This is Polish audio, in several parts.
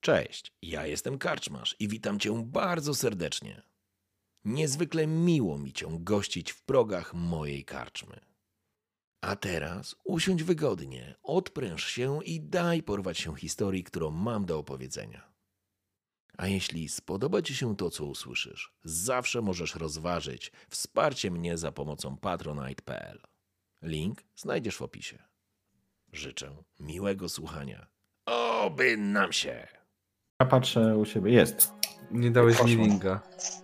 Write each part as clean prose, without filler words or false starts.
Cześć, ja jestem Karczmasz i witam Cię bardzo serdecznie. Niezwykle miło mi Cię gościć w progach mojej karczmy. A teraz usiądź wygodnie, odpręż się i daj porwać się historii, którą mam do opowiedzenia. A jeśli spodoba Ci się to, co usłyszysz, zawsze możesz rozważyć wsparcie mnie za pomocą patronite.pl. Link znajdziesz w opisie. Życzę miłego słuchania. Oby nam się! Ja patrzę u siebie, jest. Nie dałeś mi Poszło. linka.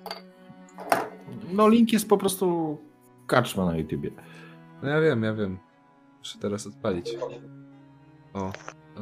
No link jest po prostu Karczma na YouTubie. No ja wiem. Muszę teraz odpalić. O.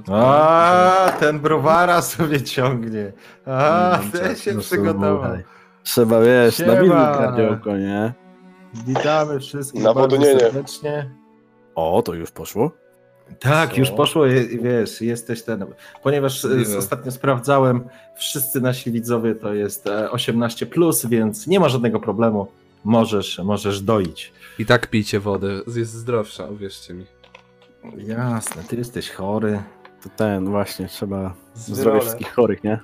A, ten browara sobie ciągnie. A, Nie, ten się no, przygotował. Trzeba, wiesz, Siema. na wilku kardziołko, nie? Witamy wszystkich Na bardzo podunienie. serdecznie. O, to już poszło? Tak, Co? już poszło, wiesz, jesteś ten. Ponieważ ostatnio sprawdzałem, wszyscy nasi widzowie to jest 18+, więc nie ma żadnego problemu. Możesz doić. I tak pijcie wodę, jest zdrowsza, uwierzcie mi. Jasne, ty jesteś chory. To ten, właśnie, trzeba Zwyrole. zdrowie wszystkich chorych, nie?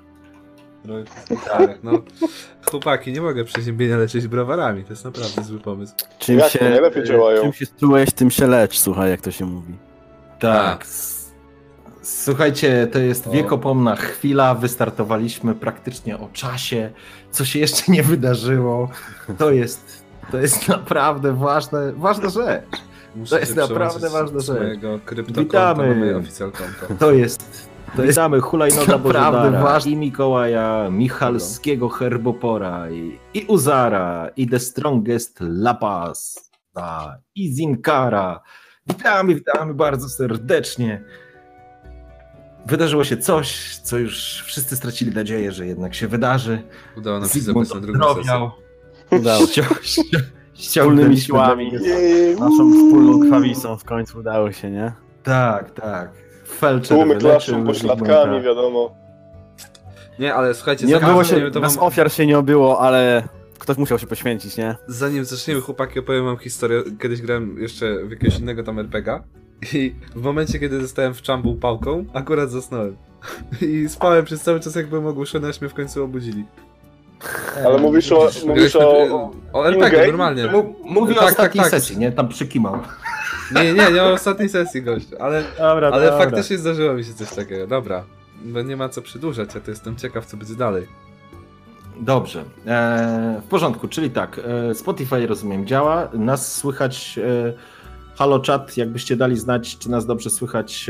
Tak, no. Chłopaki, nie mogę przeziębienia leczyć browarami, to jest naprawdę zły pomysł. Czym Jak to nie lepiej działają? czym się strułeś, tym się lecz, słuchaj, jak to się mówi. Tak. Słuchajcie, to jest O. wiekopomna chwila. Wystartowaliśmy praktycznie o czasie. Co się jeszcze nie wydarzyło. To jest naprawdę ważna rzecz. Muszę jest się naprawdę przełączyć ważna z rzecz. mojego kryptokonta Witamy. na moje oficjal konto. To jest Witamy, hulajnoga naprawdę Bożydara. ważne. I Mikołaja, Michalskiego Herbopora, i Uzara, i The Strongest La Paz, i Zinkara. Witamy bardzo serdecznie. Wydarzyło się coś, co już wszyscy stracili nadzieję, że jednak się wydarzy. Udało nam się Zygmunt zapisać na drugą sesję. odrobiał. Udało się. Wspólnymi Ściągnęliśmy siłami. do- Naszą wspólną krwawicą w końcu udało się, nie? Tak. Felczer Tłumy wyleczył klaszczą pośladkami, Zygmunta. wiadomo. Nie, ale słuchajcie, Nie zanim obyło zaczniemy, się, to bez wam, ofiar się nie obyło, ale ktoś musiał się poświęcić, nie? zanim zaczniemy, chłopaki, opowiem wam historię. Kiedyś grałem jeszcze w jakiegoś innego tam RPGa i w momencie, kiedy dostałem w czambu pałką, akurat zasnąłem. I spałem przez cały czas, jak byłem ogłuszony, aż mnie w końcu obudzili. Ale mówisz o RPG, in-game? normalnie. Mówi o Tak, ostatniej tak. sesji, nie? Tam przykimał. Nie o ostatniej sesji, gościu, ale Dobra. faktycznie zdarzyło mi się coś takiego. Dobra, bo nie ma co przedłużać, ja to jestem ciekaw, co będzie dalej. Dobrze, w porządku, czyli tak, Spotify rozumiem działa, nas słychać, halo czat, jakbyście dali znać, czy nas dobrze słychać,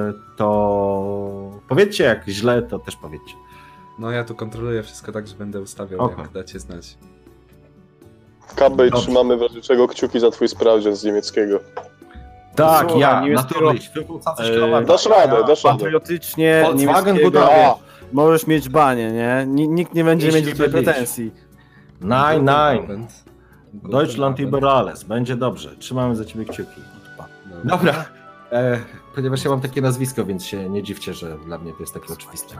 to powiedzcie, jak źle, to też powiedzcie. No ja tu kontroluję wszystko tak, że będę ustawiał, Okej. jak dacie znać. Kabej, Dobrze. trzymamy w razie czego kciuki za twój sprawdzian z niemieckiego. Tak, Słuchaj, ja, niemieckiego- Dasz radę. Patriotycznie, Volkswagen niemieckiego, Budowa. możesz mieć banie, nie? Nikt nie będzie Jeśli mieć do ciebie będziesz. pretensji. Nein, Deutschland Liberales, będzie dobrze, trzymamy za ciebie kciuki. Dobra, ponieważ ja mam takie nazwisko, więc się nie dziwcie, że dla mnie to jest takie oczywiste.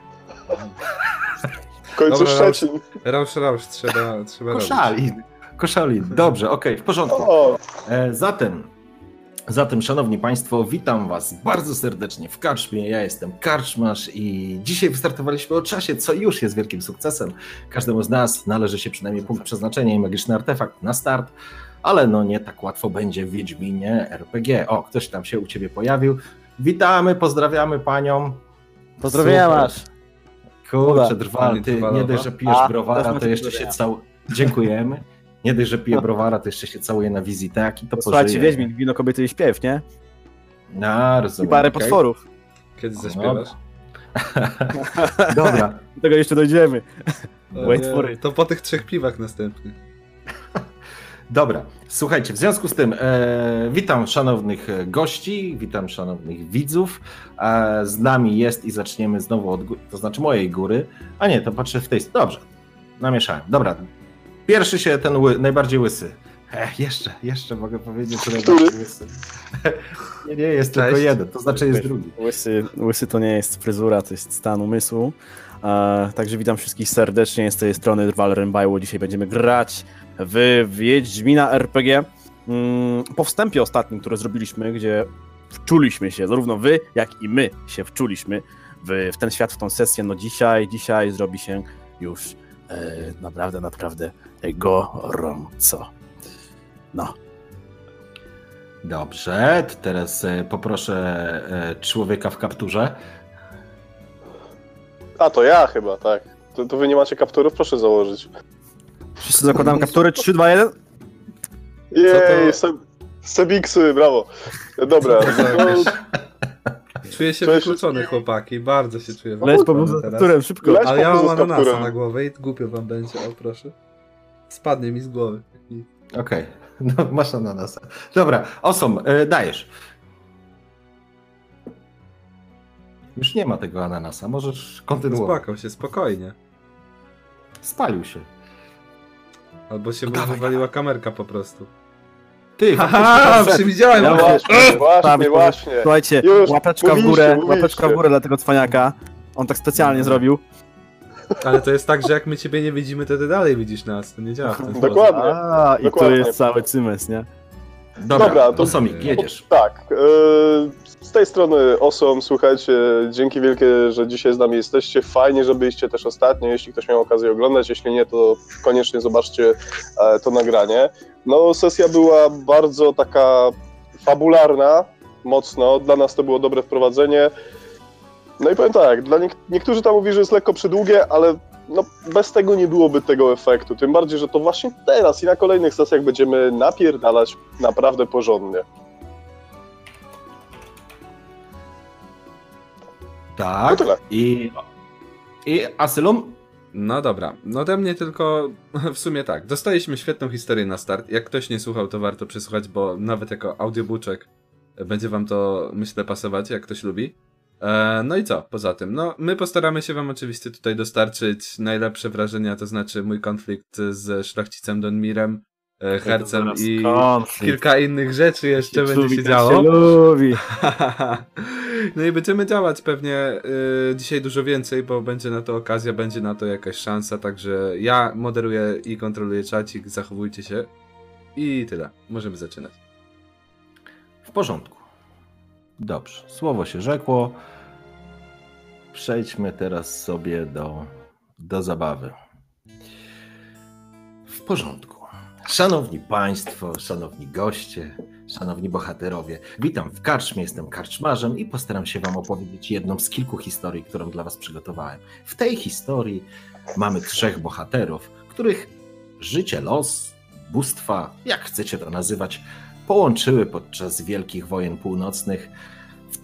W końcu Dobra, Szczecin. Rausz, trzeba robić. Koszalin, dobrze, okej, w porządku. O, Zatem, szanowni państwo, witam was bardzo serdecznie w Karczmie. Ja jestem Karczmasz i dzisiaj wystartowaliśmy o czasie, co już jest wielkim sukcesem. Każdemu z nas należy się przynajmniej punkt przeznaczenia i magiczny artefakt na start, ale no nie tak łatwo będzie w Wiedźminie RPG. O, ktoś tam się u ciebie pojawił. Witamy, pozdrawiamy panią. Pozdrowienia Super. masz. Kurczę, Drwal, Pani ty Drwalowa. nie dość, że pijesz A, browara, też to jeszcze się Dziękujemy. Nie dość, że pije browara, to jeszcze się całuje na wizytaki, to Słuchajcie, pożyje. Wiedźmin, wino, kobiety i śpiew, nie? No, I rozumiem. parę okej. potworów. Kiedy zaśpiewasz? Dobra, Do tego jeszcze dojdziemy. O Wait nie, for it. To po tych 3 piwach następnych. dobra. Słuchajcie, w związku z tym witam szanownych gości, witam szanownych widzów. Z nami jest i zaczniemy znowu od góry, to znaczy mojej góry. A nie, to patrzę w tej... Dobrze, namieszałem. Dobra, pierwszy się ten najbardziej łysy. Jeszcze mogę powiedzieć, że najbardziej łysy. Nie, jest tylko Cześć. jeden, to znaczy jest drugi. Łysy to nie jest fryzura, to jest stan umysłu. Także witam wszystkich serdecznie z tej strony Drwal Rembajło. Dzisiaj będziemy grać w Wiedźmina RPG. Po wstępie ostatnim, które zrobiliśmy, gdzie wczuliśmy się, zarówno wy, jak i my się wczuliśmy w ten świat, w tą sesję. No dzisiaj zrobi się już naprawdę gorąco. No. Dobrze, to teraz poproszę człowieka w kapturze. A, to ja chyba, tak. To wy nie macie kapturów? Proszę założyć. Wszyscy zakładamy kaptury. 3, 2, 1. Jej, Sebiksy, brawo. Dobra, no, Czuję się Cześć. wykluczony, chłopaki, bardzo się czuję Leć po wykluczony teraz. kapturem, szybko. Leć. Ale ja po mam prostu z ananasa kapturem. na głowę i głupio wam będzie, o proszę. Spadnie mi z głowy. Okej, no masz ananasa. Dobra, Osom, dajesz. Już nie ma tego ananasa, możesz kontynuować. Spłakał się, spokojnie. Spalił się. Albo się mu Dawaj, wywaliła kamerka po prostu. Ty, Haha, faktycznie, przewidziałem! Ja właśnie, właśnie. Słuchajcie, Już, łapeczka mówiliście. w górę dla tego cwaniaka. On tak specjalnie zrobił. Ale to jest tak, że jak my ciebie nie widzimy, to ty dalej widzisz nas, to nie działa w ten sposób. Dokładnie. A, i to Dokładnie. jest cały cymes, nie? Dobra, to- Osomik, jedziesz. Tak, z tej strony Osom, słuchajcie, dzięki wielkie, że dzisiaj z nami jesteście. Fajnie, że byliście też ostatnio, jeśli ktoś miał okazję oglądać, jeśli nie, to koniecznie zobaczcie to nagranie. No, sesja była bardzo taka fabularna, mocno, dla nas to było dobre wprowadzenie. No i powiem tak, dla niektórzy tam mówi, że jest lekko przydługie, ale no, bez tego nie byłoby tego efektu, tym bardziej, że to właśnie teraz i na kolejnych sesjach będziemy napierdalać naprawdę porządnie. No Tak, tyle. i Asylum? No dobra, no ode mnie tylko w sumie tak. Dostaliśmy świetną historię na start. Jak ktoś nie słuchał, to warto przesłuchać, bo nawet jako audiobooczek będzie wam to, myślę, pasować, jak ktoś lubi. No i co poza tym? No, my postaramy się wam oczywiście tutaj dostarczyć najlepsze wrażenia, to znaczy mój konflikt z szlachcicem Donmirem, Hercem i kilka innych rzeczy jeszcze będzie się działo. Lubi. No i będziemy działać pewnie dzisiaj dużo więcej, bo będzie na to okazja, będzie na to jakaś szansa, także ja moderuję i kontroluję czacik, zachowujcie się i tyle. Możemy zaczynać. W porządku. Dobrze, słowo się rzekło. Przejdźmy teraz sobie do zabawy. W porządku. Szanowni Państwo, szanowni goście, szanowni bohaterowie, witam w karczmie, jestem karczmarzem i postaram się Wam opowiedzieć jedną z kilku historii, którą dla Was przygotowałem. W tej historii mamy 3 bohaterów, których życie, los, bóstwa, jak chcecie to nazywać, połączyły podczas Wielkich Wojen Północnych w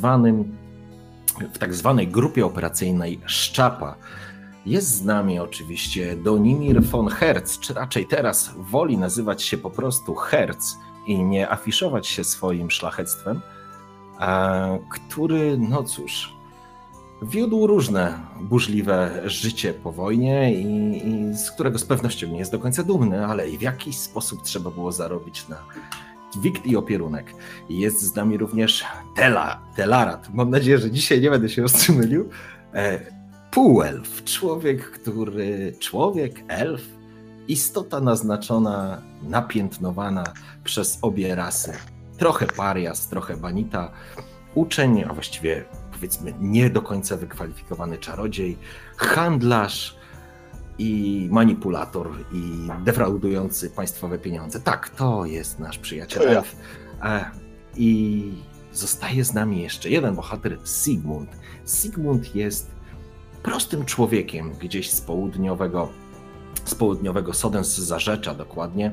tak zwanej grupie operacyjnej Szczapa. Jest z nami oczywiście Donimir von Herz, czy raczej teraz woli nazywać się po prostu Herz i nie afiszować się swoim szlachectwem, który, no cóż, wiódł różne burzliwe życie po wojnie i z którego z pewnością nie jest do końca dumny, ale i w jakiś sposób trzeba było zarobić na wikt i opierunek. Jest z nami również Telarat. Mam nadzieję, że dzisiaj nie będę się rozstrzymylił. Półelf, elf, istota naznaczona, napiętnowana przez obie rasy. Trochę parias, trochę banita, uczeń, a właściwie powiedzmy nie do końca wykwalifikowany czarodziej, handlarz i manipulator i defraudujący państwowe pieniądze. Tak, to jest nasz przyjaciel To ja. elf. I zostaje z nami jeszcze jeden bohater, Sigmund. Sigmund jest prostym człowiekiem gdzieś z południowego Sodens-Zarzecza dokładnie,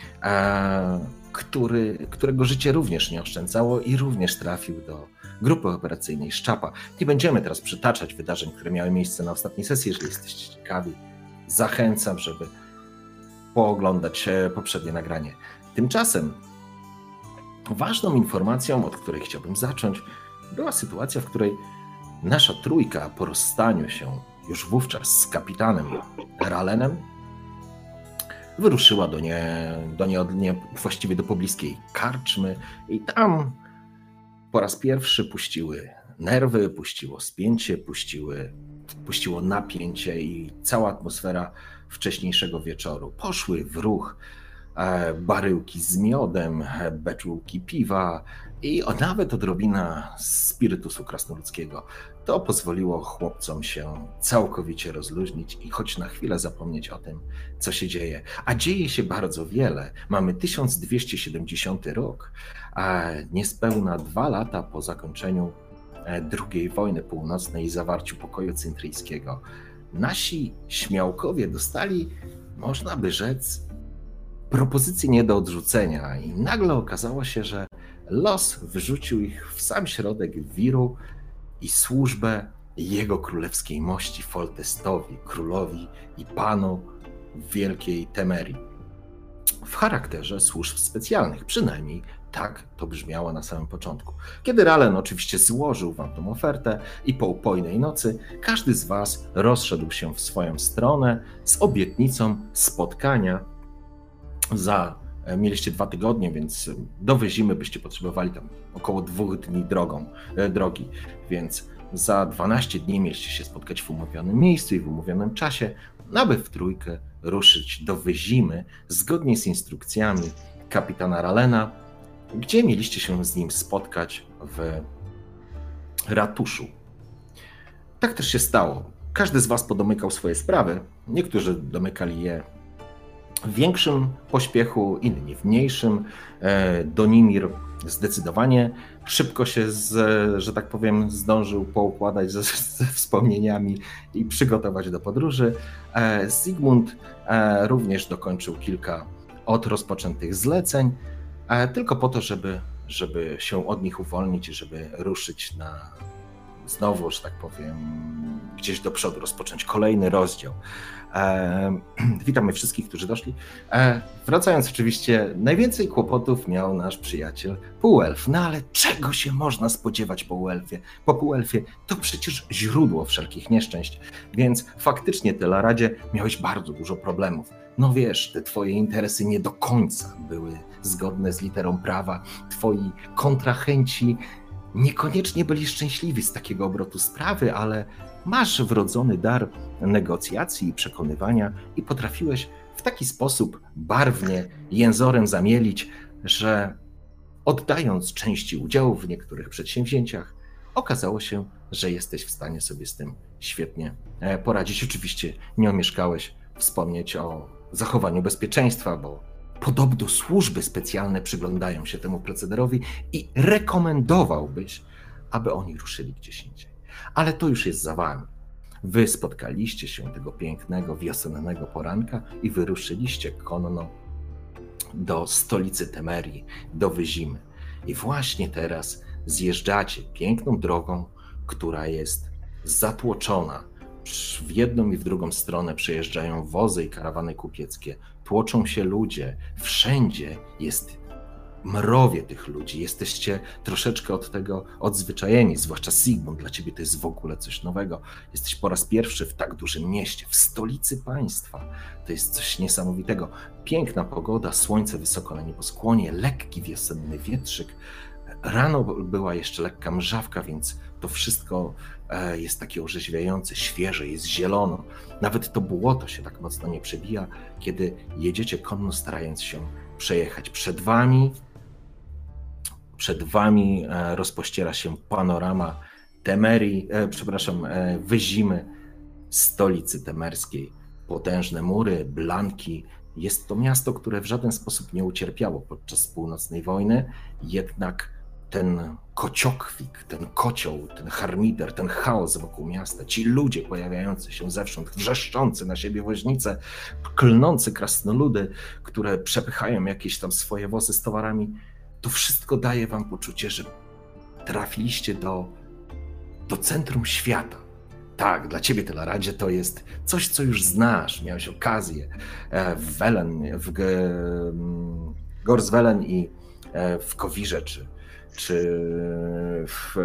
którego życie również nie oszczędzało i również trafił do grupy operacyjnej Szczapa. Nie będziemy teraz przytaczać wydarzeń, które miały miejsce na ostatniej sesji. Jeżeli jesteście ciekawi, zachęcam, żeby pooglądać poprzednie nagranie. Tymczasem ważną informacją, od której chciałbym zacząć, była sytuacja, w której nasza trójka po rozstaniu się już wówczas z kapitanem Ralenem wyruszyła właściwie do pobliskiej karczmy i tam po raz pierwszy puściły nerwy, puściło spięcie, puściło napięcie i cała atmosfera wcześniejszego wieczoru. Poszły w ruch baryłki z miodem, beczułki piwa i nawet odrobina spirytusu krasnoludzkiego. To pozwoliło chłopcom się całkowicie rozluźnić i choć na chwilę zapomnieć o tym, co się dzieje. A dzieje się bardzo wiele. Mamy 1270 rok, a niespełna 2 lata po zakończeniu II wojny północnej i zawarciu pokoju cyntryjskiego. Nasi śmiałkowie dostali, można by rzec, propozycję nie do odrzucenia i nagle okazało się, że los wyrzucił ich w sam środek wiru i służbę jego królewskiej mości Foltestowi, królowi i panu Wielkiej Temerii. W charakterze służb specjalnych, przynajmniej tak to brzmiało na samym początku. Kiedy Ralen oczywiście złożył wam tą ofertę i po upojnej nocy każdy z was rozszedł się w swoją stronę z obietnicą spotkania mieliście 2 tygodnie, więc do zimy byście potrzebowali tam około 2 dni drogi, więc za 12 dni mieliście się spotkać w umówionym miejscu i w umówionym czasie, aby w trójkę ruszyć do Wyzimy zgodnie z instrukcjami kapitana Ralena, gdzie mieliście się z nim spotkać w ratuszu. Tak też się stało. Każdy z was podomykał swoje sprawy. Niektórzy domykali je w większym pośpiechu, inni w mniejszym. Donimir zdecydowanie szybko się, że tak powiem, zdążył poukładać ze wspomnieniami i przygotować do podróży. Zygmunt również dokończył kilka od rozpoczętych zleceń, tylko po to, żeby się od nich uwolnić i żeby ruszyć znowu, że tak powiem, gdzieś do przodu, rozpocząć kolejny rozdział. Witamy wszystkich, którzy doszli. Wracając oczywiście, najwięcej kłopotów miał nasz przyjaciel półelf. No ale czego się można spodziewać po półelfie? To przecież źródło wszelkich nieszczęść. Więc faktycznie, Telaradzie, miałeś bardzo dużo problemów. No wiesz, te twoje interesy nie do końca były zgodne z literą prawa. Twoi kontrahenci niekoniecznie byli szczęśliwi z takiego obrotu sprawy, ale masz wrodzony dar negocjacji i przekonywania i potrafiłeś w taki sposób barwnie jęzorem zamielić, że oddając części udziału w niektórych przedsięwzięciach, okazało się, że jesteś w stanie sobie z tym świetnie poradzić. Oczywiście nie omieszkałeś wspomnieć o zachowaniu bezpieczeństwa, bo podobno służby specjalne przyglądają się temu procederowi i rekomendowałbyś, aby oni ruszyli gdzieś indziej. Ale to już jest za wami. Wy spotkaliście się tego pięknego, wiosennego poranka i wyruszyliście konno do stolicy Temerii, do Wyzimy. I właśnie teraz zjeżdżacie piękną drogą, która jest zatłoczona. W jedną i w drugą stronę przejeżdżają wozy i karawany kupieckie. Tłoczą się ludzie. Wszędzie jest mrowie tych ludzi. Jesteście troszeczkę od tego odzwyczajeni, zwłaszcza Zygmunt, dla ciebie to jest w ogóle coś nowego. Jesteś po raz pierwszy w tak dużym mieście, w stolicy państwa. To jest coś niesamowitego. Piękna pogoda, słońce wysoko na nieboskłonie, lekki wiosenny wietrzyk. Rano była jeszcze lekka mrzawka, więc to wszystko jest takie orzeźwiające, świeże, jest zielono. Nawet to błoto się tak mocno nie przebija, kiedy jedziecie konno, starając się przejechać. Przed wami rozpościera się panorama Temerii, Wyzimy, stolicy temerskiej. Potężne mury, blanki. Jest to miasto, które w żaden sposób nie ucierpiało podczas północnej wojny, jednak ten kociokwik, ten kocioł, ten harmider, ten chaos wokół miasta, ci ludzie pojawiający się zewsząd, wrzeszczący na siebie woźnice, klnący krasnoludy, które przepychają jakieś tam swoje wozy z towarami, to wszystko daje wam poczucie, że trafiliście do centrum świata. Tak, dla ciebie, Telaradzie, to jest coś, co już znasz. Miałeś okazję w Gorswellen i w Kowirze, czy w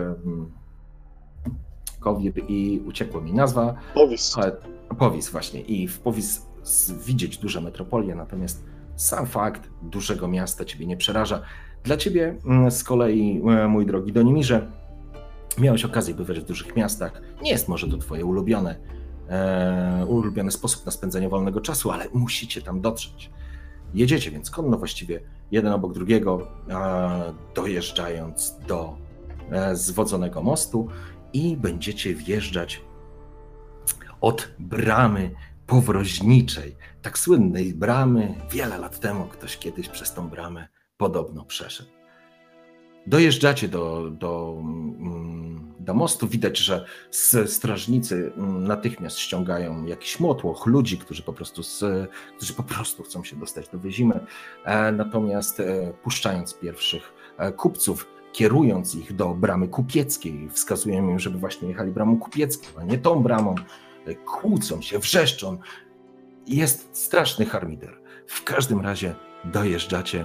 Kowir i uciekło mi nazwa. Powis właśnie. I w Powis widzieć duże metropolie, natomiast sam fakt dużego miasta ciebie nie przeraża. Dla ciebie z kolei, mój drogi Donimirze, miałeś okazję bywać w dużych miastach. Nie jest może to twoje ulubiony sposób na spędzenie wolnego czasu, ale musicie tam dotrzeć. jedziecie więc konno właściwie jeden obok drugiego, dojeżdżając do zwodzonego mostu i będziecie wjeżdżać od bramy powroźniczej, tak słynnej bramy. Wiele lat temu ktoś kiedyś przez tą bramę podobno przeszedł. Dojeżdżacie do mostu. Widać, że strażnicy natychmiast ściągają jakiś motłoch ludzi, którzy po prostu chcą się dostać do Wyzimy. Natomiast puszczając pierwszych kupców, kierując ich do bramy kupieckiej, wskazują im, żeby właśnie jechali bramą kupiecką, a nie tą bramą. Kłócą się, wrzeszczą. Jest straszny harmider. W każdym razie dojeżdżacie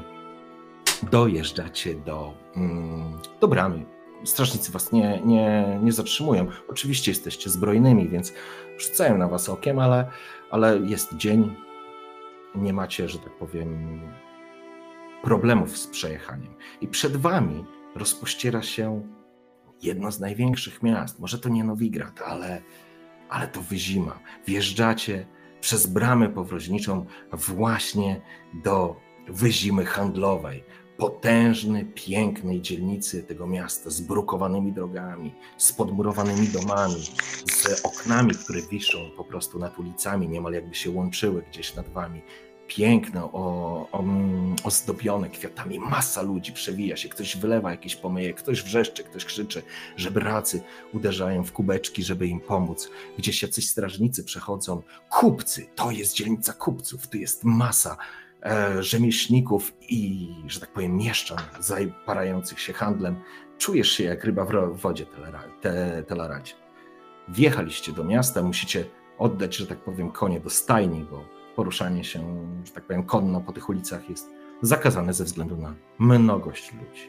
do bramy. Strażnicy was nie zatrzymują. Oczywiście jesteście zbrojnymi, więc rzucają na was okiem, ale jest dzień. Nie macie, że tak powiem, problemów z przejechaniem. I przed wami rozpościera się jedno z największych miast. Może to nie Nowigrad, ale to Wyzima. Wjeżdżacie przez bramę powroźniczą właśnie do Wyzimy handlowej. Potężnej, pięknej dzielnicy tego miasta z brukowanymi drogami, z podmurowanymi domami, z oknami, które wiszą po prostu nad ulicami, niemal jakby się łączyły gdzieś nad wami. Piękne, ozdobione kwiatami, masa ludzi przewija się, ktoś wylewa jakieś pomyje, ktoś wrzeszczy, ktoś krzyczy, żebracy uderzają w kubeczki, żeby im pomóc. Gdzieś jacyś strażnicy przechodzą, kupcy, to jest dzielnica kupców, tu jest masa rzemieślników i, że tak powiem, mieszczan zaparających się handlem. Czujesz się jak ryba w wodzie, Telaradzie. Wjechaliście do miasta, musicie oddać, że tak powiem, konie do stajni, bo poruszanie się, że tak powiem, konno po tych ulicach jest zakazane ze względu na mnogość ludzi.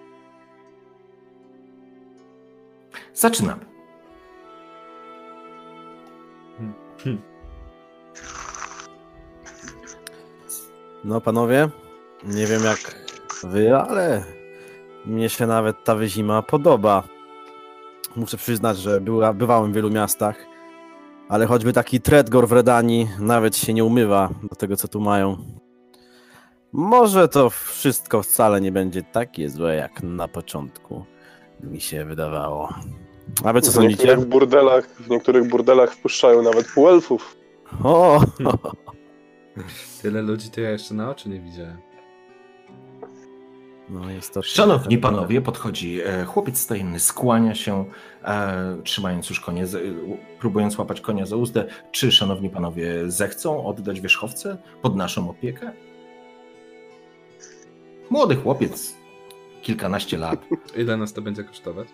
Zaczynamy. No panowie, nie wiem jak wy, ale mnie się nawet ta Wyzima podoba. Muszę przyznać, że bywałem w wielu miastach, ale choćby taki Tredgor w Redanii nawet się nie umywa do tego, co tu mają. Może to wszystko wcale nie będzie takie złe, jak na początku mi się wydawało. A wy co sądzicie? W niektórych burdelach wpuszczają nawet półelfów. O! Tyle ludzi to ja jeszcze na oczy nie widziałem. No jest to... Szanowni panowie, podchodzi chłopiec stajenny, skłania się, trzymając już konie, próbując łapać konia za uzdę. Czy szanowni panowie zechcą oddać wierzchowcę pod naszą opiekę? Młody chłopiec, kilkanaście lat. Ile nas to będzie kosztować?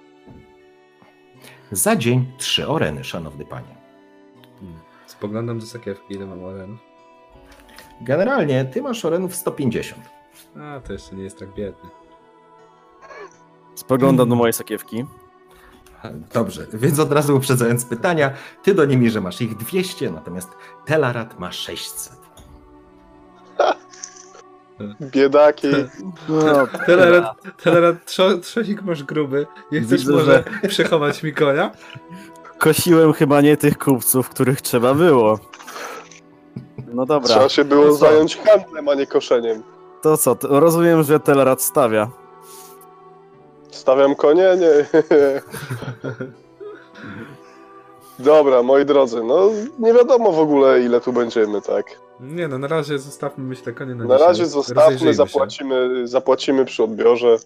Za dzień 3 oreny, szanowny panie. Spoglądam do sakiewki, ile mam orenów. Generalnie ty masz orenów 150. A, to jeszcze nie jest tak biedny. Spoglądam do mojej sakiewki. Dobrze, więc od razu uprzedzając pytania, ty do nimi, że masz ich 200, natomiast Telarad ma 600. Biedaki. No, Telerad, trzosik masz gruby. Nie chcesz Widzę, może przechować mi konia? kosiłem chyba nie tych kupców, których trzeba było. No dobra. Trzeba się było To co? zająć handlem, a nie koszeniem. To co? To rozumiem, że Telerad stawia. Stawiam konie? Nie. Dobra, moi drodzy, no nie wiadomo w ogóle ile tu będziemy, tak? Nie no, na razie zostawmy, myślę, konie na Na dzisiaj. razie zostawmy, Rozejrzyjmy się. zapłacimy przy odbiorze.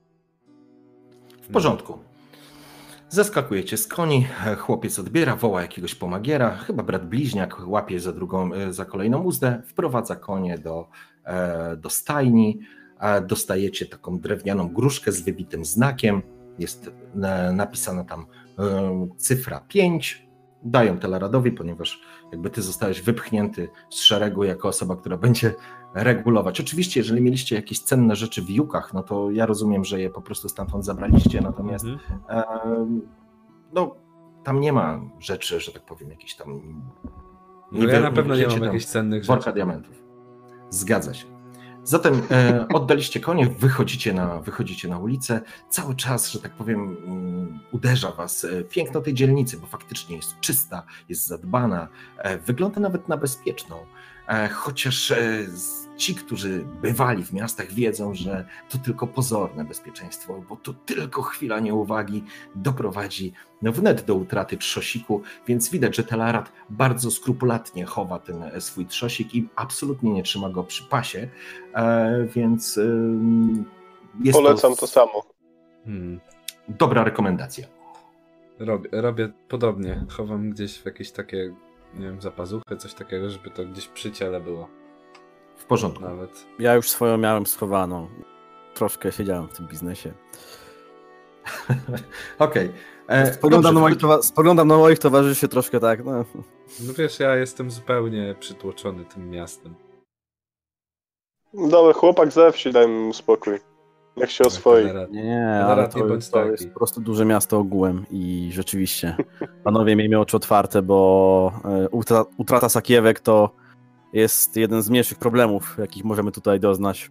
W porządku. Zeskakujecie z koni, chłopiec odbiera, woła jakiegoś pomagiera, chyba brat bliźniak łapie za kolejną uzdę, wprowadza konie do stajni, dostajecie taką drewnianą gruszkę z wybitym znakiem, jest napisana tam cyfra 5, dają Telaradowi, ponieważ jakby ty zostałeś wypchnięty z szeregu jako osoba, która będzie regulować. Oczywiście, jeżeli mieliście jakieś cenne rzeczy w jukach, no to ja rozumiem, że je po prostu stamtąd zabraliście, natomiast no, tam nie ma rzeczy, że tak powiem, jakichś tam... No ja na pewno nie mam tam jakichś cennych worka rzeczy. diamentów. Zgadza się. Zatem oddaliście konie, wychodzicie na ulicę. Cały czas, że tak powiem, uderza was piękno tej dzielnicy, bo faktycznie jest czysta, jest zadbana, wygląda nawet na bezpieczną. chociaż ci, którzy bywali w miastach, wiedzą, że to tylko pozorne bezpieczeństwo, bo to tylko chwila nieuwagi doprowadzi wnet do utraty trzosiku, więc widać, że Telerat bardzo skrupulatnie chowa ten swój trzosik i absolutnie nie trzyma go przy pasie, więc jest Polecam to samo. dobra rekomendacja. Robię podobnie. Chowam gdzieś w jakieś takie, nie wiem, zapazuchy, coś takiego, żeby to gdzieś przy ciele było. W porządku. Nawet. Ja już swoją miałem schowaną. Troszkę siedziałem w tym biznesie. Okej. Spoglądam na moich towarzyszy troszkę tak, no. No wiesz, ja jestem zupełnie przytłoczony tym miastem. Dobra, chłopak ze wsi, daj mu spokój. Niech się oswoi. Nie, ale Telerat nie to bądź to taki. jest po prostu duże miasto ogółem i rzeczywiście, panowie, miejmy oczy otwarte, bo utrata sakiewek to jest jeden z mniejszych problemów, jakich możemy tutaj doznać.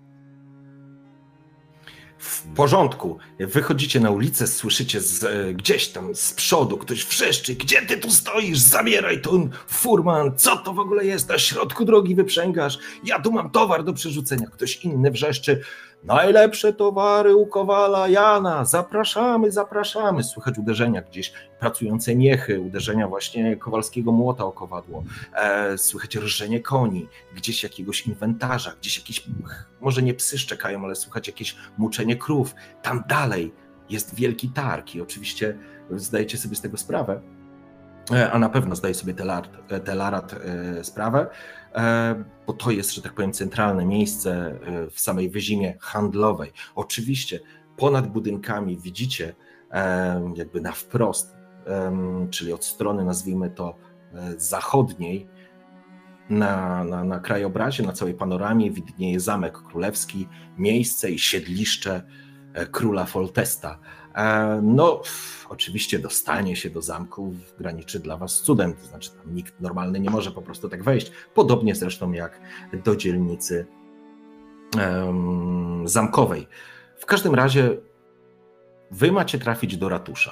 W porządku. Wychodzicie na ulicę, słyszycie gdzieś tam z przodu ktoś wrzeszczy. Gdzie ty tu stoisz? Zabieraj to, furman. Co to w ogóle jest? Na środku drogi wyprzęgasz. Ja tu mam towar do przerzucenia. Ktoś inny wrzeszczy. Najlepsze towary u Kowala Jana. Zapraszamy, zapraszamy. Słychać uderzenia gdzieś, pracujące miechy, uderzenia właśnie Kowalskiego młota o kowadło. Słychać rżenie koni, gdzieś jakiegoś inwentarza, gdzieś jakieś, może nie psy szczekają, ale słychać jakieś muczenie krów. Tam dalej jest wielki targ i oczywiście zdajecie sobie z tego sprawę, a na pewno zdaje sobie Telerat sprawę, bo to jest, że tak powiem, centralne miejsce w samej Wyzimie handlowej. Oczywiście ponad budynkami widzicie jakby na wprost, czyli od strony, nazwijmy to, zachodniej, na krajobrazie, na całej panoramie widnieje Zamek Królewski, miejsce i siedliszcze króla Foltesta. No, oczywiście dostanie się do zamku graniczy dla was z cudem, to znaczy tam nikt normalny nie może po prostu tak wejść, podobnie zresztą jak do dzielnicy zamkowej. W każdym razie wy macie trafić do ratusza.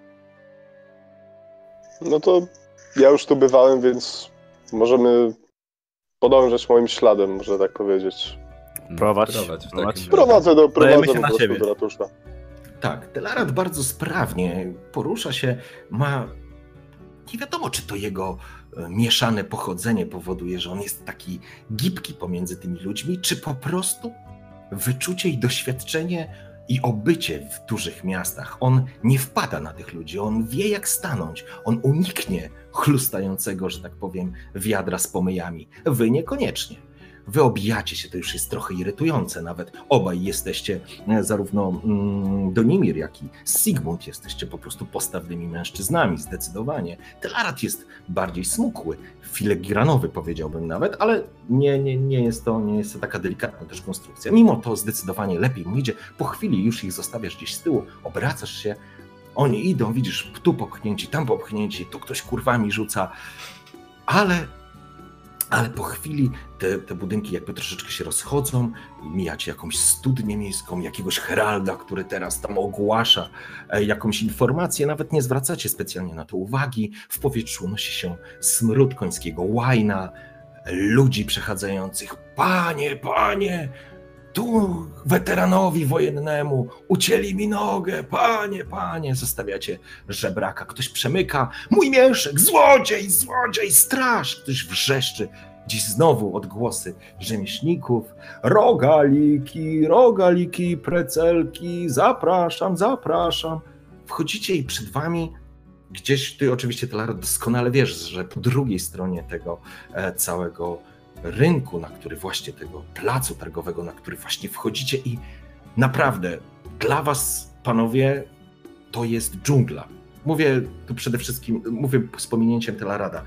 No to ja już tu bywałem, więc możemy podążać moim śladem, można tak powiedzieć. Prowadź. w takim razie. Prowadzę Dajemy się po na prostu ciebie. do ratusza. Tak, Telerat bardzo sprawnie porusza się, ma... Nie wiadomo, czy to jego mieszane pochodzenie powoduje, że on jest taki gibki pomiędzy tymi ludźmi, czy po prostu wyczucie i doświadczenie i obycie w dużych miastach. On nie wpada na tych ludzi, on wie jak stanąć, on uniknie chlustającego, że tak powiem, wiadra z pomyjami. Wy niekoniecznie. Wy obijacie się, to już jest trochę irytujące nawet. Obaj jesteście, zarówno Donimir, jak i Sigmund, jesteście po prostu postawnymi mężczyznami, zdecydowanie. Telerat jest bardziej smukły, filigranowy powiedziałbym nawet, ale nie jest to taka delikatna też konstrukcja. Mimo to zdecydowanie lepiej mu idzie. Po chwili już ich zostawiasz gdzieś z tyłu, obracasz się, oni idą, widzisz, tu popchnięci, tam popchnięci, tu ktoś kurwami rzuca, ale po chwili te budynki jakby troszeczkę się rozchodzą, mijacie jakąś studnię miejską, jakiegoś heralda, który teraz tam ogłasza jakąś informację, nawet nie zwracacie specjalnie na to uwagi. W powietrzu unosi się smród końskiego łajna, ludzi przechadzających. Panie, tu weteranowi wojennemu ucięli mi nogę, panie, zostawiacie żebraka, ktoś przemyka, mój mieszek, złodziej, straż, ktoś wrzeszczy, dziś znowu odgłosy rzemieślników, rogaliki, precelki, zapraszam, wchodzicie i przed wami gdzieś, ty oczywiście Telerat doskonale wiesz, że po drugiej stronie tego całego rynku, na który właśnie tego placu targowego, na który właśnie wchodzicie i naprawdę dla was, panowie, to jest dżungla. Mówię tu przede wszystkim, mówię z pominięciem Telerada.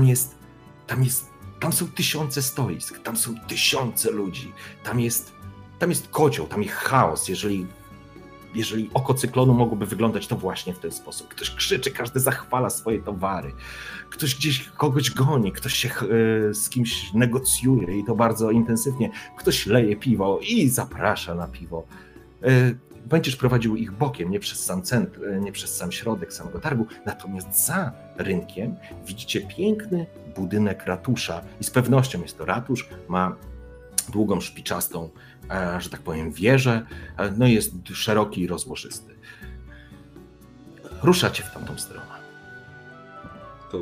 Tam są tysiące stoisk, tam są tysiące ludzi, tam jest kocioł, tam jest chaos. Jeżeli oko cyklonu mogłoby wyglądać, to właśnie w ten sposób. Ktoś krzyczy, każdy zachwala swoje towary. Ktoś gdzieś kogoś goni, ktoś się z kimś negocjuje i to bardzo intensywnie. Ktoś leje piwo i zaprasza na piwo. Będziesz prowadził ich bokiem, nie przez sam centrum, nie przez sam środek samego targu, natomiast za rynkiem widzicie piękny budynek ratusza i z pewnością jest to ratusz, ma długą, szpiczastą, że tak powiem, wieżę, no i jest szeroki i rozłożysty. Ruszacie w tamtą stronę. Tu.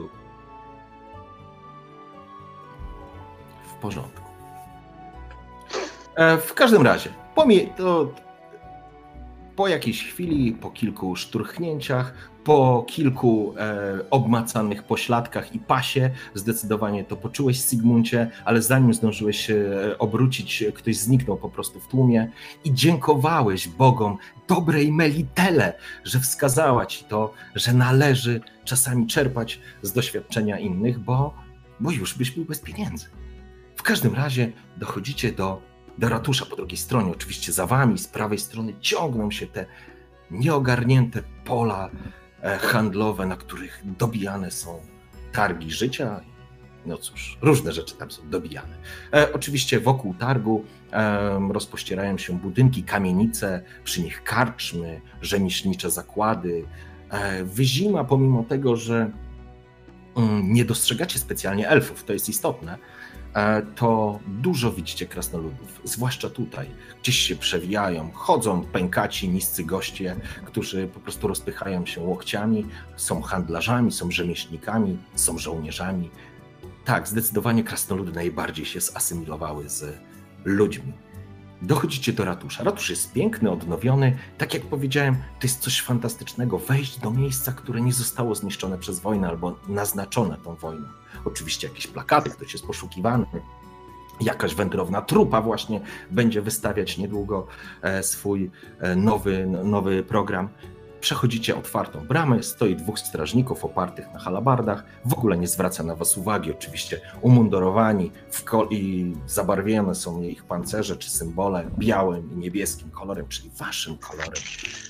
W porządku. W każdym razie, po jakiejś chwili, po kilku szturchnięciach, po kilku obmacanych pośladkach i pasie, zdecydowanie to poczułeś, Sigmundzie, ale zanim zdążyłeś się obrócić, ktoś zniknął po prostu w tłumie i dziękowałeś Bogom dobrej Melitele, że wskazała ci to, że należy czasami czerpać z doświadczenia innych, bo już byś był bez pieniędzy. W każdym razie dochodzicie do ratusza po drugiej stronie. Oczywiście za wami, z prawej strony ciągną się te nieogarnięte pola handlowe, na których dobijane są targi życia. No cóż, różne rzeczy tam są dobijane. Oczywiście wokół targu rozpościerają się budynki, kamienice, przy nich karczmy, rzemieślnicze zakłady. Wyzima, pomimo tego, że nie dostrzegacie specjalnie elfów, to jest istotne, to dużo widzicie krasnoludów, zwłaszcza tutaj. Gdzieś się przewijają, chodzą pękaci, niscy goście, którzy po prostu rozpychają się łokciami, są handlarzami, są rzemieślnikami, są żołnierzami. Tak, zdecydowanie krasnoludy najbardziej się zasymilowały z ludźmi. Dochodzicie do ratusza. Ratusz jest piękny, odnowiony. Tak jak powiedziałem, to jest coś fantastycznego. Wejść do miejsca, które nie zostało zniszczone przez wojnę albo naznaczone tą wojną. Oczywiście jakieś plakaty, ktoś jest poszukiwany. Jakaś wędrowna trupa właśnie będzie wystawiać niedługo swój nowy program. Przechodzicie otwartą bramę, stoi dwóch strażników opartych na halabardach, w ogóle nie zwraca na was uwagi, oczywiście umundurowani i zabarwione są ich pancerze czy symbole białym i niebieskim kolorem, czyli waszym kolorem.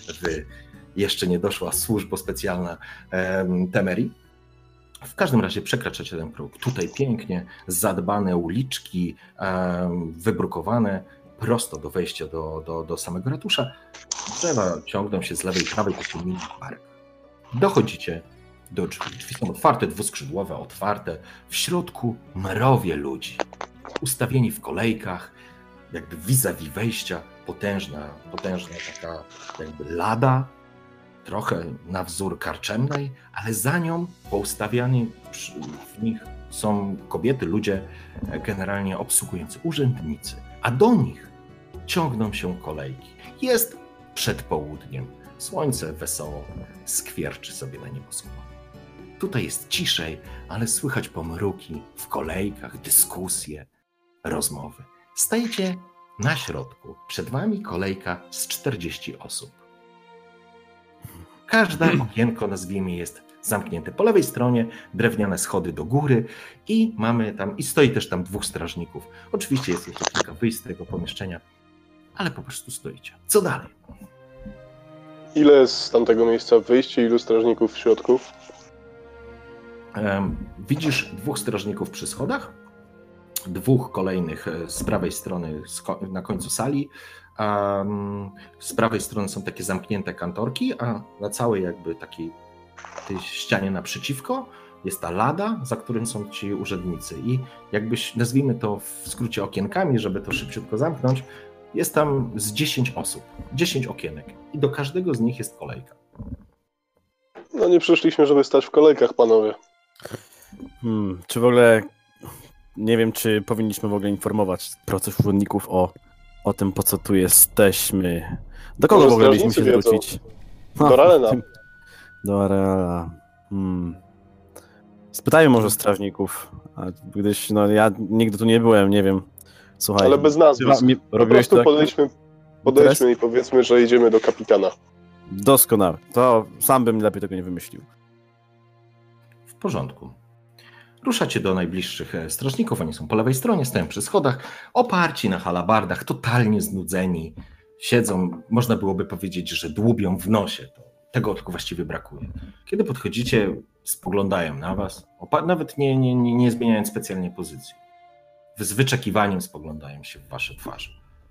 Jeszcze nie doszła służba specjalna Temerii. W każdym razie przekraczacie ten próg. Tutaj pięknie zadbane uliczki, wybrukowane, prosto do wejścia do samego ratusza. Drzewa ciągną się z lewej i prawej, to jest mini park. Dochodzicie do drzwi. Drzwi są otwarte, dwuskrzydłowe, otwarte. W środku mrowie ludzi. Ustawieni w kolejkach, jakby vis-a-vis wejścia. Potężna taka jakby lada, trochę na wzór karczemnej, ale za nią poustawiani w nich są kobiety, ludzie generalnie obsługujący, urzędnicy. A do nich ciągną się kolejki. Jest przedpołudniem. Słońce wesoło skwierczy sobie na niebosłonach. Tutaj jest ciszej, ale słychać pomruki w kolejkach, dyskusje, rozmowy. Stajecie na środku. Przed wami kolejka z 40 osób. Każde okienko, nazwijmy, jest zamknięte. Po lewej stronie drewniane schody do góry i stoi też tam dwóch strażników. Oczywiście jest jeszcze kilka wyjść z tego pomieszczenia, ale po prostu stoicie. Co dalej? Ile z tamtego miejsca wyjść i ilu strażników w środku? Widzisz dwóch strażników przy schodach, dwóch kolejnych z prawej strony na końcu sali. Z prawej strony są takie zamknięte kantorki, a na całej jakby takiej tej ścianie naprzeciwko jest ta lada, za którym są ci urzędnicy. I jakbyś, nazwijmy to w skrócie okienkami, żeby to szybciutko zamknąć, jest tam z 10 osób, 10 okienek i do każdego z nich jest kolejka. No nie przyszliśmy, żeby stać w kolejkach, panowie. Czy w ogóle, nie wiem, czy powinniśmy w ogóle informować proces urzędników o tym, po co tu jesteśmy. Do kogo Może moglibyśmy się strażnicy zwrócić? Do Ralena. Do Arela. Spytajmy może strażników, gdyż ja nigdy tu nie byłem, nie wiem. Słuchaj. Ale bez nazwisk. Po Robiłeś prostu to podejdźmy i powiedzmy, że idziemy do kapitana. Doskonale. To sam bym lepiej tego nie wymyślił. W porządku. Ruszacie do najbliższych strażników, oni są po lewej stronie, stoją przy schodach, oparci na halabardach, totalnie znudzeni, siedzą, można byłoby powiedzieć, że dłubią w nosie. Tego tylko właściwie brakuje. Kiedy podchodzicie, spoglądają na was, nawet nie zmieniając specjalnie pozycji. Z wyczekiwaniem spoglądają się w wasze twarze.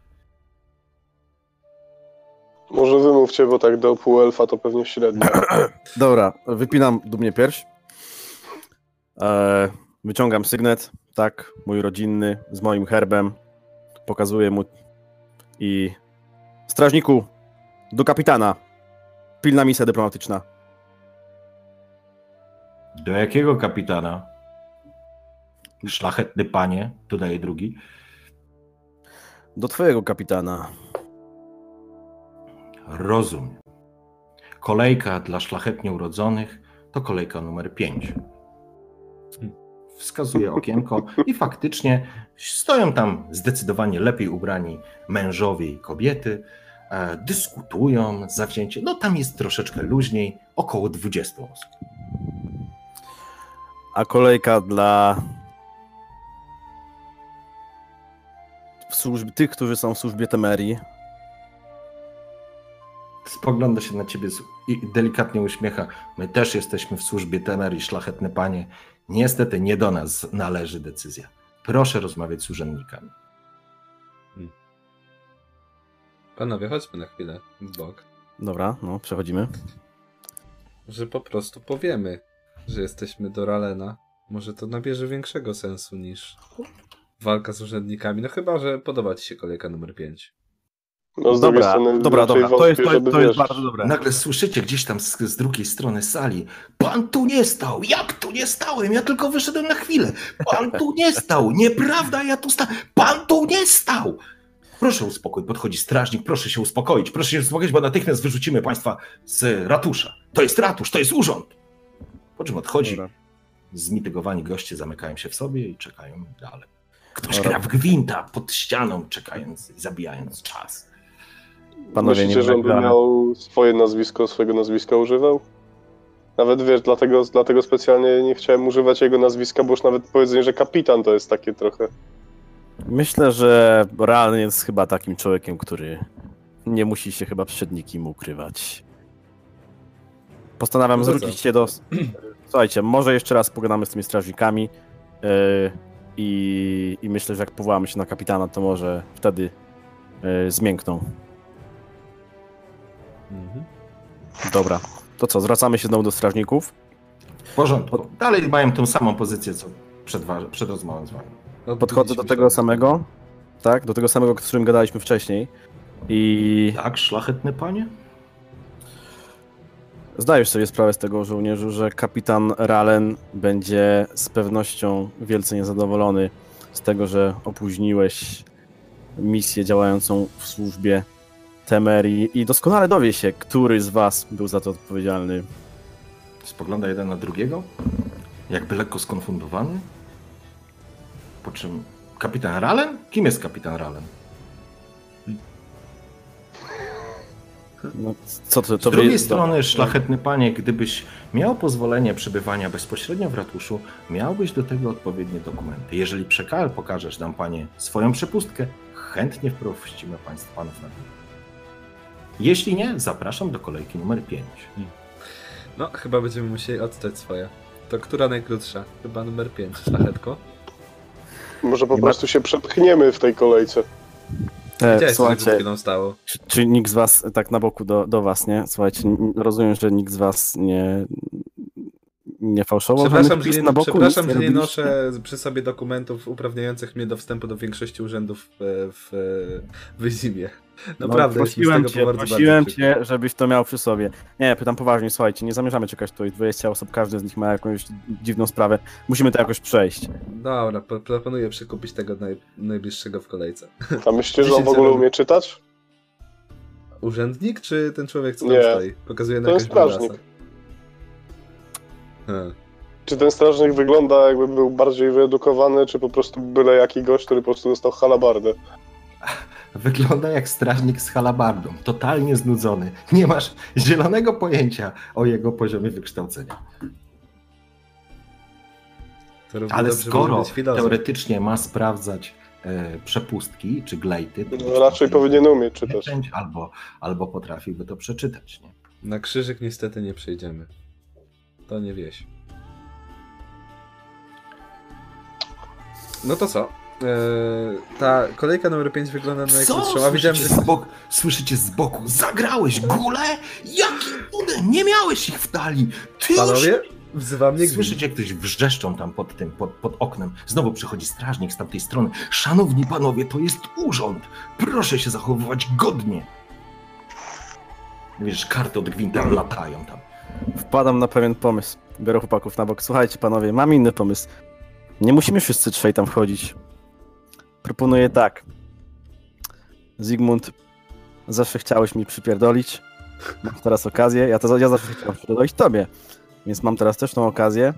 Może wymówcie, bo tak do półelfa to pewnie średnio. Dobra, wypinam dumnie pierś. Wyciągam sygnet, tak, mój rodzinny, z moim herbem. Pokazuję mu i... Strażniku, do kapitana. Pilna misja dyplomatyczna. Do jakiego kapitana? Szlachetny panie, dodaje drugi. Do twojego kapitana. Rozumiem. Kolejka dla szlachetnie urodzonych to kolejka numer 5. Wskazuje okienko i faktycznie stoją tam zdecydowanie lepiej ubrani mężowie i kobiety, dyskutują zawzięcie. No tam jest troszeczkę luźniej, około 20 osób. A kolejka dla tych, którzy są w służbie Temerii. Spogląda się na ciebie i delikatnie uśmiecha. My też jesteśmy w służbie Temerii, szlachetny panie. Niestety nie do nas należy decyzja. Proszę rozmawiać z urzędnikami. Panowie, chodźmy na chwilę w bok. Dobra, no, przechodzimy. Że po prostu powiemy, że jesteśmy do Ralena. Może to nabierze większego sensu niż walka z urzędnikami. No chyba, że podoba ci się kolejka numer 5. No, z drugiej strony Dobra, raczej to jest, wątpię, żeby to jest wierzyć. bardzo dobre. Nagle słyszycie gdzieś tam z drugiej strony sali: pan tu nie stał, jak tu nie stałem, ja tylko wyszedłem na chwilę. Pan tu nie stał, nieprawda, ja tu stałem, pan tu nie stał. Proszę uspokoić, podchodzi strażnik, proszę się uspokoić, bo natychmiast wyrzucimy państwa z ratusza. To jest ratusz, to jest urząd. Po czym odchodzi, Dobra. Zmitygowani goście zamykają się w sobie i czekają dalej. Ktoś Dobra. gra w gwinta pod ścianą, czekając i zabijając czas. Panowie, Myślicie, że on by nagramy. miał swojego nazwiska używał? Nawet wiesz, dlatego specjalnie nie chciałem używać jego nazwiska, bo już nawet powiedzenie, że kapitan to jest takie trochę... Myślę, że realnie jest chyba takim człowiekiem, który nie musi się chyba przed nikim ukrywać. Postanawiam No to zwrócić co? się do... Słuchajcie, może jeszcze raz pogadamy z tymi strażnikami i myślę, że jak powołamy się na kapitana, to może wtedy zmiękną. Dobra, to co, zwracamy się znowu do strażników. W porządku. Dalej mają tą samą pozycję, co przed rozmową z wami. Podchodzę do tego samego, tak, do tego samego, z którym gadaliśmy wcześniej i Tak, szlachetny panie? zdajesz sobie sprawę z tego, żołnierzu, że kapitan Ralen będzie z pewnością wielce niezadowolony z tego, że opóźniłeś misję działającą w służbie Temerii i doskonale dowie się, który z was był za to odpowiedzialny. Spogląda jeden na drugiego, jakby lekko skonfundowany. Po czym kapitan Ralen? Kim jest kapitan Ralen? No, co to Z drugiej wie- strony, szlachetny panie, gdybyś miał pozwolenie przebywania bezpośrednio w ratuszu, miałbyś do tego odpowiednie dokumenty. Jeżeli pokażesz nam, panie, swoją przepustkę, chętnie wpuścimy panów na górę. Jeśli nie, zapraszam do kolejki numer 5. No, chyba będziemy musieli oddać swoje. To która najkrótsza? Chyba numer 5, szlachetko. Może po Nie prostu się przepchniemy w tej kolejce. Widziałeś, co przed Słuchajcie, chwilą stało. czy nikt z was, tak na boku do was, nie? Słuchajcie, rozumiem, że nikt z was nie fałszował Przepraszam, żadnych że pism nie, na boku? przepraszam, Nic że nie robiliście? noszę przy sobie dokumentów uprawniających mnie do wstępu do większości urzędów w Zimie. Naprawdę, jest mi z prosiłem tego cię, powodu prosiłem bardzo przykro. cię, żebyś to miał przy sobie. Nie, pytam poważnie, słuchajcie, nie zamierzamy czekać tu 20 osób, każdy z nich ma jakąś dziwną sprawę. Musimy to jakoś przejść. Dobra, proponuję przekupić tego najbliższego w kolejce. A myślicie, że on w 10 ogóle euro. umie czytać? Urzędnik, czy ten człowiek, co tam Nie. stoi? Pokazuje na To jest jakiegoś strażnik. brudasa. Czy ten strażnik wygląda, jakby był bardziej wyedukowany, czy po prostu byle jaki gość, który po prostu dostał halabardę? Wygląda jak strażnik z halabardą, totalnie znudzony. Nie masz zielonego pojęcia o jego poziomie wykształcenia. To równie Ale dobrze może skoro być filozof. teoretycznie ma sprawdzać przepustki czy glejty, to No, raczej powinien umieć czytać. pieczęć albo potrafiłby to przeczytać. Nie? Na krzyżyk niestety nie przejdziemy. To nie wieś. No to co? Ta kolejka numer 5 wygląda na najkrótszą. A widziałem, że... Słyszycie z boku, zagrałeś gule? Jakim cudem? Nie miałeś ich w talii! Ty Panowie, Wzywa mnie Słyszycie, jak ktoś wrzeszczą tam pod oknem. Znowu przychodzi strażnik z tamtej strony. Szanowni panowie, to jest urząd. Proszę się zachowywać godnie. Wiesz, karty od gwinta latają tam. Wpadam na pewien pomysł. Biorę chłopaków na bok. Słuchajcie panowie, mam inny pomysł. Nie musimy wszyscy trzej tam wchodzić. Proponuję tak. Zygmunt, zawsze chciałeś mi przypierdolić. Mam teraz okazję. Ja zawsze chciałem przypierdolić tobie. Więc mam teraz też tą okazję.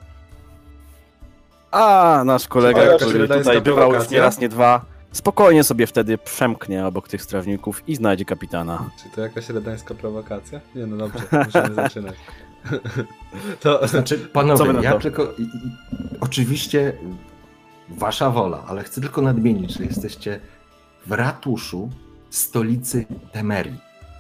A nasz kolega, Jaka który średniańska tutaj bywał już prowokacja? nie raz, nie dwa, spokojnie sobie wtedy przemknie obok tych strażników i znajdzie kapitana. Czy to jakaś redańska prowokacja? Nie, no dobrze, musimy zaczynać. To Znaczy, Co wy panowie, na ja to? tylko... oczywiście wasza wola, ale chcę tylko nadmienić, że jesteście w ratuszu stolicy Temerii.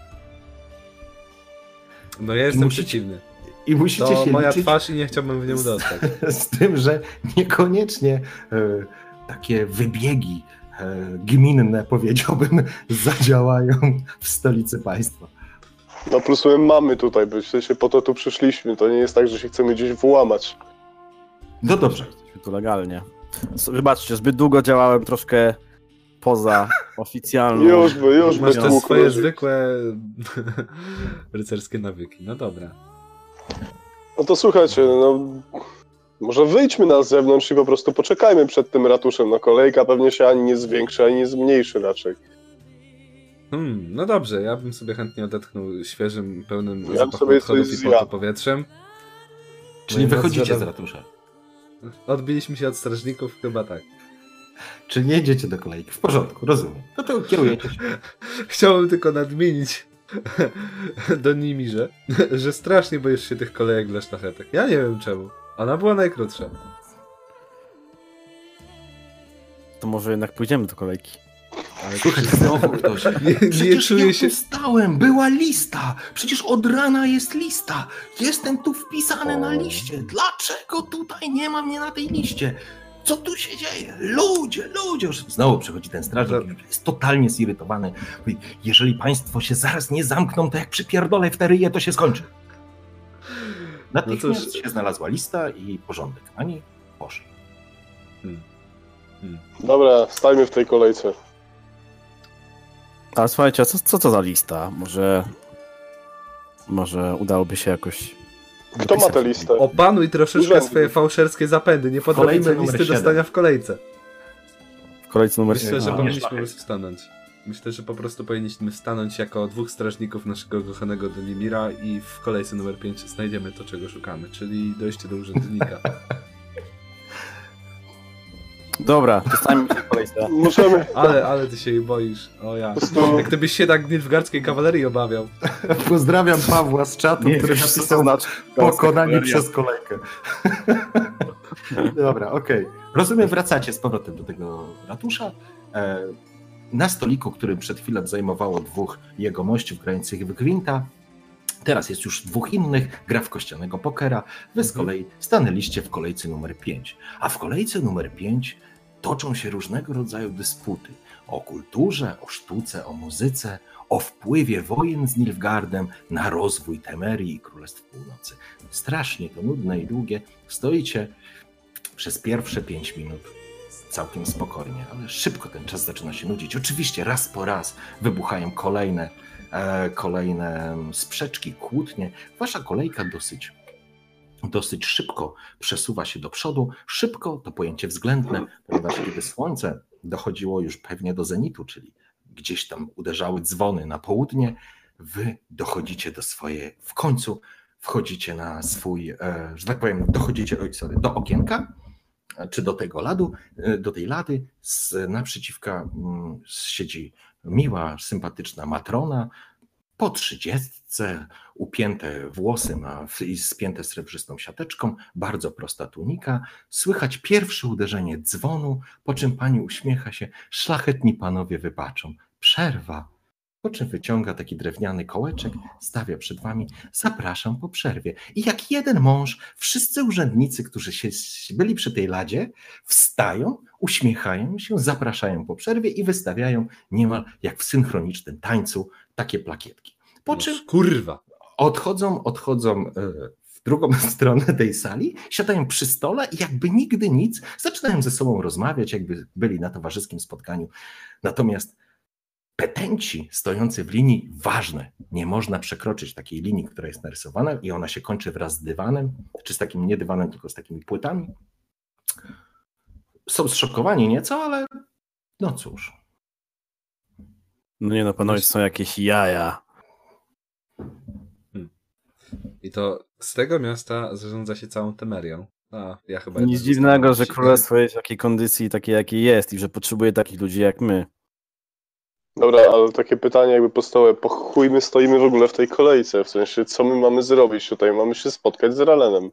no ja jestem musicie- przeciwny. I musicie To się moja liczyć twarz i nie chciałbym w nią dostać. z tym, że niekoniecznie takie wybiegi gminne, powiedziałbym, zadziałają w stolicy państwa. No plus my mamy tutaj być, w sensie po to tu przyszliśmy, to nie jest tak, że się chcemy gdzieś włamać. No dobrze. Jesteśmy tu legalnie. Wybaczcie, zbyt długo działałem troszkę poza oficjalną... Już Masz bez te tłuku swoje leży. zwykłe rycerskie nawyki. No dobra. No to słuchajcie, no może wyjdźmy na zewnątrz i po prostu poczekajmy przed tym ratuszem. No kolejka pewnie się ani nie zwiększy, ani nie zmniejszy raczej. No dobrze, ja bym sobie chętnie odetchnął świeżym, pełnym bym zapachu sobie odchodów coś i zjadł. potu powietrzem. Czyli Moim wychodzicie zdaniem- z ratusza. Odbiliśmy się od strażników, chyba tak. Czy nie jedziecie do kolejki? W porządku, rozumiem. No to kierujecie się. Chciałbym tylko nadmienić do Nimirze, że strasznie boisz się tych kolejek dla sztachetek. Ja nie wiem czemu. Ona była najkrótsza. To może jednak pójdziemy do kolejki. Ale Słuchaj, znowu ktoś. nie Przecież czuję ja się... tu stałem, była lista. Przecież od rana jest lista. Jestem tu wpisany na liście. Dlaczego tutaj nie ma mnie na tej liście? Co tu się dzieje? Ludzie. Już znowu przychodzi ten strażnik, jest totalnie zirytowany. Mówi, jeżeli państwo się zaraz nie zamkną, to jak przypierdolę w te ryje, to się skończy. Natychmiast cóż. się znalazła lista i porządek. Ani poszli. Dobra, stajmy w tej kolejce. Ale słuchajcie, a co to za lista? Może udałoby się jakoś... Kto ma tę listę? Opanuj troszeczkę Urzędnik. swoje fałszerskie zapędy. Nie kolejce podrobimy numer listy 7. dostania w kolejce. W kolejce numer Myślę, 7. że No, powinniśmy po szlachetnie. prostu stanąć. Myślę, że po prostu powinniśmy stanąć jako dwóch strażników naszego kochanego Donimira i w kolejce numer 5 znajdziemy to, czego szukamy, czyli dojście do urzędnika. Dobra, to stańmy w tej kolejce. Możemy... Ale ty się jej boisz. O ja. Po prostu- Jak gdybyś się tak nilfgaardzkiej kawalerii obawiał. Pozdrawiam Pawła z czatu, Nie, który wiesz, co to napisał znaczy? pokonani Kawaleria. przez kolejkę. Dobra, okej. Rozumiem, wracacie z powrotem do tego ratusza. Na stoliku, który przed chwilą zajmowało dwóch jegomościów grających w gwinta, teraz jest już dwóch innych, gra w kościanego pokera. Wy z kolei stanęliście w kolejce numer 5. A w kolejce numer 5 toczą się różnego rodzaju dysputy o kulturze, o sztuce, o muzyce, o wpływie wojen z Nilfgaardem na rozwój Temerii i Królestw Północy. Strasznie to nudne i długie. Stoicie przez pierwsze 5 minut całkiem spokojnie, ale szybko ten czas zaczyna się nudzić. Oczywiście raz po raz wybuchają kolejne sprzeczki, kłótnie. Wasza kolejka dosyć szybko przesuwa się do przodu. Szybko to pojęcie względne, ponieważ kiedy słońce dochodziło już pewnie do zenitu, czyli gdzieś tam uderzały dzwony na południe, wy dochodzicie w końcu wchodzicie na swój, że tak powiem, dochodzicie do okienka, czy do tego ladu, do tej lady, naprzeciwka siedzi miła, sympatyczna matrona, po 30, upięte włosy ma i spięte srebrzystą siateczką, bardzo prosta tunika, słychać pierwsze uderzenie dzwonu, po czym pani uśmiecha się, szlachetni panowie wybaczą, przerwa. Po czym wyciąga taki drewniany kołeczek, stawia przed wami, zapraszam po przerwie. I jak jeden mąż, wszyscy urzędnicy, którzy byli przy tej ladzie, wstają, uśmiechają się, zapraszają po przerwie i wystawiają niemal jak w synchronicznym tańcu takie plakietki. Po czym Kurwa. odchodzą w drugą stronę tej sali, siadają przy stole i jakby nigdy nic, zaczynają ze sobą rozmawiać, jakby byli na towarzyskim spotkaniu. Natomiast petenci stojący w linii, ważne, nie można przekroczyć takiej linii, która jest narysowana i ona się kończy wraz z dywanem, czy z takim nie dywanem, tylko z takimi płytami. Są zszokowani nieco, ale no cóż. No nie no, panowie, są jakieś jaja. I to z tego miasta zarządza się całą Temerią. A, ja chyba Nic jednak dziwnego, że zostanę królestwo jest w takiej kondycji takiej, jakiej jest i że potrzebuje takich ludzi jak my. Dobra, ale takie pytanie jakby powstałe, po chuj my stoimy w ogóle w tej kolejce, w sensie co my mamy zrobić tutaj? Mamy się spotkać z Ralenem.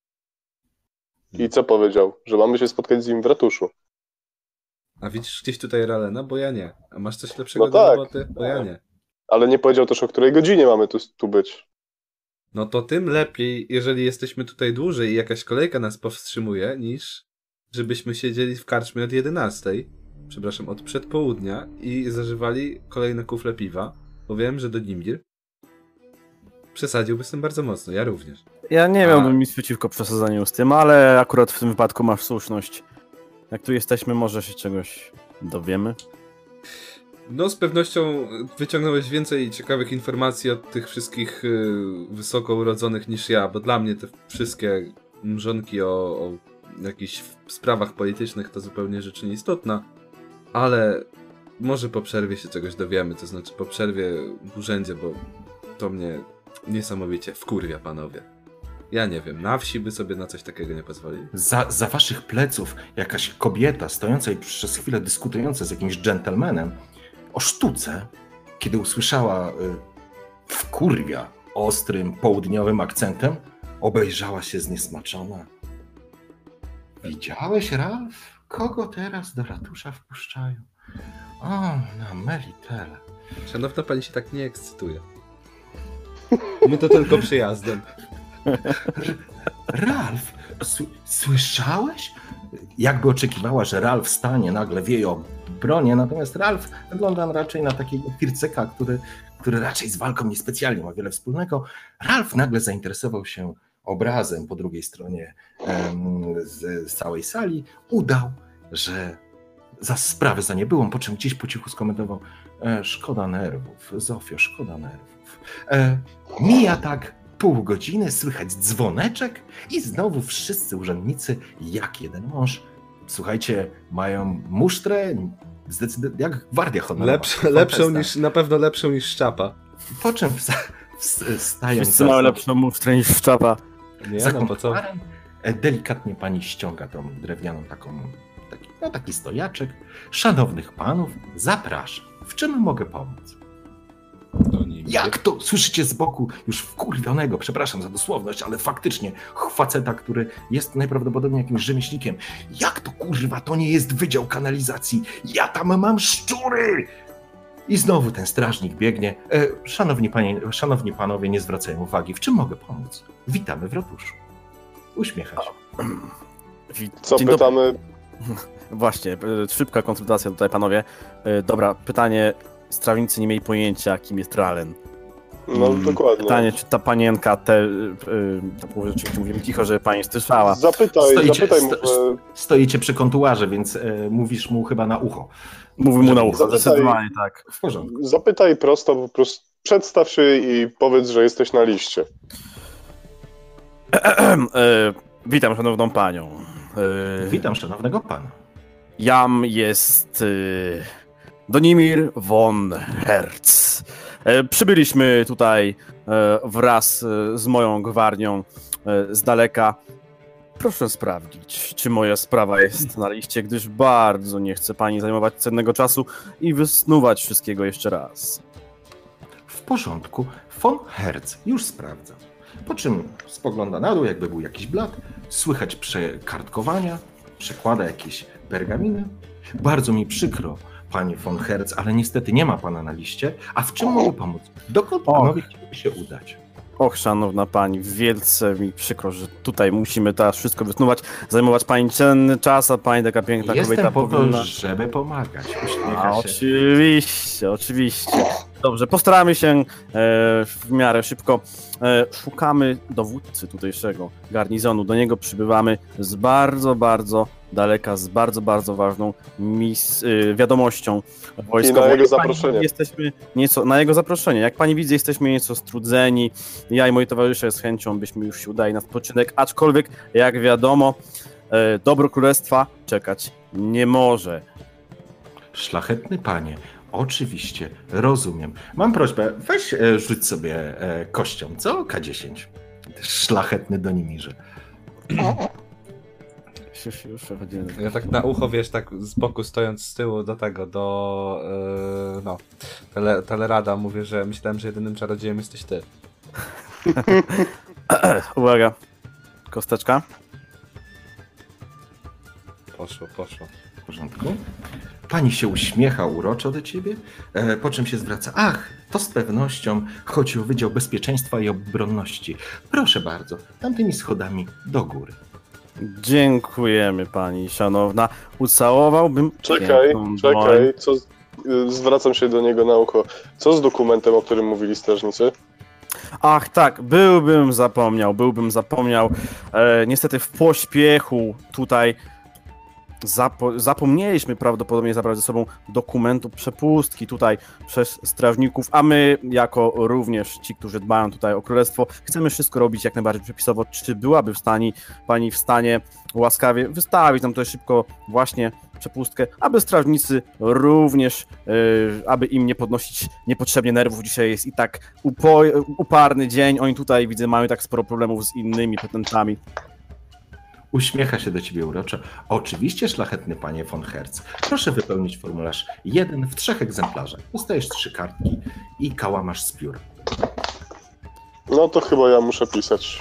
I co powiedział? Że mamy się spotkać z nim w ratuszu. A widzisz gdzieś tutaj Ralena? Bo ja nie. A masz coś lepszego No do tak. roboty? Bo ja nie. Ale nie powiedział też, o której godzinie mamy tu być. No to tym lepiej, jeżeli jesteśmy tutaj dłużej i jakaś kolejka nas powstrzymuje, niż żebyśmy siedzieli w karczmie od 11, przepraszam, od przedpołudnia i zażywali kolejne kufle piwa, bo wiem, że Donimir przesadziłby z tym bardzo mocno, ja również. Ja nie miałbym nic przeciwko przesadzaniu z tym, ale akurat w tym wypadku masz słuszność. Jak tu jesteśmy, może się czegoś dowiemy. No z pewnością wyciągnąłeś więcej ciekawych informacji od tych wszystkich wysoko urodzonych niż ja, bo dla mnie te wszystkie mrzonki o jakichś sprawach politycznych to zupełnie rzecz nieistotna, ale może po przerwie się czegoś dowiemy, to znaczy po przerwie w urzędzie, bo to mnie niesamowicie wkurwia, panowie. Ja nie wiem, na wsi by sobie na coś takiego nie pozwolili. Za waszych pleców jakaś kobieta stojąca i przez chwilę dyskutująca z jakimś dżentelmenem o sztuce, kiedy usłyszała wkurwia ostrym, południowym akcentem, obejrzała się zniesmaczona. Widziałeś, Ralf? Kogo teraz do ratusza wpuszczają? O, na Melitele. Szanowna pani się tak nie ekscytuje. My to tylko przyjazdem. Ralf, słyszałeś? Jakby oczekiwała, że Ralf stanie, nagle w jej obronie, natomiast Ralf wygląda raczej na takiego firceka, który raczej z walką niespecjalnie ma wiele wspólnego. Ralf nagle zainteresował się obrazem po drugiej stronie z całej sali, udał, że za sprawę za niebyłą, po czym gdzieś po cichu skomentował: szkoda nerwów, Zofio, szkoda nerwów. Mija tak pół godziny, słychać dzwoneczek i znowu wszyscy urzędnicy jak jeden mąż. Słuchajcie, mają musztrę jak gwardia honorowa. Na pewno lepszą niż szczapa. Po czym stają Wszyscy mają lepszą musztrę niż szczapa. Nie, za no po co? komputerem. Delikatnie pani ściąga tą drewnianą taki stojaczek. Szanownych panów, zapraszam. W czym mogę pomóc? Jak to? Słyszycie z boku już wkurwionego, przepraszam za dosłowność, ale faktycznie faceta, który jest najprawdopodobniej jakimś rzemieślnikiem. Jak to kurwa, to nie jest wydział kanalizacji? Ja tam mam szczury! I znowu ten strażnik biegnie. Szanowni panowie, nie zwracają uwagi. W czym mogę pomóc? Witamy w ratuszu. Uśmiecha się. Co Dzień pytamy? Właśnie, szybka konsultacja tutaj, panowie. Dobra, pytanie. Strawnicy nie mieli pojęcia, kim jest Ralen. No dokładnie. Pytanie, czy ta panienka rzeczywiście mówimy cicho, żeby pani słyszała. Zapytaj mu. Stoicie przy kontuarze, więc mówisz mu chyba na ucho. Mówi mu na ucho, zdecydowanie tak. W porządku. Zapytaj prosto, po prostu przedstaw się i powiedz, że jesteś na liście. Witam szanowną panią. Witam szanownego pana. Jam jest Donimir von Herz. Przybyliśmy tutaj wraz z moją gwardią z daleka. Proszę sprawdzić, czy moja sprawa jest na liście, gdyż bardzo nie chcę pani zajmować cennego czasu i wysnuwać wszystkiego jeszcze raz. W porządku. Von Herz, już sprawdzam. Po czym spogląda na dół, jakby był jakiś blat, słychać przekartkowania, przekłada jakieś pergaminy. Bardzo mi przykro, panie von Herz, ale niestety nie ma pana na liście. A w czym mogę pomóc? Dokąd panowie chcieliby się udać? Och, szanowna pani, wielce mi przykro, że tutaj musimy teraz wszystko wysnuwać, zajmować pani cenny czas, a pani taka piękna kobieta Jestem po powinna... to, żeby pomagać. Uśmiecha A, się. oczywiście, oczywiście. Dobrze, postaramy się w miarę szybko. Szukamy dowódcy tutejszego garnizonu. Do niego przybywamy z bardzo, bardzo daleka, z bardzo, bardzo ważną wiadomością wojskową. I na jego Jak pani zaproszenie. widzi, jesteśmy nieco, na jego zaproszenie. Jak pani widzi, jesteśmy nieco strudzeni. Ja i moi towarzysze z chęcią byśmy już się udali na spoczynek, aczkolwiek, jak wiadomo, dobro królestwa czekać nie może. Szlachetny panie, oczywiście, rozumiem. Mam prośbę, weź rzuć sobie kością, co? K10. Szlachetny Donimirze. Już przechodzimy. Ja tak na ucho, wiesz, tak z boku stojąc z tyłu do tego, Telerada mówię, że myślałem, że jedynym czarodziejem jesteś ty. Uwaga. Kosteczka. Poszło. W porządku. Pani się uśmiecha uroczo do ciebie, po czym się zwraca. Ach, to z pewnością chodzi o Wydział Bezpieczeństwa i Obronności. Proszę bardzo, tamtymi schodami do góry. Dziękujemy pani szanowna. Ucałowałbym Czekaj, piękną dłoń. zwracam się do niego na ucho. Co z dokumentem, o którym mówili strażnicy? Ach tak, byłbym zapomniał. Niestety w pośpiechu tutaj zapomnieliśmy prawdopodobnie zabrać ze sobą dokumentu przepustki tutaj przez strażników, a my jako również ci, którzy dbają tutaj o królestwo, chcemy wszystko robić jak najbardziej przepisowo. Czy byłaby pani w stanie łaskawie wystawić nam tutaj szybko właśnie przepustkę, aby strażnicy również, aby im nie podnosić niepotrzebnie nerwów. Dzisiaj jest i tak uparny dzień, oni tutaj widzę mają tak sporo problemów z innymi petentami. Uśmiecha się do ciebie uroczo. Oczywiście, szlachetny panie von Hertz. Proszę wypełnić formularz 1 w 3 egzemplarzach. Dostajesz 3 kartki i kałamarz z pióra. No to chyba ja muszę pisać.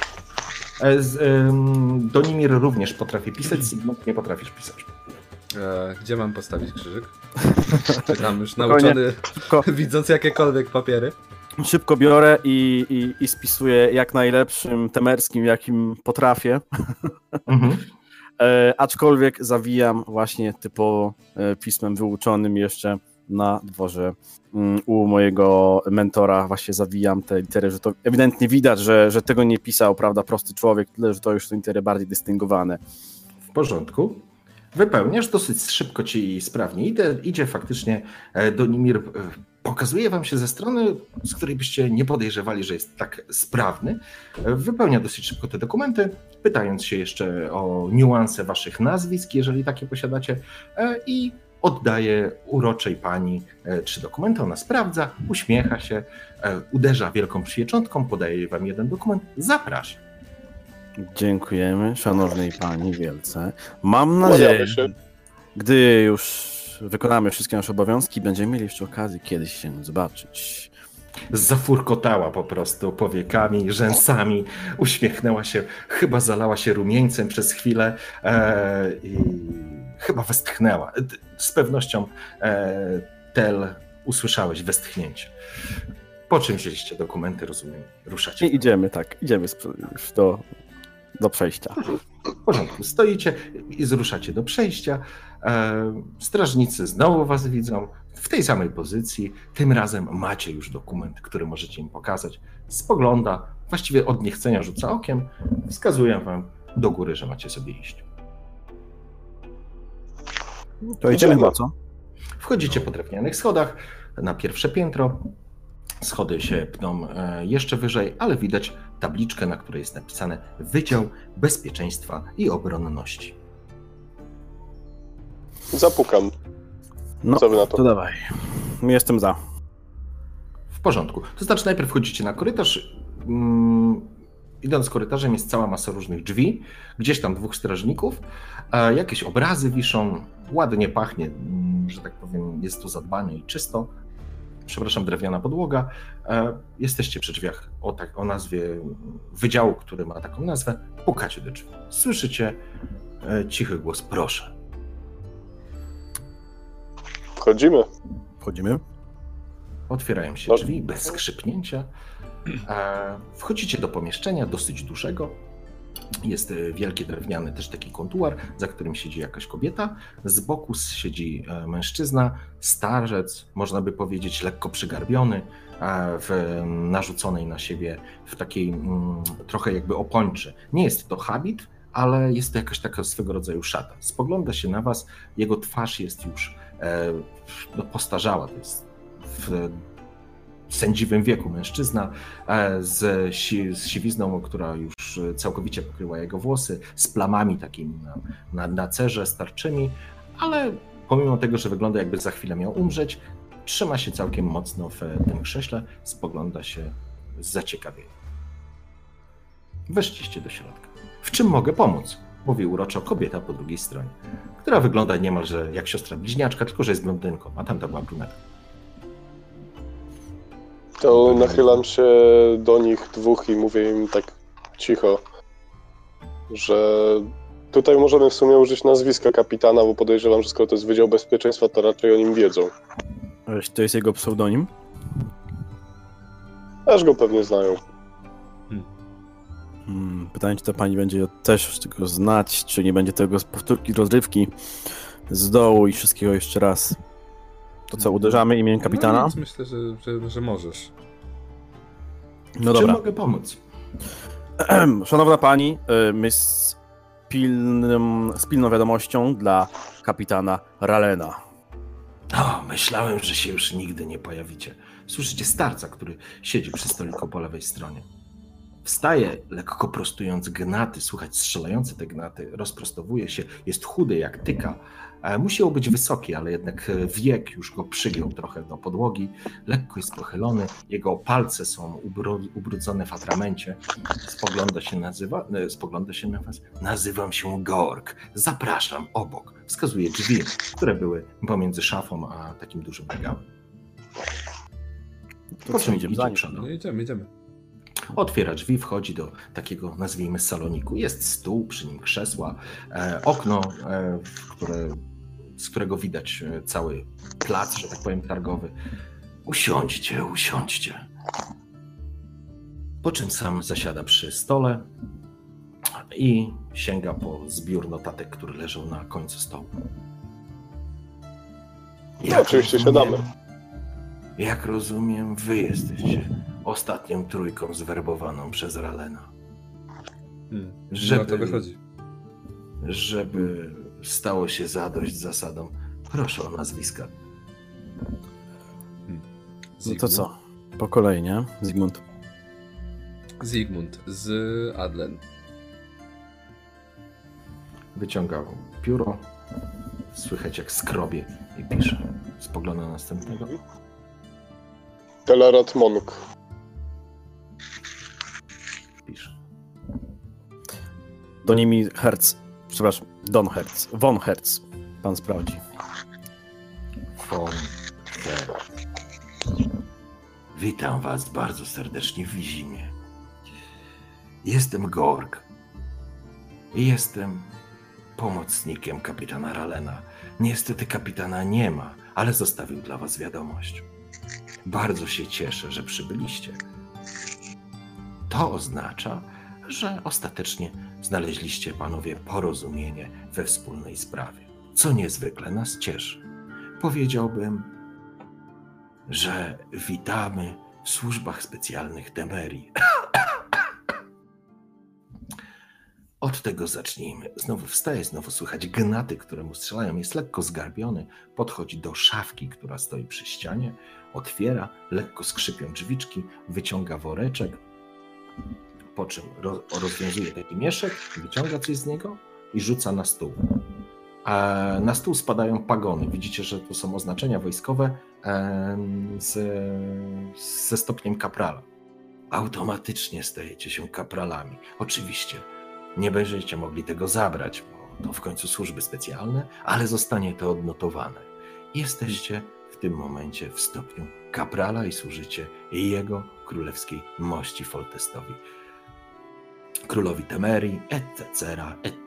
Donimir również potrafi pisać, Sigmund nie potrafisz pisać. Gdzie mam postawić krzyżyk? Czekam już nauczony, widząc jakiekolwiek papiery. Szybko biorę i spisuję jak najlepszym temerskim, jakim potrafię. Mhm. Aczkolwiek zawijam właśnie typowo pismem wyuczonym jeszcze na dworze u mojego mentora. Właśnie zawijam te litery, że to ewidentnie widać, że tego nie pisał, prawda, prosty człowiek, tyle, że to już są litery bardziej dystyngowane. W porządku. Wypełniasz, dosyć szybko ci sprawnie idzie faktycznie. Donimir pokazuje wam się ze strony, z której byście nie podejrzewali, że jest tak sprawny. Wypełnia dosyć szybko te dokumenty, pytając się jeszcze o niuanse waszych nazwisk, jeżeli takie posiadacie, i oddaje uroczej pani 3 dokumenty. Ona sprawdza, uśmiecha się, uderza wielką pieczątką, podaje wam 1 dokument, zaprasza. Dziękujemy szanownej pani wielce. Mam nadzieję, się. gdy już wykonamy wszystkie nasze obowiązki, będziemy mieli jeszcze okazję kiedyś się zobaczyć. Zafurkotała po prostu powiekami, rzęsami, uśmiechnęła się, chyba zalała się rumieńcem przez chwilę i chyba westchnęła. Z pewnością Tel usłyszałeś westchnięcie. Po czym wzięliście dokumenty, rozumiem, ruszacie. I idziemy już do przejścia. W porządku, stoicie i zruszacie do przejścia. Strażnicy znowu was widzą w tej samej pozycji. Tym razem macie już dokument, który możecie im pokazać. Spogląda, właściwie od niechcenia rzuca okiem. Wskazuje wam do góry, że macie sobie iść. To idziemy chyba, co? Wchodzicie po drewnianych schodach na pierwsze piętro. Schody się pną jeszcze wyżej, ale widać tabliczkę, na której jest napisane Wydział Bezpieczeństwa i Obronności. Zapukam. No, Co wy na to? to dawaj. Jestem za. W porządku. To znaczy najpierw wchodzicie na korytarz. Idąc korytarzem jest cała masa różnych drzwi. Gdzieś tam 2 strażników. Jakieś obrazy wiszą. Ładnie pachnie, że tak powiem, jest tu zadbane i czysto. Przepraszam, drewniana podłoga. Jesteście przy drzwiach o nazwie wydziału, który ma taką nazwę. Pukacie do drzwi. Słyszycie cichy głos, proszę. Wchodzimy. Wchodzimy? Otwierają się drzwi bez skrzypnięcia. Wchodzicie do pomieszczenia dosyć dużego. Jest wielki drewniany też taki kontuar, za którym siedzi jakaś kobieta. Z boku siedzi mężczyzna, starzec, można by powiedzieć lekko przygarbiony, w narzuconej na siebie w takiej trochę jakby opończy. Nie jest to habit, ale jest to jakaś taka swego rodzaju szata. Spogląda się na was, jego twarz jest już postarzała, to jest w sędziwym wieku mężczyzna z siwizną, która już całkowicie pokryła jego włosy, z plamami takimi na cerze starczymi, ale pomimo tego, że wygląda jakby za chwilę miał umrzeć, trzyma się całkiem mocno w tym krześle, spogląda się z zaciekawieniem. Weszliście do środka. W czym mogę pomóc? Mówi uroczo kobieta po drugiej stronie, która wygląda niemalże jak siostra bliźniaczka, tylko że jest blondynką, a tamta była brunetka. To nachylam się do nich dwóch i mówię im tak cicho, że tutaj możemy w sumie użyć nazwiska kapitana, bo podejrzewam, że skoro to jest Wydział Bezpieczeństwa, to raczej o nim wiedzą. To jest jego pseudonim? Aż go pewnie znają. Pytanie, czy ta pani będzie też tego znać, czy nie będzie tego z powtórki rozrywki z dołu i wszystkiego jeszcze raz. To co, uderzamy imieniem kapitana? No więc myślę, że możesz. No Czym dobra. mogę pomóc? Szanowna pani, my z pilną wiadomością dla kapitana Ralena. O, myślałem, że się już nigdy nie pojawicie. Słyszycie starca, który siedzi przy stoliku po lewej stronie. Wstaje, lekko prostując gnaty, słychać strzelające te gnaty, rozprostowuje się, jest chudy jak tyka. Musiał być wysoki, ale jednak wiek już go przygiął trochę do podłogi. Lekko jest pochylony, jego palce są ubrudzone w atramencie. Spogląda się na was. Nazywam się Georg. Zapraszam obok. Wskazuje drzwi, które były pomiędzy szafą a takim dużym regałem. Po czym idziemy idzie za nim? przodem. No idziemy. Otwiera drzwi, wchodzi do takiego, nazwijmy, saloniku. Jest stół, przy nim krzesła, okno, z którego widać cały plac, że tak powiem, targowy. Usiądźcie. Po czym sam zasiada przy stole i sięga po zbiór notatek, który leżał na końcu stołu. No, oczywiście siadamy. Jak rozumiem, wy jesteście ostatnią trójką zwerbowaną przez Ralena. Na to wychodzi. Żeby stało się zadość zasadom, proszę o nazwiska. No to co? Po kolei, nie? Zygmunt. Zygmunt z Adlen. Wyciąga pióro, słychać jak skrobie i pisze. Spogląda na następnego. Telerat Monk. Pisze. Donimi Hertz. Przepraszam, Von Hertz. Pan sprawdzi. Von Hertz. Witam was bardzo serdecznie w Wizimie. Jestem Georg. I jestem pomocnikiem kapitana Ralena. Niestety kapitana nie ma, ale zostawił dla was wiadomość. Bardzo się cieszę, że przybyliście. To oznacza, że ostatecznie znaleźliście panowie porozumienie we wspólnej sprawie, co niezwykle nas cieszy. Powiedziałbym, że witamy w służbach specjalnych Temerii. Od tego zacznijmy. Znowu wstaje, znowu słychać gnaty, które mu strzelają. Jest lekko zgarbiony, podchodzi do szafki, która stoi przy ścianie, otwiera, lekko skrzypią drzwiczki, wyciąga woreczek, po czym rozwiązuje taki mieszek, wyciąga coś z niego i rzuca na stół. A na stół spadają pagony. Widzicie, że to są oznaczenia wojskowe ze stopniem kaprala. Automatycznie stajecie się kapralami. Oczywiście nie będziecie mogli tego zabrać, bo to w końcu służby specjalne, ale zostanie to odnotowane. Jesteście w tym momencie w stopniu kaprala i służycie jego królewskiej mości Foltestowi, królowi Temerii, etc.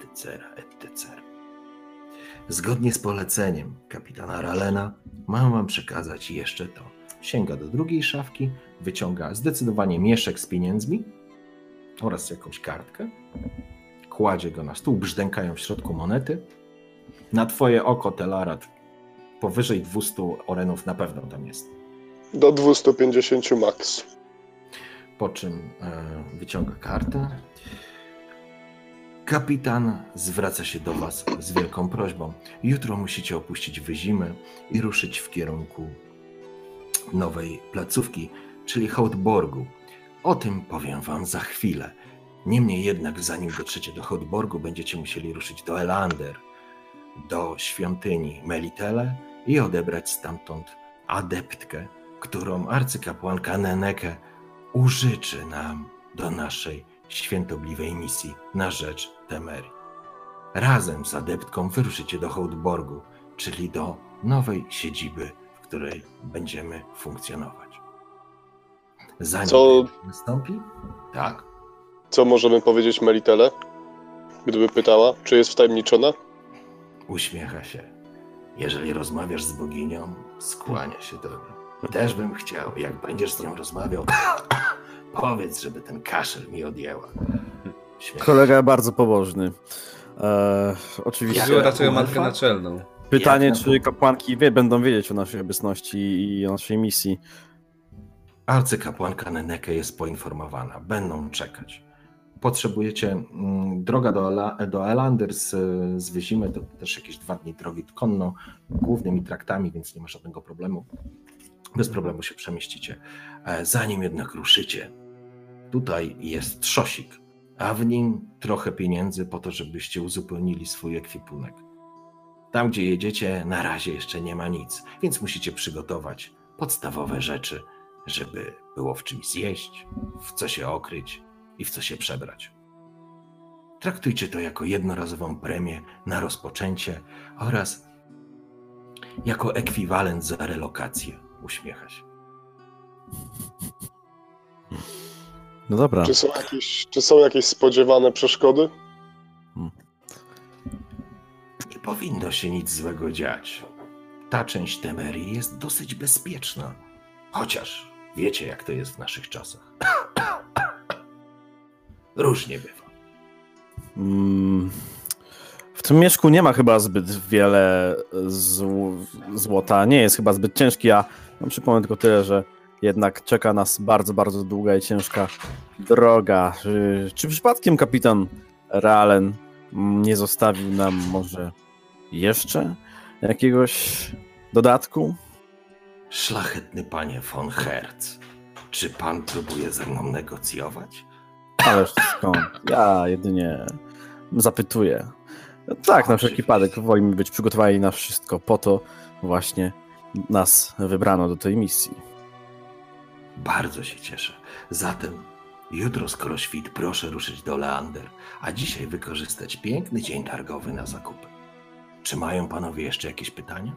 Zgodnie z poleceniem kapitana Ralena mam wam przekazać jeszcze to. Sięga do drugiej szafki, wyciąga zdecydowanie mieszek z pieniędzmi oraz jakąś kartkę kładzie go na stół, brzdękają w środku monety. Na twoje oko, Telarat, powyżej 200 orenów na pewno tam jest. Do 250 max. Po czym wyciąga kartę. Kapitan zwraca się do was z wielką prośbą. Jutro musicie opuścić Wyzimę i ruszyć w kierunku nowej placówki, czyli Houtborgu. O tym powiem wam za chwilę. Niemniej jednak, zanim dotrzecie do Houtborgu, będziecie musieli ruszyć do Elander, do świątyni Melitele i odebrać stamtąd adeptkę, którą arcykapłanka Nenneke użyczy nam do naszej świętobliwej misji na rzecz Temerii. Razem z adeptką wyruszycie do Houtborgu, czyli do nowej siedziby, w której będziemy funkcjonować. Zanim Co- nastąpi? Tak. Co możemy powiedzieć Melitele? Gdyby pytała, czy jest wtajemniczona? Uśmiecha się. Jeżeli rozmawiasz z boginią, skłania się do mnie. Też bym chciał, jak będziesz z nią rozmawiał, powiedz, żeby ten kaszel mi odjęła. Śmiecha. Kolega bardzo pobożny. Oczywiście Chodziło raczej o Elfa? matkę naczelną. pytanie, Jak na czy kapłanki będą wiedzieć o naszej obecności i o naszej misji. Arcykapłanka Nenneke jest poinformowana. Będą czekać. Potrzebujecie droga do Elander z Wyzimy, to też jakieś 2 dni drogi konno, głównymi traktami, więc nie ma żadnego problemu. Bez problemu się przemieścicie. Zanim jednak ruszycie, tutaj jest trzosik, a w nim trochę pieniędzy po to, żebyście uzupełnili swój ekwipunek. Tam, gdzie jedziecie, na razie jeszcze nie ma nic, więc musicie przygotować podstawowe rzeczy, żeby było w czymś zjeść, w co się okryć i w co się przebrać. Traktujcie to jako jednorazową premię na rozpoczęcie oraz jako ekwiwalent za relokację. Uśmiecha się. No dobra. Czy są jakieś spodziewane przeszkody? Nie powinno się nic złego dziać. Ta część Temerii jest dosyć bezpieczna. Chociaż wiecie, jak to jest w naszych czasach. Różnie bywa. W tym mieszku nie ma chyba zbyt wiele złota. Nie jest chyba zbyt ciężki, a przypomnę tylko tyle, że jednak czeka nas bardzo, bardzo długa i ciężka droga. Czy przypadkiem kapitan Realen nie zostawił nam może jeszcze jakiegoś dodatku? Szlachetny panie von Herz, czy pan próbuje ze mną negocjować? Ależ skąd? Ja jedynie zapytuję. Tak, na wszelki wypadek wolimy być przygotowani na wszystko. Po to właśnie nas wybrano do tej misji. Bardzo się cieszę. Zatem jutro, skoro świt, proszę ruszyć do Leander, a dzisiaj wykorzystać piękny dzień targowy na zakupy. Czy mają panowie jeszcze jakieś pytania?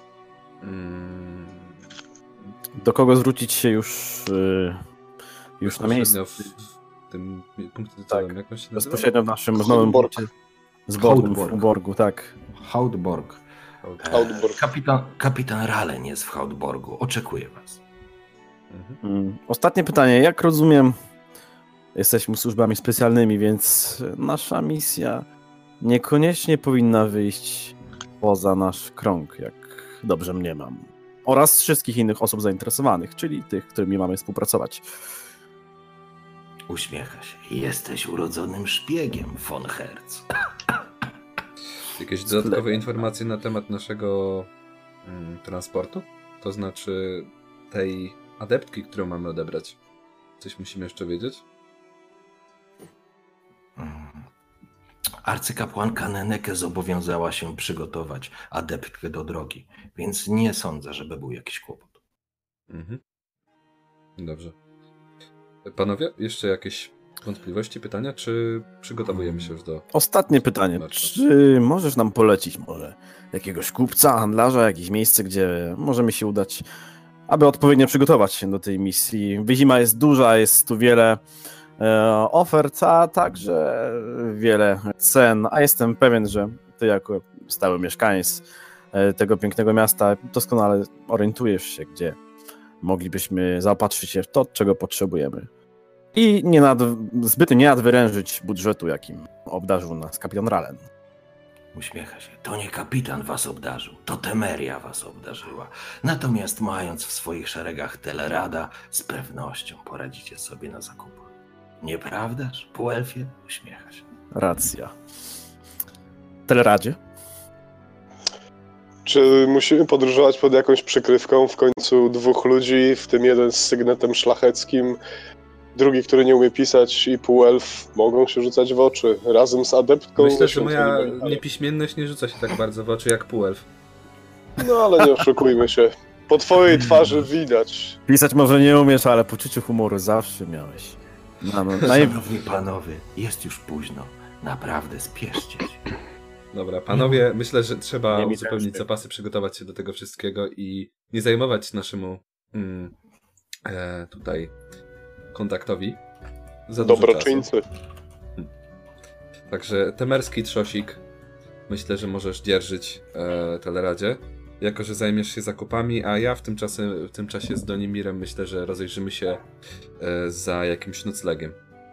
Do kogo zwrócić się już na miejscu? W tym punkcie docelowym, jak on się nazywa? Bezpośrednio w naszym nowym Houtborg. punkcie zborowym w Houtborg. Houtborgu, tak. Houtborg. Houtborg. Kapitan Ralen jest w Houtborgu. Oczekuje was. Ostatnie pytanie. Jak rozumiem, jesteśmy służbami specjalnymi, więc nasza misja niekoniecznie powinna wyjść poza nasz krąg, jak dobrze mniemam. Oraz wszystkich innych osób zainteresowanych, czyli tych, którymi mamy współpracować. Uśmiecha się. Jesteś urodzonym szpiegiem, von Herz. Jakieś dodatkowe informacje na temat naszego transportu? To znaczy tej adeptki, którą mamy odebrać. Coś musimy jeszcze wiedzieć? Arcykapłanka Nenneke zobowiązała się przygotować adeptkę do drogi, więc nie sądzę, żeby był jakiś kłopot. Mhm. Dobrze. Panowie, jeszcze jakieś wątpliwości, pytania, czy przygotowujemy się już do... Ostatnie pytanie. Czy możesz nam polecić może jakiegoś kupca, handlarza, jakieś miejsce, gdzie możemy się udać, aby odpowiednio przygotować się do tej misji? Wyzima jest duża, jest tu wiele ofert, a także wiele cen, a jestem pewien, że ty jako stały mieszkaniec tego pięknego miasta doskonale orientujesz się, gdzie moglibyśmy zaopatrzyć się w to, czego potrzebujemy. i zbyt nie nadwyrężyć budżetu, jakim obdarzył nas kapitan Ralen. Uśmiecha się. To nie kapitan was obdarzył, to Temeria was obdarzyła. Natomiast mając w swoich szeregach Telerada, z pewnością poradzicie sobie na zakupach. Nieprawdaż, półelfie? Uśmiecha się. Racja. Teleradzie? Czy musimy podróżować pod jakąś przykrywką? W końcu 2 ludzi, w tym jeden z sygnetem szlacheckim, drugi, który nie umie pisać i półelf mogą się rzucać w oczy. Razem z adeptką... Myślę, że moja świątyni Valhalla. niepiśmienność nie rzuca się tak bardzo w oczy jak półelf. No ale nie oszukujmy się. Po twojej twarzy widać. Pisać może nie umiesz, ale poczucie humoru zawsze miałeś. Szanowni panowie, jest już późno. Naprawdę spieszcie się. Dobra, panowie, myślę, że trzeba Nie mi uzupełnić też. zapasy, przygotować się do tego wszystkiego i nie zajmować naszemu tutaj kontaktowi za dużo czasu. Dobroczyńcy. Także temerski trzosik, myślę, że możesz dzierżyć Teleradzie, jako że zajmiesz się zakupami, a ja w tym czasie z Donimirem myślę, że rozejrzymy się za jakimś noclegiem.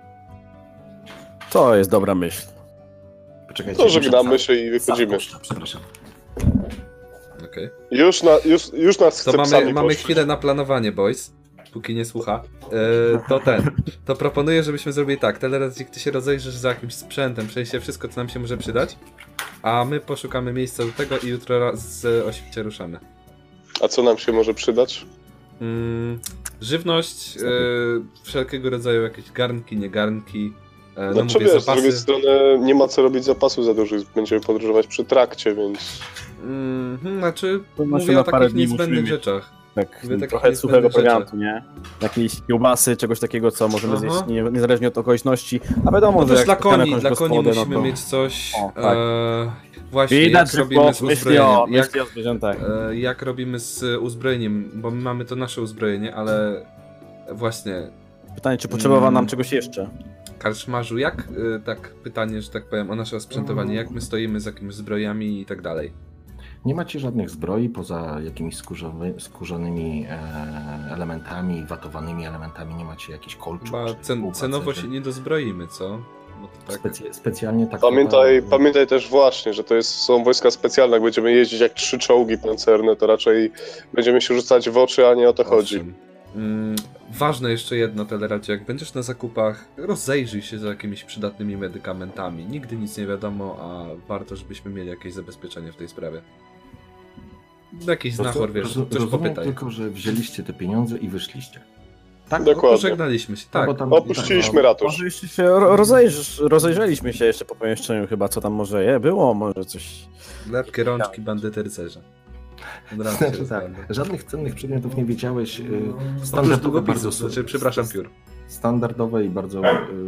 To jest dobra myśl. Poczekajcie. To żegnamy się i wychodzimy. Przepraszam. Okej. Już nas To chce psami mamy poszczyć. chwilę na planowanie, boys. Póki nie słucha. To proponuję, żebyśmy zrobili tak. Teraz ty się rozejrzysz za jakimś sprzętem, przejście wszystko, co nam się może przydać. A my poszukamy miejsca do tego i jutro o świcie ruszamy. A co nam się może przydać? Żywność, wszelkiego rodzaju jakieś garnki, niegarnki. No Znaczy mówię, wiesz, z drugiej zapasy. strony nie ma co robić zapasów za dużych, będziemy podróżować przy trakcie, więc... Znaczy, To znaczy mówię na o parę takich dni niezbędnych musimy mieć. rzeczach. Tak, Mówię takich trochę suchego niezbędnych prowiantu, nie? Jakieś kiełbasy, czegoś takiego, co możemy Aha. zjeść niezależnie od okoliczności. A wiadomo, No że też jak dla spotkamy koni, jakąś dla koni gospodę, musimy no to... mieć coś. O, tak. Właśnie, Widać, jak że robimy z chłop myśli o uzbrojeniem. zwierzętach. Jak robimy z uzbrojeniem, bo my mamy to nasze uzbrojenie, ale właśnie, Pytanie, czy potrzebowa nam czegoś jeszcze? karczmarzu, jak, tak pytanie, że tak powiem, o nasze osprzętowanie, jak my stoimy z jakimiś zbrojami i tak dalej. Nie macie żadnych zbroi poza jakimiś skórzanymi elementami, watowanymi elementami, nie macie jakichś kolczów? Chyba czy półpancerzy? cenowo się nie dozbroimy, co? Bo to tak... Specjalnie tak. Pamiętaj też właśnie, że są wojska specjalne, jak będziemy jeździć jak 3 czołgi pancerne, to raczej będziemy się rzucać w oczy, a nie o to chodzi. Owszem. Ważne jeszcze jedno, Teleradzie, jak będziesz na zakupach, rozejrzyj się za jakimiś przydatnymi medykamentami. Nigdy nic nie wiadomo, a warto, żebyśmy mieli jakieś zabezpieczenie w tej sprawie. Jakiś znachor, wiesz, coś Rozumiem popytaj. tylko, że wzięliście te pieniądze i wyszliście. Tak? Dokładnie. Pożegnaliśmy się, tak. Bo tam- Opuściliśmy ratusz. Może jeszcze się rozejrzeliśmy się jeszcze po pomieszczeniu chyba, co tam może było, może coś... Lepkie rączki, bandyty rycerza. Od razu się Znaczy, tak, rozglądam. żadnych cennych przedmiotów nie wiedziałeś. Oprócz Standardowe, długopisu, znaczy, przepraszam, piór. Standardowe i bardzo.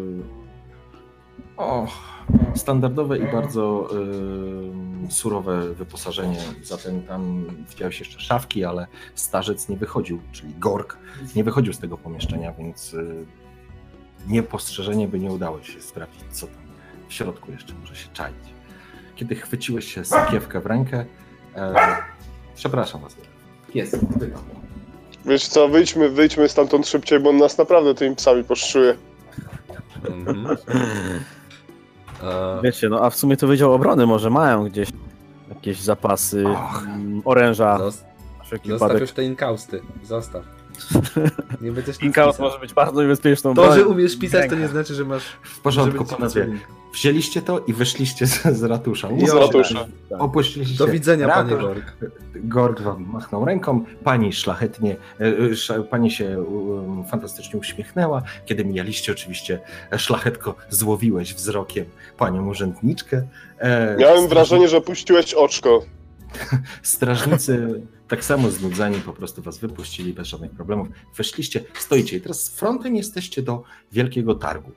Standardowe i bardzo surowe wyposażenie. Zatem tam widziałeś jeszcze szafki, ale starzec nie wychodził, czyli Gork nie wychodził z tego pomieszczenia, więc niepostrzeżenie by nie udało się sprawdzić, co tam w środku jeszcze może się czaić. Kiedy chwyciłeś się sakiewkę w rękę, przepraszam was. Jest. Wiecie co, wyjdźmy stamtąd szybciej, bo on nas naprawdę tymi psami poszczuje. Mhm. Wiecie, no a w sumie to Wydział Obrony może mają gdzieś jakieś zapasy oręża. Na wszelki Zostaw wypadek. już te inkausty. Zostaw. Nie będziesz nic Inkaus pisał. może być bardzo niebezpieczną To, bronią. że umiesz pisać, to nie znaczy, że masz... W porządku, żeby- panowie. Wzięliście to i wyszliście z ratusza. Z ratusza. Opuściliście. Do widzenia, panie ratusz. Gork. Gork wam machnął ręką, pani szlachetnie, pani się fantastycznie uśmiechnęła. Kiedy mijaliście, oczywiście szlachetko złowiłeś wzrokiem panią urzędniczkę. Miałem wrażenie, że puściłeś oczko. Strażnicy tak samo znudzeni po prostu was wypuścili bez żadnych problemów. Weszliście, stoicie i teraz frontem jesteście do Wielkiego Targu.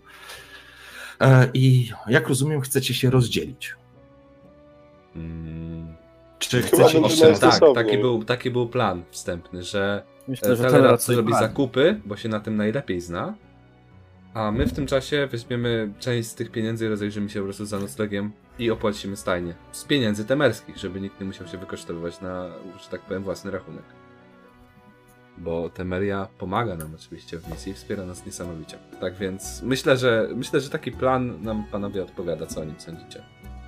I jak rozumiem, chcecie się rozdzielić. Czy Chyba chcecie będzie jeszcze raz? Tak, najstosowniej. taki był plan wstępny, że Myślę, że Telerat teraz zrobi zakupy, bo się na tym najlepiej zna, a my w tym czasie weźmiemy część z tych pieniędzy i rozejrzymy się po prostu za noclegiem i opłacimy stajnie. Z pieniędzy temerskich, żeby nikt nie musiał się wykosztowywać na, że tak powiem, własny rachunek. bo Temeria pomaga nam oczywiście w misji, wspiera nas niesamowicie. Tak więc myślę, że taki plan nam panowie odpowiada. Co o nim sądzicie?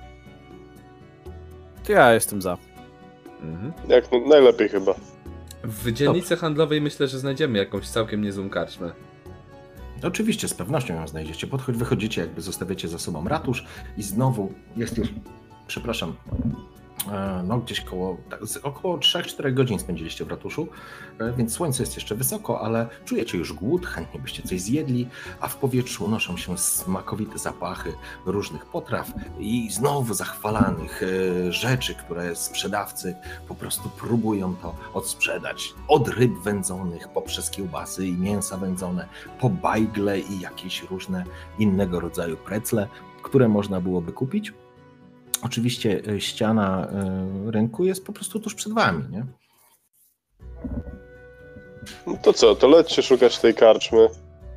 To ja jestem za. Jak najlepiej chyba. W dzielnicy handlowej myślę, że znajdziemy jakąś całkiem niezłą karczmę. Oczywiście, z pewnością ją znajdziecie. Wychodzicie, jakby zostawiacie za sobą ratusz i znowu jest już, przepraszam, no gdzieś około 3-4 godzin spędziliście w ratuszu, więc słońce jest jeszcze wysoko, ale czujecie już głód, chętnie byście coś zjedli, a w powietrzu unoszą się smakowite zapachy różnych potraw i znowu zachwalanych rzeczy, które sprzedawcy po prostu próbują to odsprzedać. Od ryb wędzonych, poprzez kiełbasy i mięsa wędzone, po bajgle i jakieś różne innego rodzaju precle, które można byłoby kupić. Oczywiście ściana rynku jest po prostu tuż przed wami, nie? No to co, to lećcie szukać tej karczmy.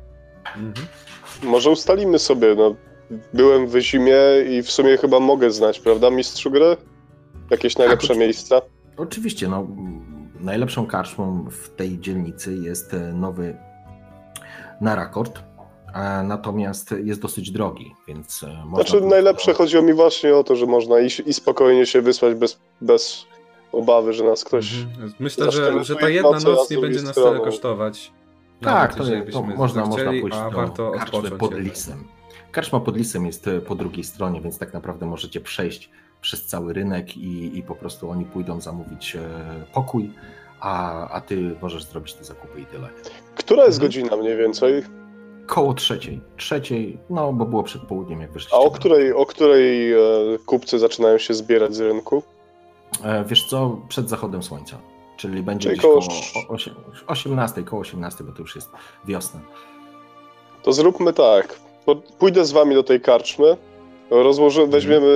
Może ustalimy sobie, no. Byłem w zimie i w sumie chyba mogę znać, prawda, mistrzu gry? Jakieś najlepsze miejsca? Oczywiście, no. Najlepszą karczmą w tej dzielnicy jest nowy Narakord, natomiast jest dosyć drogi, więc można... Znaczy najlepsze chodziło mi właśnie o to, że można iść i spokojnie się wysłać bez obawy, że nas ktoś... Myślę, że ta jedna noc nie będzie nas tyle kosztować. Tak, Nawet, to można chcieli, pójść a do warto karczmy pod Lisem. Karczma pod Lisem jest po drugiej stronie, więc tak naprawdę możecie przejść przez cały rynek i po prostu oni pójdą zamówić pokój, a ty możesz zrobić te zakupy i tyle. Która jest godzina mniej więcej? Koło trzeciej, no bo było przed południem, jak wyszliście. A o której kupcy zaczynają się zbierać z rynku? Wiesz co, przed zachodem słońca, czyli będzie Czyli gdzieś koło 18, koło 18, bo to już jest wiosna. To zróbmy tak. Pójdę z wami do tej karczmy, weźmiemy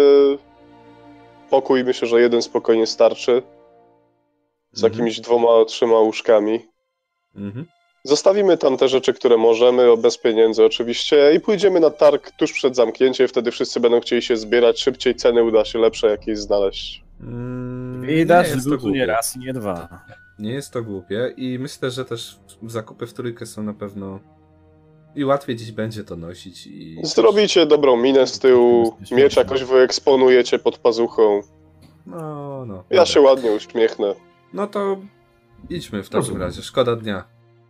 pokój, myślę, że jeden spokojnie starczy. Z jakimiś 2-3 łóżkami. Zostawimy tam te rzeczy, które możemy, bez pieniędzy oczywiście, i pójdziemy na targ tuż przed zamknięciem, wtedy wszyscy będą chcieli się zbierać, szybciej ceny uda się lepsze jakieś znaleźć. Widać, że był tu nie raz i nie dwa. Nie jest to głupie i myślę, że też zakupy w trójkę są na pewno i łatwiej dziś będzie to nosić. Zrobicie dobrą minę z tyłu, miecz jakoś wyeksponujecie pod pazuchą. No. Ja się ładnie uśmiechnę. No to idźmy w takim razie, szkoda dnia.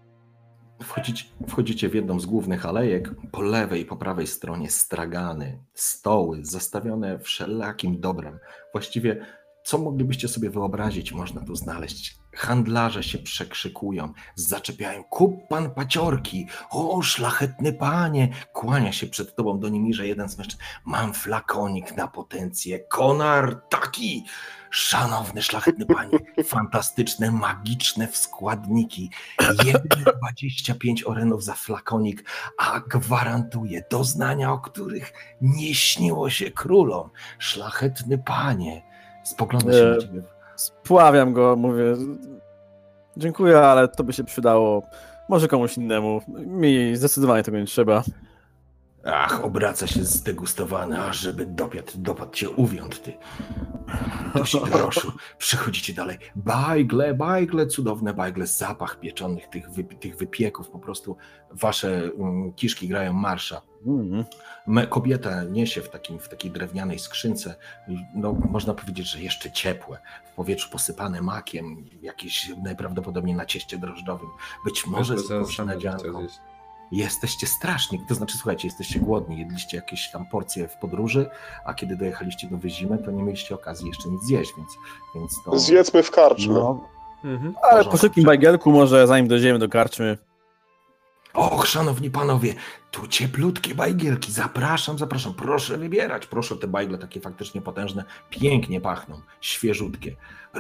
Wchodzicie w jedną z głównych alejek, po lewej i po prawej stronie stragany, stoły zastawione wszelakim dobrem. Właściwie co moglibyście sobie wyobrazić, można tu znaleźć. Handlarze się przekrzykują, zaczepiają, kup pan paciorki, o szlachetny panie, kłania się przed tobą do nimirze jeden z mężczyzn, mam flakonik na potencję, konar taki, szanowny szlachetny panie, fantastyczne, magiczne składniki, jedyne 25 orenów za flakonik, a gwarantuję doznania, o których nie śniło się królom, szlachetny panie, spogląda się na ciebie. Spławiam go, mówię, dziękuję, ale to by się przydało może komuś innemu. Mi zdecydowanie tego nie trzeba. Ach, obraca się zdegustowany, aż żeby dopadł cię uwiąd, ty. Dositoszu, przechodzicie dalej. Bajgle, cudowne bajgle, zapach pieczonych tych wypieków, po prostu wasze kiszki grają marsza. Kobieta niesie w takiej drewnianej skrzynce, no można powiedzieć, że jeszcze ciepłe, w powietrzu posypane makiem, jakieś najprawdopodobniej na cieście drożdżowym, być może z jakąś nadzianką. Jesteście straszni, to znaczy słuchajcie, jesteście głodni, jedliście jakieś tam porcje w podróży, a kiedy dojechaliście do Wyzimy, to nie mieliście okazji jeszcze nic zjeść, więc to... Zjedzmy w karczmie. No. Ale po szybkim bajgielku może, zanim dojdziemy do karczmy. Och, szanowni panowie, tu cieplutkie bajgielki, zapraszam, proszę wybierać, proszę, te bajgle takie faktycznie potężne, pięknie pachną, świeżutkie.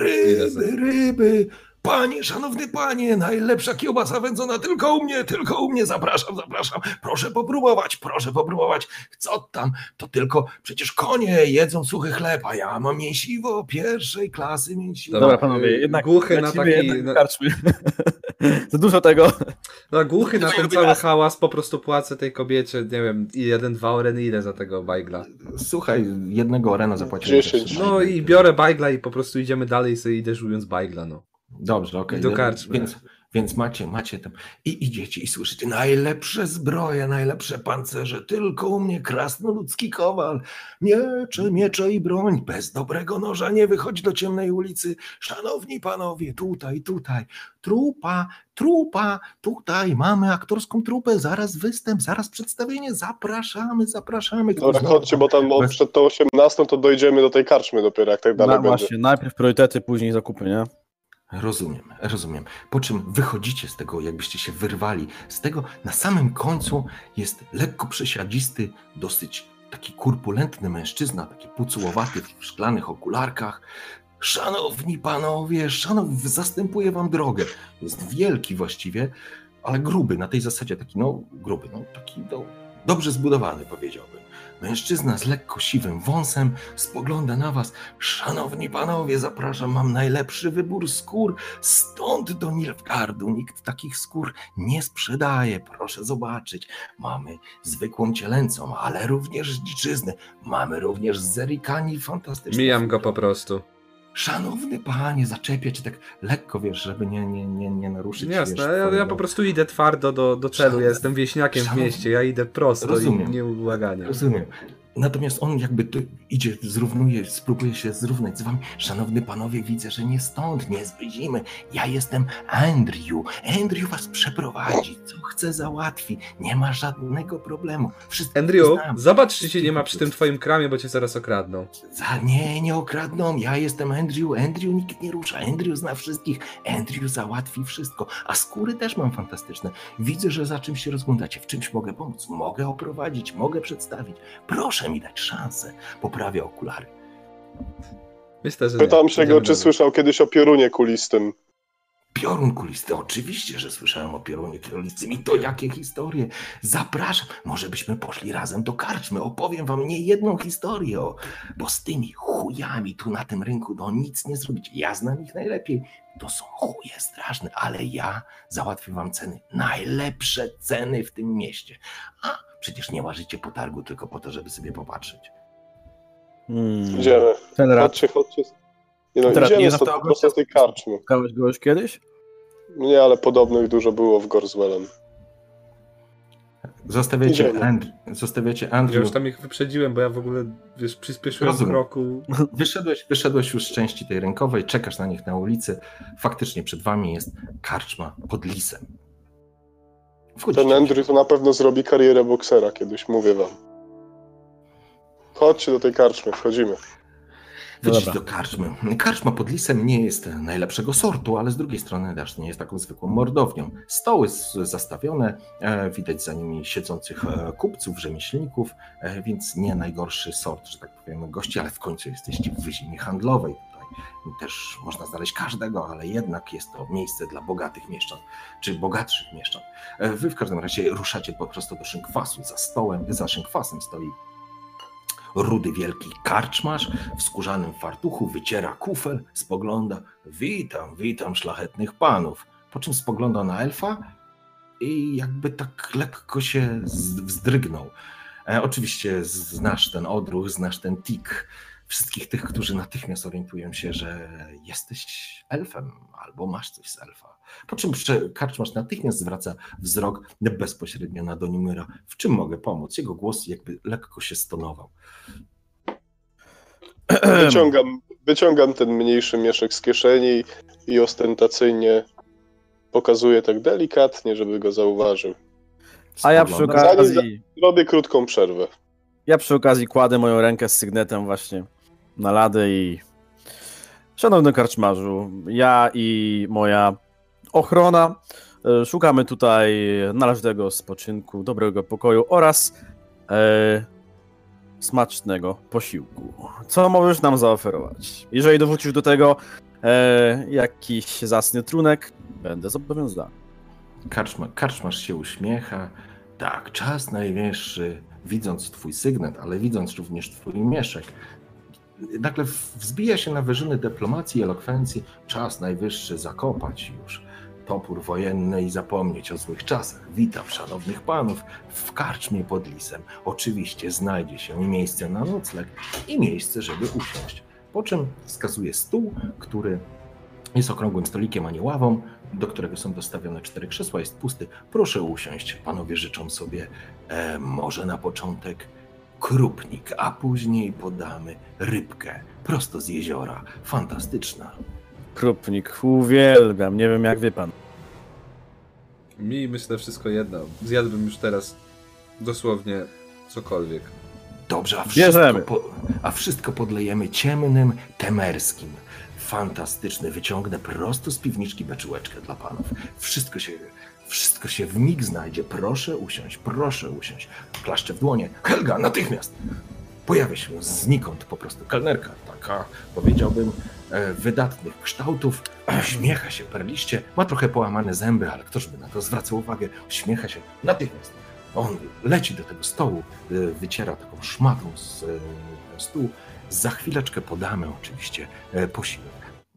Ryby, panie, szanowny panie, najlepsza kiełbasa wędzona tylko u mnie, zapraszam, proszę popróbować, co tam, to tylko przecież konie jedzą suchy chleb, a ja mam mięsiwo pierwszej klasy, mięsiwo. Dobra, panowie, jednak głuchy na taki... Za dużo tego. No głuchy na ten cały hałas, po prostu płacę tej kobiecie, nie wiem, 1-2 oreny, ile za tego bajgla. Słuchaj, jednego orena zapłaciłem. 10. No i biorę bajgla i po prostu idziemy dalej sobie idę żując bajgla, no. Dobrze, okej. Do karczmy. Więc macie tam i idziecie i słyszycie najlepsze zbroje, najlepsze pancerze, tylko u mnie krasnoludzki kowal, miecze i broń, bez dobrego noża nie wychodź do ciemnej ulicy, szanowni panowie, tutaj, trupa, tutaj mamy aktorską trupę, zaraz występ, zaraz przedstawienie, zapraszamy. Dobra, chodźcie, bo tam przed tą 18 to dojdziemy do tej karczmy dopiero, jak tak dalej będzie. Właśnie, najpierw priorytety, później zakupy, nie? Rozumiem. Po czym wychodzicie z tego, jakbyście się wyrwali. Z tego na samym końcu jest lekko przesiadzisty, dosyć taki kurpulentny mężczyzna, taki pucułowaty w szklanych okularkach. Szanowni panowie, zastępuję wam drogę. Jest wielki właściwie, ale gruby, na tej zasadzie taki gruby, taki dobrze zbudowany, powiedziałbym. Mężczyzna z lekko siwym wąsem spogląda na was. Szanowni panowie, zapraszam, mam najlepszy wybór skór. Stąd do Nilfgaardu nikt takich skór nie sprzedaje. Proszę zobaczyć. Mamy zwykłą cielęcą, ale również z dziczyzny. Mamy również z zerikani fantastyczne. Mijam go po prostu. Szanowny panie, zaczepię cię tak lekko, wiesz, żeby nie naruszyć. Jasne, wiesz, ja po prostu idę twardo do celu, ja jestem wieśniakiem w mieście, ja idę prosto. Rozumiem. I nieubłaganie. Rozumiem. Natomiast on jakby tu idzie, spróbuje się zrównać z wami. Szanowny panowie, widzę, że nie stąd, nie z Wyzimy. Ja jestem Andrew. Andrew was przeprowadzi, co chce załatwi. Nie ma żadnego problemu. Wszystko Andrew, znam. zobacz, czy cię nie ma przy tym twoim kramie, bo cię zaraz okradną. Nie okradną. Ja jestem Andrew. Andrew nikt nie rusza. Andrew zna wszystkich. Andrew załatwi wszystko. A skóry też mam fantastyczne. Widzę, że za czymś się rozglądacie. W czymś mogę pomóc. Mogę oprowadzić. Mogę przedstawić. Proszę mi dać szansę. Poprawię okulary. Myślę, że Pytam nie. się go, Idziemy czy dalej. słyszał kiedyś o piorunie kulistym. Piorun kulisty, oczywiście, że słyszałem o piorunie kulistym i to jakie historie. Zapraszam, może byśmy poszli razem do karczmy, opowiem wam niejedną historię, bo z tymi chujami tu na tym rynku nic nie zrobić. Ja znam ich najlepiej, to są chuje straszne, ale ja załatwię wam ceny, najlepsze ceny w tym mieście. A przecież nie łażycie po targu tylko po to, żeby sobie popatrzeć. Idziemy. Ten raz. Chodźcie. Nie, Teraz nie idziemy zostało po prostu z tej karczmy. Spotkałeś go już kiedyś? Nie, ale podobnych dużo było w Gorswellen. Zostawiacie Ja Andrew. już tam ich wyprzedziłem, bo ja w ogóle, wiesz, przyspieszyłem Rozumiem. kroku. Wyszedłeś już z części tej rynkowej, czekasz na nich na ulicy. Faktycznie przed wami jest karczma pod lisem. Wchodzicie. Ten Andrew to na pewno zrobi karierę boksera kiedyś, mówię wam. Chodźcie do tej karczmy, wchodzimy. Wchodzicie Dobra. do karczmy. Karczma pod lisem nie jest najlepszego sortu, ale z drugiej strony też nie jest taką zwykłą mordownią. Stoły zastawione, widać za nimi siedzących kupców, rzemieślników, więc nie najgorszy sort, że tak powiem, gości, ale w końcu jesteście w Wyzimie handlowej. Tutaj też można znaleźć każdego, ale jednak jest to miejsce dla bogatych mieszczan, czy bogatszych mieszczan. Wy w każdym razie ruszacie po prostu do szynkwasu. Za szynkwasem stoi rudy wielki karczmarz w skórzanym fartuchu, wyciera kufel, spogląda. Witam szlachetnych panów. Po czym spogląda na elfa i jakby tak lekko się wzdrygnął. Oczywiście znasz ten odruch, znasz ten tik wszystkich tych, którzy natychmiast orientują się, że jesteś elfem albo masz coś z elfa. Po czym karczmarz natychmiast zwraca wzrok bezpośrednio na Donimyra. W czym mogę pomóc? Jego głos jakby lekko się stonował. Wyciągam ten mniejszy mieszek z kieszeni i ostentacyjnie pokazuję tak delikatnie, żeby go zauważył. A ja przy Spogląda. okazji... Robię krótką przerwę. Ja przy okazji kładę moją rękę z sygnetem właśnie na ladę i... Szanowny karczmarzu, ja i moja ochrona szukamy tutaj należytego spoczynku, dobrego pokoju oraz smacznego posiłku. Co możesz nam zaoferować? Jeżeli dowrócisz do tego jakiś zacny trunek, będę zobowiązany. Karczmarz się uśmiecha. Tak, czas najwyższy, widząc twój sygnet, ale widząc również twój mieszek. Nagle wzbija się na wyżyny dyplomacji i elokwencji. Czas najwyższy zakopać już topór wojenny i zapomnieć o złych czasach. Witam szanownych panów w karczmie pod lisem. Oczywiście znajdzie się miejsce na nocleg i miejsce, żeby usiąść. Po czym wskazuje stół, który Jest okrągłym stolikiem, a nie ławą, do którego są dostawione 4 krzesła, jest pusty. Proszę usiąść. Panowie życzą sobie może na początek krupnik, a później podamy rybkę prosto z jeziora. Fantastyczna. Krupnik, uwielbiam, nie wiem jak wy pan. Mi myślę wszystko jedno. Zjadłbym już teraz dosłownie cokolwiek. Dobrze, Bierzemy. a wszystko podlejemy ciemnym temerskim. Fantastyczny, wyciągnę prosto z piwniczki beczułeczkę dla panów. Wszystko się w mig znajdzie. Proszę usiąść, proszę usiąść. Klaszczę w dłonie. Helga, natychmiast! Pojawia się znikąd po prostu kelnerka, taka, powiedziałbym, wydatnych kształtów. Uśmiecha się perliście, ma trochę połamane zęby, ale ktoż by na to zwracał uwagę. Uśmiecha się natychmiast. On leci do tego stołu, wyciera taką szmatą z stół. Za chwileczkę podamy oczywiście posiłek.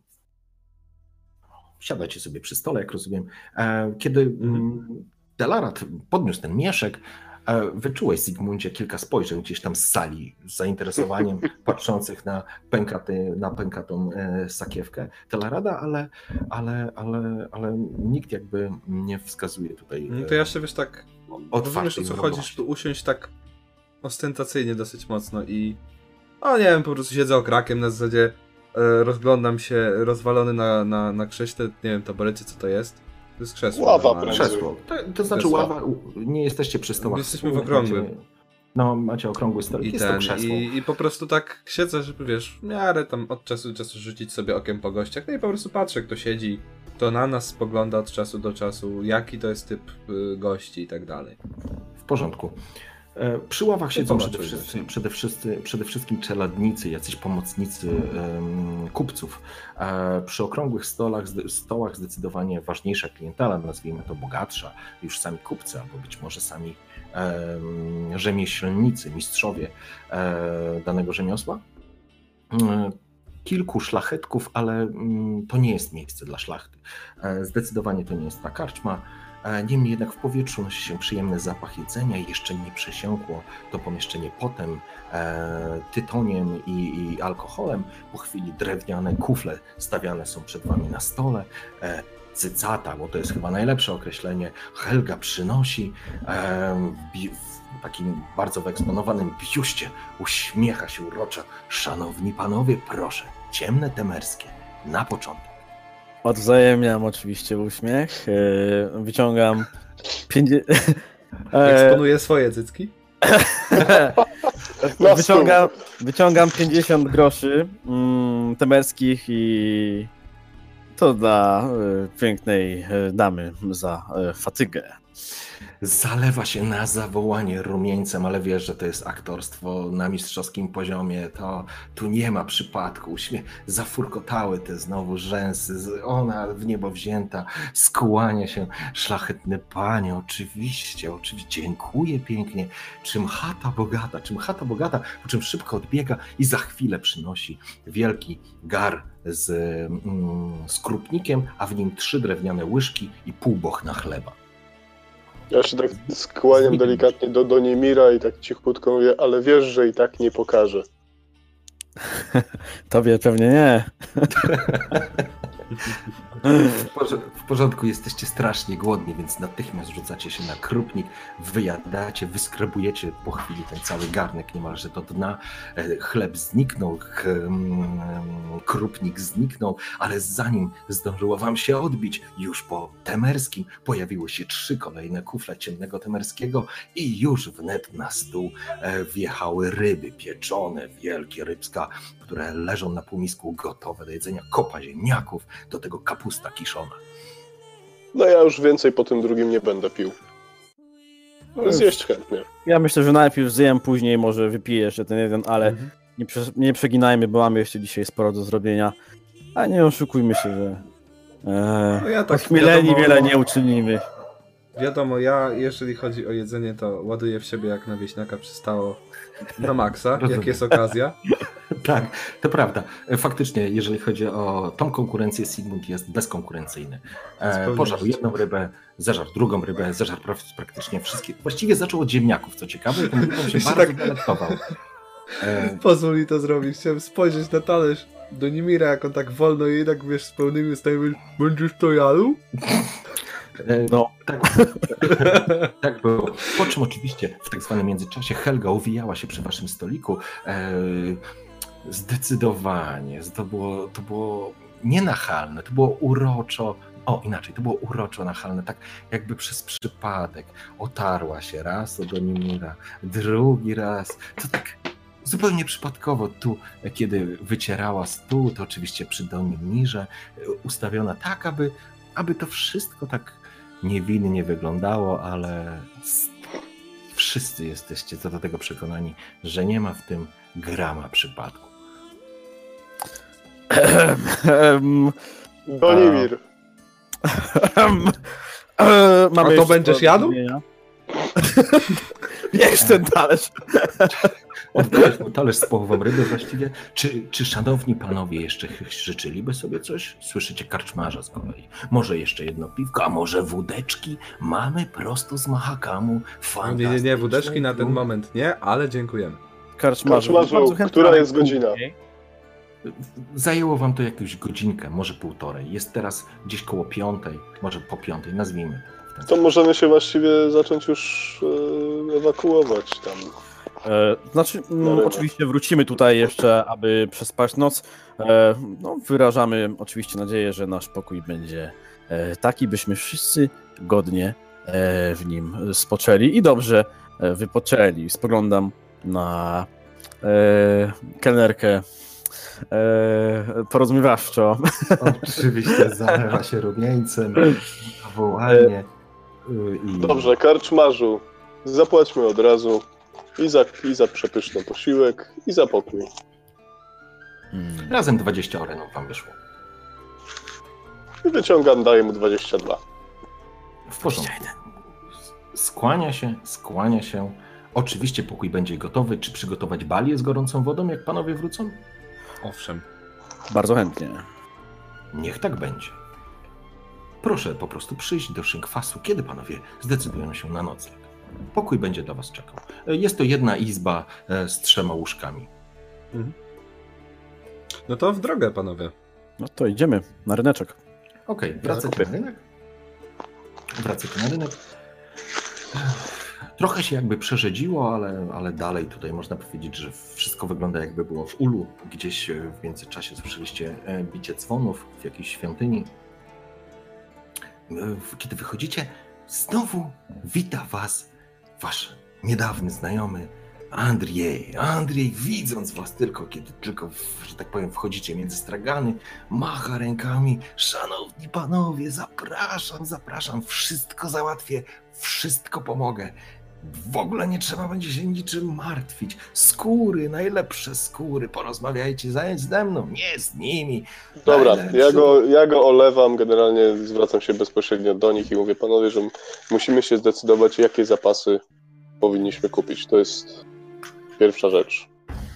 Siadacie sobie przy stole, jak rozumiem. Kiedy Delarat podniósł ten mieszek, wyczułeś, Zygmundzie, kilka spojrzeń gdzieś tam z sali z zainteresowaniem patrzących na pękatą sakiewkę Delarada, ale nikt jakby nie wskazuje tutaj. No to ja się wiesz tak. Rozumiesz, o co chodzi, wrogości. żeby usiąść tak ostentacyjnie dosyć mocno i. O nie wiem, po prostu siedzę okrakiem na zasadzie. Rozglądam się rozwalony na krześle, nie wiem, taborecie, co to jest. To jest krzesło. Ława normalne. prędzej. Krzesło. To znaczy Krzesło. ława, nie jesteście przy stołach. Jesteśmy w wspólnych, okrągłym. macie okrągły stolik, I, jest to ten, krzesło. i po prostu tak siedzę, żeby wiesz, w miarę tam od czasu do czasu rzucić sobie okiem po gościach, no i po prostu patrzę, kto siedzi, kto na nas spogląda od czasu do czasu, jaki to jest typ gości i tak dalej. W porządku. Przy ławach siedzą zobaczymy. przede wszystkim czeladnicy, jacyś pomocnicy kupców. Przy okrągłych stołach zdecydowanie ważniejsza klientela, nazwijmy to bogatsza, już sami kupcy, albo być może sami rzemieślnicy, mistrzowie danego rzemiosła. Kilku szlachetków, ale to nie jest miejsce dla szlachty. Zdecydowanie to nie jest ta karczma. Niemniej jednak w powietrzu nosi się przyjemny zapach jedzenia i jeszcze nie przesiąkło to pomieszczenie potem, tytoniem i alkoholem. Po chwili drewniane kufle stawiane są przed wami na stole. Cycata, bo to jest chyba najlepsze określenie, Helga przynosi w takim bardzo wyeksponowanym biuście, uśmiecha się uroczo. Szanowni panowie, proszę, ciemne temerskie, na początek. Odwzajemniam oczywiście uśmiech, wyciągam Eksponuję swoje cycki. Na wyciągam 50 groszy temerskich i to dla pięknej damy za fatygę. Zalewa się na zawołanie rumieńcem, ale wiesz, że to jest aktorstwo na mistrzowskim poziomie, to tu nie ma przypadku. Zafurkotały te znowu rzęsy, ona w niebo wzięta, skłania się. Szlachetny panie, oczywiście, dziękuję pięknie. Czym chata bogata, po czym szybko odbiega i za chwilę przynosi wielki gar z krupnikiem, a w nim 3 drewniane łyżki i pół bochna chleba. Ja się tak skłaniam delikatnie do Niemira i tak cichutko mówię, ale wiesz, że i tak nie pokażę. Tobie pewnie nie. W porządku, jesteście strasznie głodni, więc natychmiast rzucacie się na krupnik, wyjadacie, wyskrobujecie po chwili ten cały garnek niemalże do dna. Chleb zniknął, krupnik zniknął, ale zanim zdążyło wam się odbić, już po temerskim pojawiły się 3 kolejne kufle ciemnego temerskiego i już wnet na stół wjechały ryby pieczone, wielkie rybska, które leżą na półmisku gotowe do jedzenia, kopa ziemniaków, do tego kapusta kiszona. No ja już więcej po tym drugim nie będę pił. Zjeść chętnie. Ja myślę, że najpierw zjem, później może wypiję jeszcze ten jeden, ale nie przeginajmy, bo mamy jeszcze dzisiaj sporo do zrobienia. A nie oszukujmy się, że No ja tak, ośmieleni wiadomo, wiele nie uczynimy. Wiadomo, ja jeżeli chodzi o jedzenie, to ładuję w siebie jak na wieśniaka przystało na maksa, jak jest okazja. Tak, to prawda. Faktycznie, jeżeli chodzi o tą konkurencję, Sigmund jest bezkonkurencyjny. Pożarł jedną rybę, zeżarł drugą rybę, zeżarł praktycznie wszystkie. Właściwie zaczął od ziemniaków, co ciekawe, i to się bardzo delektował. Pozwól mi to zrobić. Chciałem spojrzeć na talerz do Nimira, jak on tak wolno i tak, wiesz, z pełnymi ustami, będziesz to jadł? No. Tak było. Po czym oczywiście w tak zwanym międzyczasie Helga uwijała się przy waszym stoliku. Zdecydowanie. To było nienachalne, to było uroczo. Inaczej, to było uroczo nachalne, tak jakby przez przypadek otarła się raz o Donimira, drugi raz. To tak zupełnie przypadkowo tu, kiedy wycierała stół, to oczywiście przy Donimirze, ustawiona tak, aby to wszystko tak niewinnie wyglądało, ale wszyscy jesteście co do tego przekonani, że nie ma w tym grama przypadku. Donimir. Mamy A to jeszcze będziesz do jadł? zrobienia. Niech ten talerz. Oddałeś mu talerz z połową ryby właściwie. Czy szanowni panowie jeszcze życzyliby sobie coś? Słyszycie karczmarza z kolei. Może jeszcze jedno piwko, a może wódeczki? Mamy prosto z Mahakamu. Nie, wódeczki na ten moment nie, ale dziękujemy. Karczmarzu, Karczmarzu, bardzo chętnie która mamy jest godzina? później. Zajęło wam to jakąś godzinkę, może półtorej. Jest teraz gdzieś koło 5, może po 5, nazwijmy to. W ten To sposób. możemy się właściwie zacząć już ewakuować tam. Znaczy, Dobra. oczywiście wrócimy tutaj jeszcze, aby przespać noc. Wyrażamy oczywiście nadzieję, że nasz pokój będzie taki, byśmy wszyscy godnie w nim spoczęli i dobrze wypoczęli. Spoglądam na kelnerkę porozumiewawczo. Oczywiście zalewa się rumieńcem, wołanie. Dobrze, karczmarzu, zapłaćmy od razu i za przepyszny posiłek, i za pokój. Razem 20 orenów wam wyszło. I wyciągam, daję mu 22. W porządku. Skłania się. Oczywiście pokój będzie gotowy. Czy przygotować balię z gorącą wodą, jak panowie wrócą? Owszem. Bardzo chętnie. Niech tak będzie. Proszę po prostu przyjść do szynkwasu, kiedy panowie zdecydują się na nocleg. Pokój będzie dla was czekał. Jest to jedna izba z 3 łóżkami. No to w drogę, panowie. No to idziemy na ryneczek. Okej, wracacie na rynek. Wracacie na rynek. Trochę się jakby przerzedziło, ale dalej tutaj można powiedzieć, że wszystko wygląda jakby było w ulu. Gdzieś w międzyczasie słyszeliście bicie dzwonów w jakiejś świątyni. Kiedy wychodzicie, znowu wita was wasz niedawny znajomy Andrzej. Andrzej, widząc was kiedy tylko, że tak powiem, wchodzicie między stragany, macha rękami. Szanowni panowie, zapraszam, wszystko załatwię, wszystko pomogę. W ogóle nie trzeba będzie się niczym martwić. Skóry, najlepsze skóry, porozmawiajcie ze mną, nie z nimi. Dobra, Najlepsze. ja go olewam, generalnie zwracam się bezpośrednio do nich i mówię, panowie, że musimy się zdecydować, jakie zapasy powinniśmy kupić. To jest pierwsza rzecz.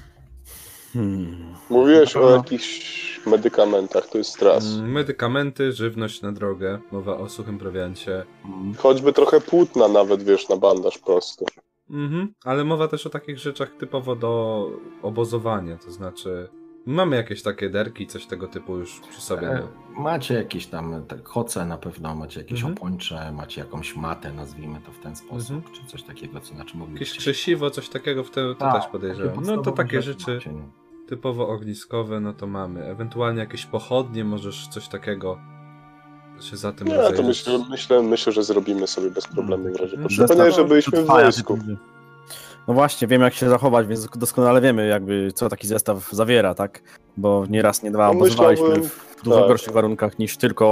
Mówiłeś o jakichś medykamentach, to jest stras. Medykamenty, żywność na drogę, mowa o suchym prowiancie. Choćby trochę płótna nawet, wiesz, na bandaż prosty. Ale mowa też o takich rzeczach typowo do obozowania, to znaczy mamy jakieś takie derki, coś tego typu już przy sobie. Macie jakieś tam koce na pewno, macie jakieś opończe, macie jakąś matę, nazwijmy to w ten sposób, czy coś takiego, co znaczy moglibyście... Jakieś krzesiwo, coś takiego w to też podejrzewam. No to takie rzeczy macie, nie? typowo ogniskowe, no to mamy. Ewentualnie jakieś pochodnie, możesz coś takiego się za tym Nie, to rozejrzeć. myślę, że zrobimy sobie bez problemu w razie No, potrzeby. Pamiętaj, że byliśmy w wojsku. No właśnie, wiemy jak się zachować, więc doskonale wiemy jakby co taki zestaw zawiera, tak? Bo nie raz, nie dwa No obozowaliśmy myślałbym- w dużo tak. gorszych warunkach niż tylko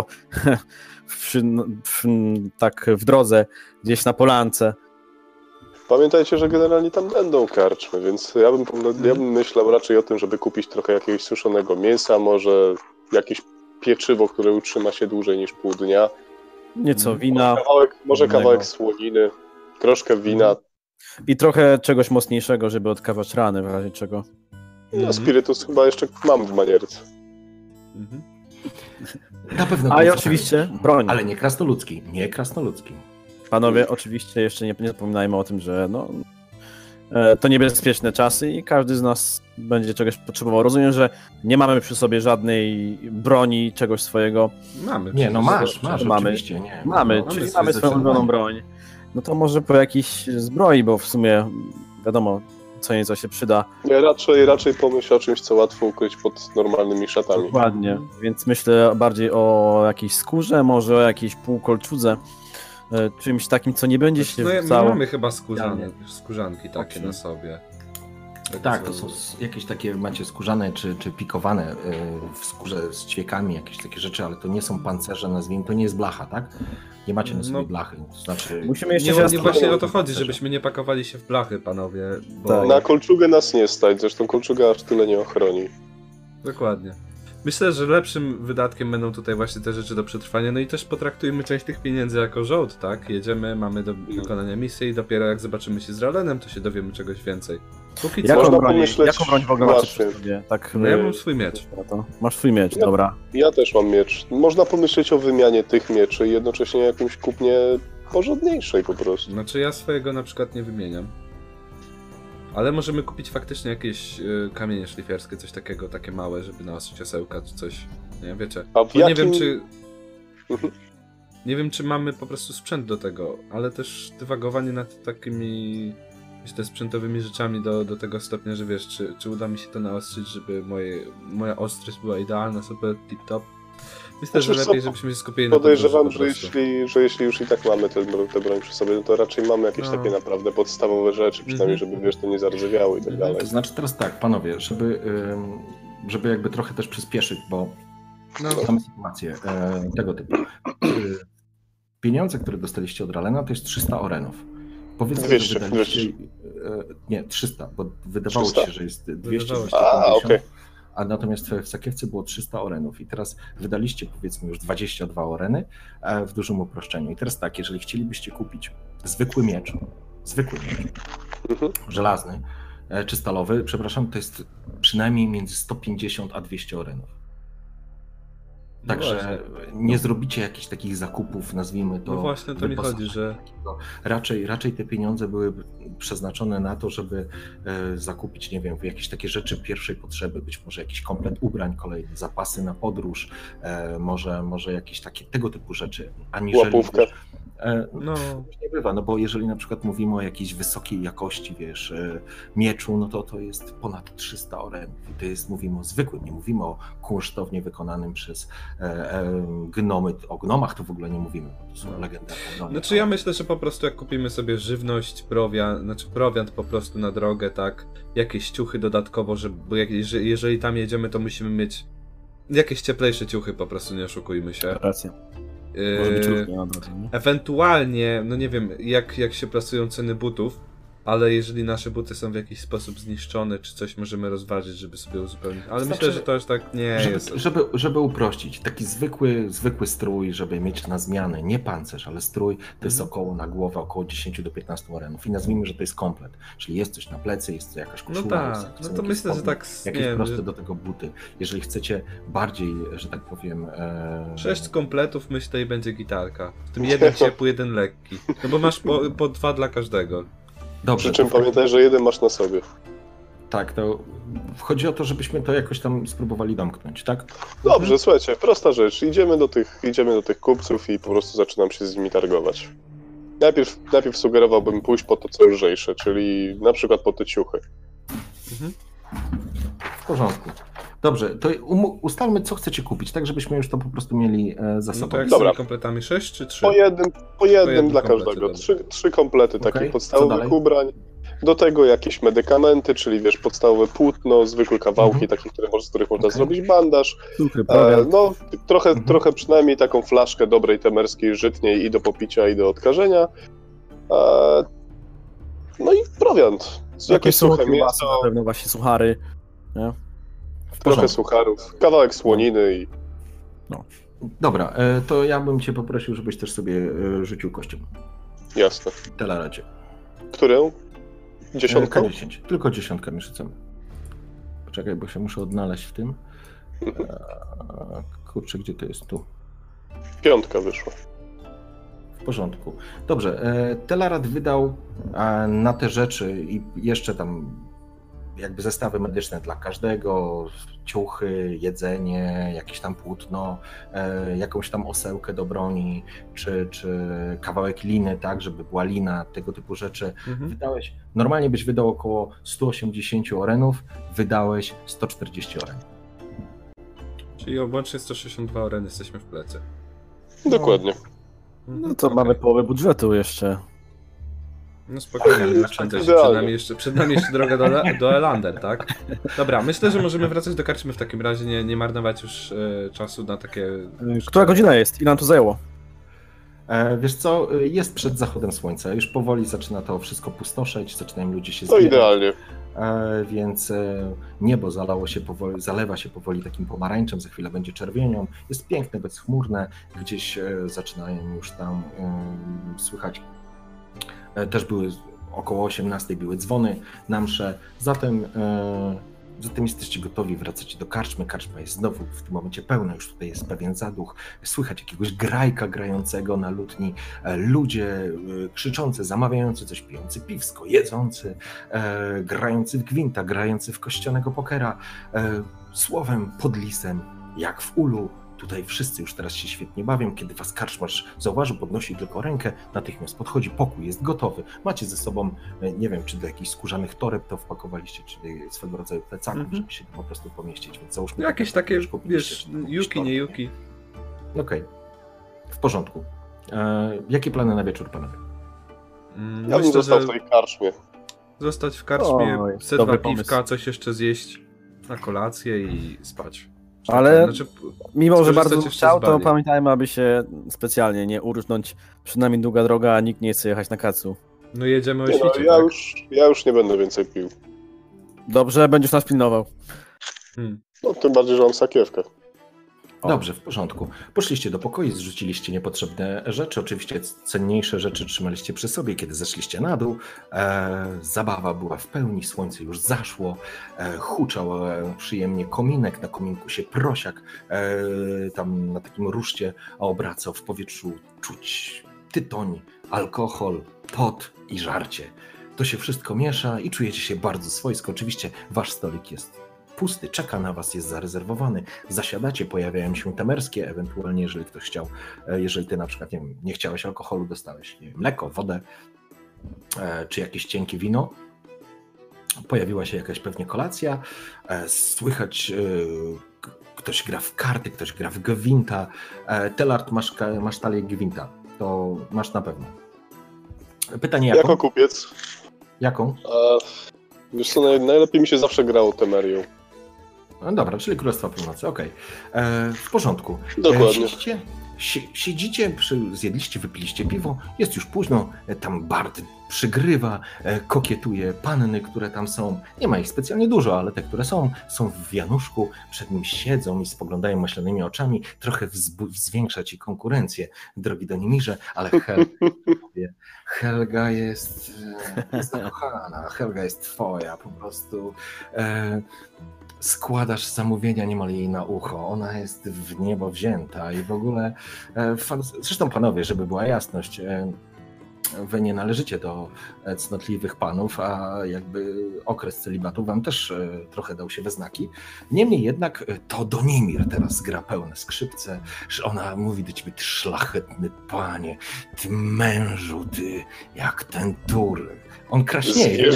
tak w drodze, gdzieś na polance. Pamiętajcie, że generalnie tam będą karczmy, więc ja bym myślał raczej o tym, żeby kupić trochę jakiegoś suszonego mięsa, może jakieś pieczywo, które utrzyma się dłużej niż pół dnia. Nieco wina Może innego. kawałek słoniny, troszkę wina. i trochę czegoś mocniejszego, żeby odkawać rany w razie czego. No, spirytus chyba jeszcze mam w manierce. Na pewno. A i będzie oczywiście tak. broń. Ale nie krasnoludzki, nie krasnoludzki. Panowie, oczywiście jeszcze nie zapominajmy o tym, że no, to niebezpieczne czasy i każdy z nas będzie czegoś potrzebował. Rozumiem, że nie mamy przy sobie żadnej broni, czegoś swojego. Mamy. Nie, no przecież. masz, Mamy. oczywiście, nie. Mamy, No, czyli swoje mamy swoją ulubioną broń. No to może po jakiejś zbroi, bo w sumie wiadomo, co nieco się przyda. Nie, raczej pomyśl o czymś, co łatwo ukryć pod normalnymi szatami. Dokładnie, więc myślę bardziej o jakiejś skórze, może o jakiejś półkolczudze, czymś takim, co nie będzie się No, my wrzucało. mamy chyba skórzanki takie Oczy. na sobie. Tak, to są jakieś takie, macie skórzane czy pikowane w skórze z ćwiekami, jakieś takie rzeczy, ale to nie są pancerze, nazwijmy, to nie jest blacha, tak? Nie macie na sobie No. blachy, to znaczy... Musimy jeszcze Nie, się nie właśnie o to zastanowić. chodzi, żebyśmy nie pakowali się w blachy, panowie. Bo... Tak. Na kolczugę nas nie stać, zresztą kolczuga aż tyle nie ochroni. Dokładnie. Myślę, że lepszym wydatkiem będą tutaj właśnie te rzeczy do przetrwania, no i też potraktujmy część tych pieniędzy jako żołd, tak? Jedziemy, mamy do wykonania misji i dopiero jak zobaczymy się z Ralenem, to się dowiemy czegoś więcej. Póki co, Można pomyśleć- Jaką broń w ogóle macie właśnie. przy sobie? Tak, no ja mam swój miecz. to. Masz swój miecz, Ja- dobra. Ja też mam miecz. Można pomyśleć o wymianie tych mieczy i jednocześnie jakimś kupnie porządniejszej po prostu. Znaczy ja swojego na przykład nie wymieniam. Ale możemy kupić faktycznie jakieś kamienie szlifierskie, coś takiego, takie małe, żeby naostrzyć osełka czy coś. Nie, wiecie. A w Bo jakim... nie wiem czy... Mhm. Nie wiem czy mamy po prostu sprzęt do tego, ale też dywagowanie nad takimi... myślę, sprzętowymi rzeczami do tego stopnia, że wiesz, czy uda mi się to naostrzyć, żeby moja ostrość była idealna, super tip-top. Myślę, że Znaczy, lepiej, co, żebyśmy się skupili na podróży Podejrzewam, po że prostu. jeśli już i tak mamy tę broń przy sobie, no to raczej mamy jakieś No. takie naprawdę podstawowe rzeczy, przynajmniej żeby wiesz, to nie zardzewiało i tak dalej. To znaczy teraz tak, panowie, żeby jakby trochę też przyspieszyć, bo No, mamy sytuację tego typu. Pieniądze, które dostaliście od Ralena, to jest 300 orenów. Powiedzmy, 200, że wydaliście... 200. Nie, 300, bo wydawało 300? ci się, że jest 200, Wydawało się. 250, okej. a natomiast w Sakiewce było 300 orenów i teraz wydaliście powiedzmy już 22 oreny w dużym uproszczeniu. I teraz tak, jeżeli chcielibyście kupić zwykły miecz, Mhm. żelazny czy stalowy, przepraszam, to jest przynajmniej między 150 a 200 orenów. No Także właśnie. nie zrobicie jakichś takich zakupów, nazwijmy to. No właśnie, to mi chodzi, wyposażenia że... takiego. Raczej te pieniądze były przeznaczone na to, żeby zakupić, nie wiem, jakieś takie rzeczy pierwszej potrzeby, być może jakiś komplet ubrań kolejny, zapasy na podróż, może jakieś takie tego typu rzeczy, aniżeli... Łapówkę. No, Nie bywa, no bo jeżeli na przykład mówimy o jakiejś wysokiej jakości, wiesz, mieczu, no to jest ponad 300 orenów i to jest, mówimy o zwykłym, nie mówimy o kunsztownie wykonanym przez gnomy. O gnomach to w ogóle nie mówimy, bo to są legendarne gnomy. znaczy ja myślę, że po prostu jak kupimy sobie żywność, prowiant po prostu na drogę, tak, jakieś ciuchy dodatkowo, bo jeżeli tam jedziemy, to musimy mieć jakieś cieplejsze ciuchy, po prostu nie oszukujmy się. Racja. Może być różnie na drodze, nie? Ewentualnie, no nie wiem, jak się plasują ceny butów, ale jeżeli nasze buty są w jakiś sposób zniszczone, czy coś możemy rozważyć, żeby sobie uzupełnić. Ale Znaczy, myślę, że to aż tak nie jest. Żeby uprościć, taki zwykły strój, żeby mieć na zmianę, nie pancerz, ale strój, to jest około na głowę około 10 do 15 orenów i nazwijmy, że to jest komplet. Czyli jest coś na plecy, jest to jakaś koszula, No tak, jest no to jakieś myślę, że spodnie, tak, jakieś nie wiem, proste że do tego buty. Jeżeli chcecie bardziej, że tak powiem... 6 kompletów myślę i będzie gitarka. W tym jeden ciepły, jeden lekki. No bo masz po 2 dla każdego. Dobrze, Przy czym to- pamiętaj, że jeden masz na sobie. Tak, to chodzi o to, żebyśmy to jakoś tam spróbowali domknąć, tak? Dobrze, słuchajcie, prosta rzecz. Idziemy do tych kupców i po prostu zaczynam się z nimi targować. Najpierw sugerowałbym pójść po to, co lżejsze, czyli na przykład po te ciuchy. W porządku. Dobrze, to ustalmy, co chcecie kupić, tak żebyśmy już to po prostu mieli za No sobą. to jak z Dobra. tymi kompletami 6 czy 3? Po jednym dla komplecie, każdego. dobra. Trzy komplety Okej, takich co podstawowych dalej? ubrań. Do tego jakieś medykamenty, czyli wiesz, podstawowe płótno, zwykłe kawałki, takie, z których można Okej. zrobić bandaż. Suchy prowiant. No, trochę przynajmniej taką flaszkę dobrej temerskiej żytniej i do popicia, i do odkażenia. No i prowiant. Jakieś suche kiełbasy, mięso, na pewno właśnie suchary. Nie? W trochę porządku. sucharów, kawałek słoniny i... Dobra, to ja bym cię poprosił, żebyś też sobie rzucił kością. Jasne. Telaradzie. Którą? Dziesiątką? K10. Tylko 10 mi rzucamy. Poczekaj, bo się muszę odnaleźć w tym. Kurczę, gdzie to jest? Tu. Piątka wyszła. W porządku. Dobrze, Telerat wydał na te rzeczy i jeszcze tam jakby zestawy medyczne dla każdego, ciuchy, jedzenie, jakieś tam płótno, jakąś tam osełkę do broni, czy kawałek liny, tak, żeby była lina, tego typu rzeczy. Wydałeś, normalnie byś wydał około 180 orenów, wydałeś 140 orenów. Czyli łącznie 162 oreny jesteśmy w plecy. Dokładnie. No to mamy połowę budżetu jeszcze. No spokojnie, ale nie oszczędzaj się. Przed nami jeszcze droga do Elander, tak? Dobra, myślę, że możemy wracać do karczmy w takim razie, nie marnować już czasu na takie... Która godzina jest? Ile nam to zajęło? Wiesz co, jest przed zachodem słońca, już powoli zaczyna to wszystko pustoszeć, zaczynają ludzie się To zbierać. idealnie. Więc niebo zalewa się powoli takim pomarańczem, za chwilę będzie czerwienią, jest piękne, bezchmurne, gdzieś zaczynają już tam słychać, też były około 18 były dzwony na mszę, zatem jesteście gotowi, wracacie do karczmy, karczma jest znowu w tym momencie pełna, już tutaj jest pewien zaduch, słychać jakiegoś grajka grającego na lutni, ludzie krzyczący, zamawiający coś, pijący piwsko, jedzący, grający w gwinta, grający w kościanego pokera, słowem pod lisem, jak w ulu. Tutaj wszyscy już teraz się świetnie bawią, kiedy was karczmarz zauważył, podnosi tylko rękę, natychmiast podchodzi, pokój jest gotowy. Macie ze sobą, nie wiem, czy do jakichś skórzanych toreb to wpakowaliście, czy do swego rodzaju plecaków, żeby się po prostu pomieścić, więc załóżmy... Jakieś takie, wiesz, juki, nie juki. Okej, w porządku. Jakie plany na wieczór, panowie? Ja bym został w tej karczmie. Zostać w karczmie, Oj, set dobry na piwka, pomysł. coś jeszcze zjeść na kolację i spać. Ale Znaczy, mimo, że skorzystać bardzo bym jeszcze chciał, z to bali. pamiętajmy, aby się specjalnie nie urżnąć. Przed nami długa droga, a nikt nie chce jechać na kacu. No jedziemy o Nie, no, świcie, ja, tak? ja już nie będę więcej pił. Dobrze, będziesz nas pilnował. No, tym bardziej, że mam sakiewkę. O. Dobrze, w porządku. Poszliście do pokoju, zrzuciliście niepotrzebne rzeczy. Oczywiście cenniejsze rzeczy trzymaliście przy sobie, kiedy zeszliście na dół. Zabawa była w pełni, słońce już zaszło. Huczał przyjemnie kominek, na kominku się prosiak tam na takim ruszcie obracał. W powietrzu czuć tytoń, alkohol, pot i żarcie. To się wszystko miesza i czujecie się bardzo swojsko. Oczywiście wasz stolik jest pusty, czeka na was, jest zarezerwowany. Zasiadacie, pojawiają się temerskie, ewentualnie jeżeli ktoś chciał, jeżeli ty na przykład nie chciałeś alkoholu, dostałeś mleko, wodę, czy jakieś cienkie wino. Pojawiła się jakaś pewnie kolacja, słychać ktoś gra w karty, ktoś gra w gwinta. Telart, masz talię gwinta, to masz na pewno. Pytanie jaką? Jako kupiec. Jaką? Wiesz co, najlepiej mi się zawsze grało Temerią. No dobra, czyli Królestwa Północy, okej. W porządku. Dokładnie. Siedzicie, zjedliście, wypiliście piwo, jest już późno, tam Bard przygrywa, kokietuje panny, które tam są. Nie ma ich specjalnie dużo, ale te, które są w wianuszku, przed nim siedzą i spoglądają maślanymi oczami, trochę zwiększa ci konkurencję, drogi Donimirze, ale Helga jest zakochana, Helga jest twoja, po prostu składasz zamówienia niemal jej na ucho, ona jest w niebo wzięta i w ogóle, zresztą panowie, żeby była jasność, wy nie należycie do cnotliwych panów, a jakby okres celibatu wam też trochę dał się we znaki. Niemniej jednak to Donimir teraz gra pełne skrzypce, że ona mówi do ciebie: ty szlachetny panie, ty mężu, ty jak ten tur. On kraśnieje.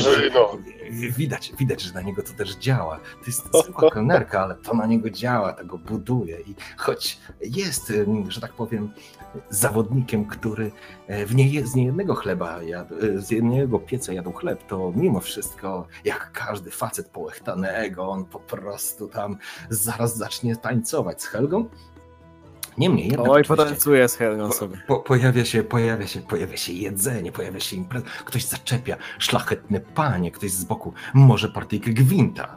Widać, że na niego to też działa. To jest zwykła kelnerka, ale to na niego działa, to go buduje. I choć jest, że tak powiem, zawodnikiem, który z niejednego chleba jadł, z jednego pieca jadł chleb, to mimo wszystko, jak każdy facet połechtanego, on po prostu tam zaraz zacznie tańcować z Helgą. Niemniej jednak... Oj, potańcuję z Helgą sobie. Pojawia się jedzenie, pojawia się impreza, ktoś zaczepia, szlachetne panie, ktoś z boku, może partyjkę gwinta.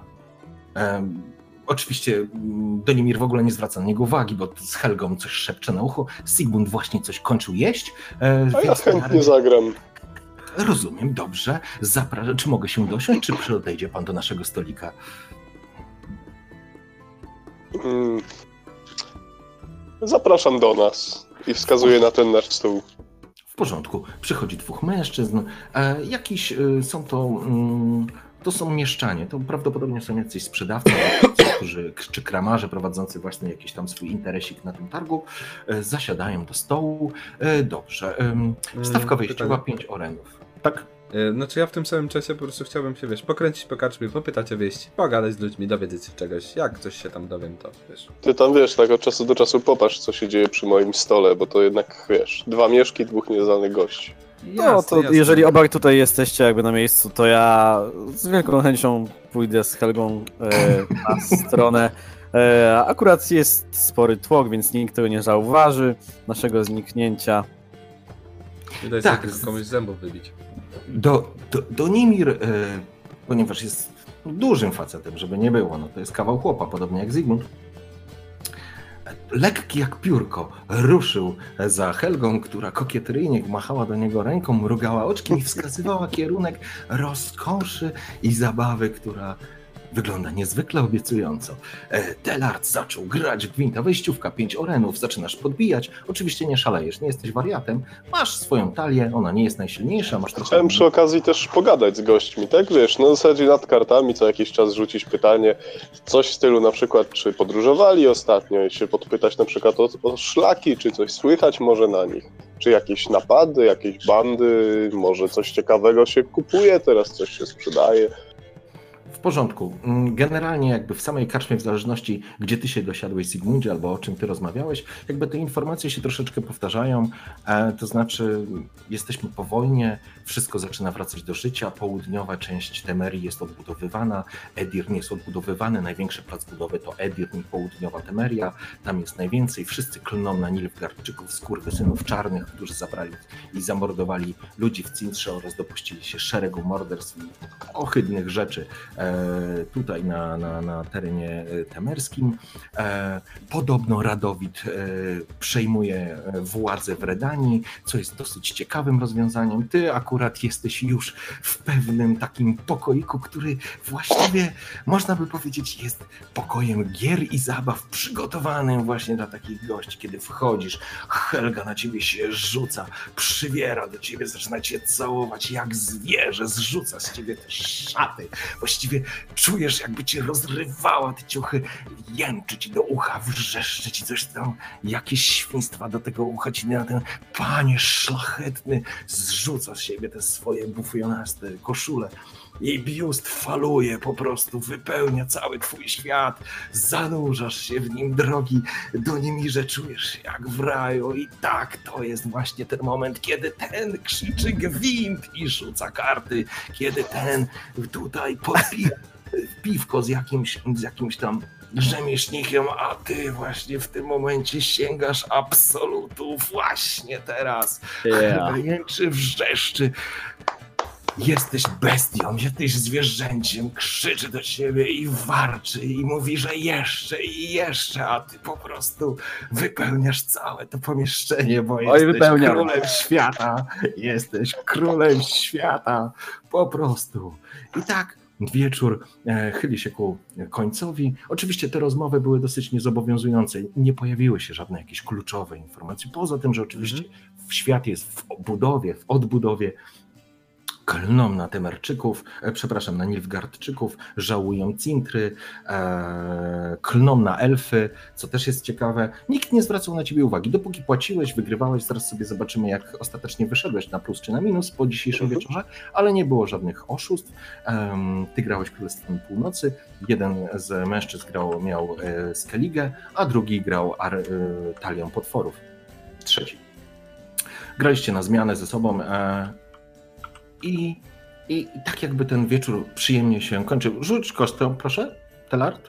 Oczywiście Donimir w ogóle nie zwraca na niego uwagi, bo z Helgą coś szepcze na ucho. Sigmund właśnie coś kończył jeść. A ja chętnie zagram. Rozumiem, dobrze. Zapraszam, czy mogę się dosiąść, czy podejdzie pan do naszego stolika? Zapraszam do nas i wskazuję na ten nasz stół. W porządku. Przychodzi 2 mężczyzn. Są to... To są mieszczanie, to prawdopodobnie są jacyś sprzedawcy, czy kramarze prowadzący właśnie jakiś tam swój interesik na tym targu. Zasiadają do stołu. Dobrze. Stawka wejściowa 5 orenów. Tak? Znaczy ja w tym samym czasie po prostu chciałbym się, pokręcić po karczmie, popytać o wieści, pogadać z ludźmi, dowiedzieć się czegoś. Jak coś się tam dowiem, to wiesz. Ty tam, tak od czasu do czasu popatrz, co się dzieje przy moim stole, bo to jednak, 2 mieszki, 2 nieznanych gości. No to jeżeli obaj tutaj jesteście jakby na miejscu, to ja z wielką chęcią pójdę z Helgą na stronę. Akurat jest spory tłok, więc nikt tego nie zauważy, naszego zniknięcia. Widać Tak. sobie komuś zębów wybić. Donimir, ponieważ jest dużym facetem, żeby nie było, no to jest kawał chłopa, podobnie jak Zygmunt. Lekki jak piórko ruszył za Helgą, która kokieteryjnie machała do niego ręką, mrugała oczkiem i wskazywała kierunek rozkoszy i zabawy, która wygląda niezwykle obiecująco. Telart zaczął grać w gwinta, wejściówka, 5 orenów, zaczynasz podbijać. Oczywiście nie szalejesz, nie jesteś wariatem, masz swoją talię, ona nie jest najsilniejsza, masz trochę... Chciałem przy okazji też pogadać z gośćmi, tak? Wiesz, na zasadzie nad kartami co jakiś czas rzucić pytanie, coś w stylu na przykład, czy podróżowali ostatnio i się podpytać na przykład o szlaki, czy coś słychać może na nich. Czy jakieś napady, jakieś bandy, może coś ciekawego się kupuje, teraz coś się sprzedaje. W porządku. Generalnie jakby w samej karczmie, w zależności gdzie ty się dosiadłeś, Zygmundzie, albo o czym ty rozmawiałeś, jakby te informacje się troszeczkę powtarzają, to znaczy jesteśmy po wojnie, wszystko zaczyna wracać do życia, południowa część Temerii jest odbudowywana, Edirn jest odbudowywany, największy plac budowy to Edirn i południowa Temeria, tam jest najwięcej, wszyscy klną na Nilfgaardczyków, skurwysynów czarnych, którzy zabrali i zamordowali ludzi w Cintrze oraz dopuścili się szeregu morderstw i ohydnych rzeczy tutaj na terenie temerskim. Podobno Radowid przejmuje władzę w Redanii, co jest dosyć ciekawym rozwiązaniem. Ty akurat jesteś już w pewnym takim pokoiku, który właściwie można by powiedzieć jest pokojem gier i zabaw przygotowanym właśnie dla takich gości. Kiedy wchodzisz, Helga na ciebie się rzuca, przybiera do ciebie, zaczyna cię całować jak zwierzę, zrzuca z ciebie te szaty. Właściwie czujesz, jakby cię rozrywała te ciuchy, jęczy ci do ucha, wrzeszczy ci coś tam, jakieś świństwa do tego ucha ci na ten panie szlachetny, zrzuca z siebie te swoje bufionaste koszule. Jej biust faluje po prostu, wypełnia cały twój świat, zanurzasz się w nim, drogi Donimirze, czujesz się jak w raju i tak, to jest właśnie ten moment, kiedy ten krzyczy gwint i rzuca karty, kiedy ten tutaj podpija piwko z jakimś tam rzemieślnikiem, a ty właśnie w tym momencie sięgasz absolutu właśnie teraz. Jęczy, wrzeszczy. Jesteś bestią, jesteś zwierzęciem, krzyczy do ciebie i warczy i mówi, że jeszcze i jeszcze, a ty po prostu wypełniasz całe to pomieszczenie, bo jesteś królem świata, jesteś królem świata, po prostu. I tak wieczór chyli się ku końcowi. Oczywiście te rozmowy były dosyć niezobowiązujące, nie pojawiły się żadne jakieś kluczowe informacje, poza tym, że oczywiście świat jest w budowie, w odbudowie. Klną na Temerczyków, przepraszam, na Nilfgaardczyków, żałują Cintry, klną na elfy, co też jest ciekawe. Nikt nie zwracał na ciebie uwagi. Dopóki płaciłeś, wygrywałeś, zaraz sobie zobaczymy, jak ostatecznie wyszedłeś na plus czy na minus po dzisiejszym wieczorze, ale nie było żadnych oszustw. Ty grałeś Królestwem Północy, jeden z mężczyzn miał Skellige, a drugi grał Talią Potworów. Trzeci. Graliście na zmianę ze sobą. I tak jakby ten wieczór przyjemnie się kończył. Rzuć kostkę, proszę, Telart.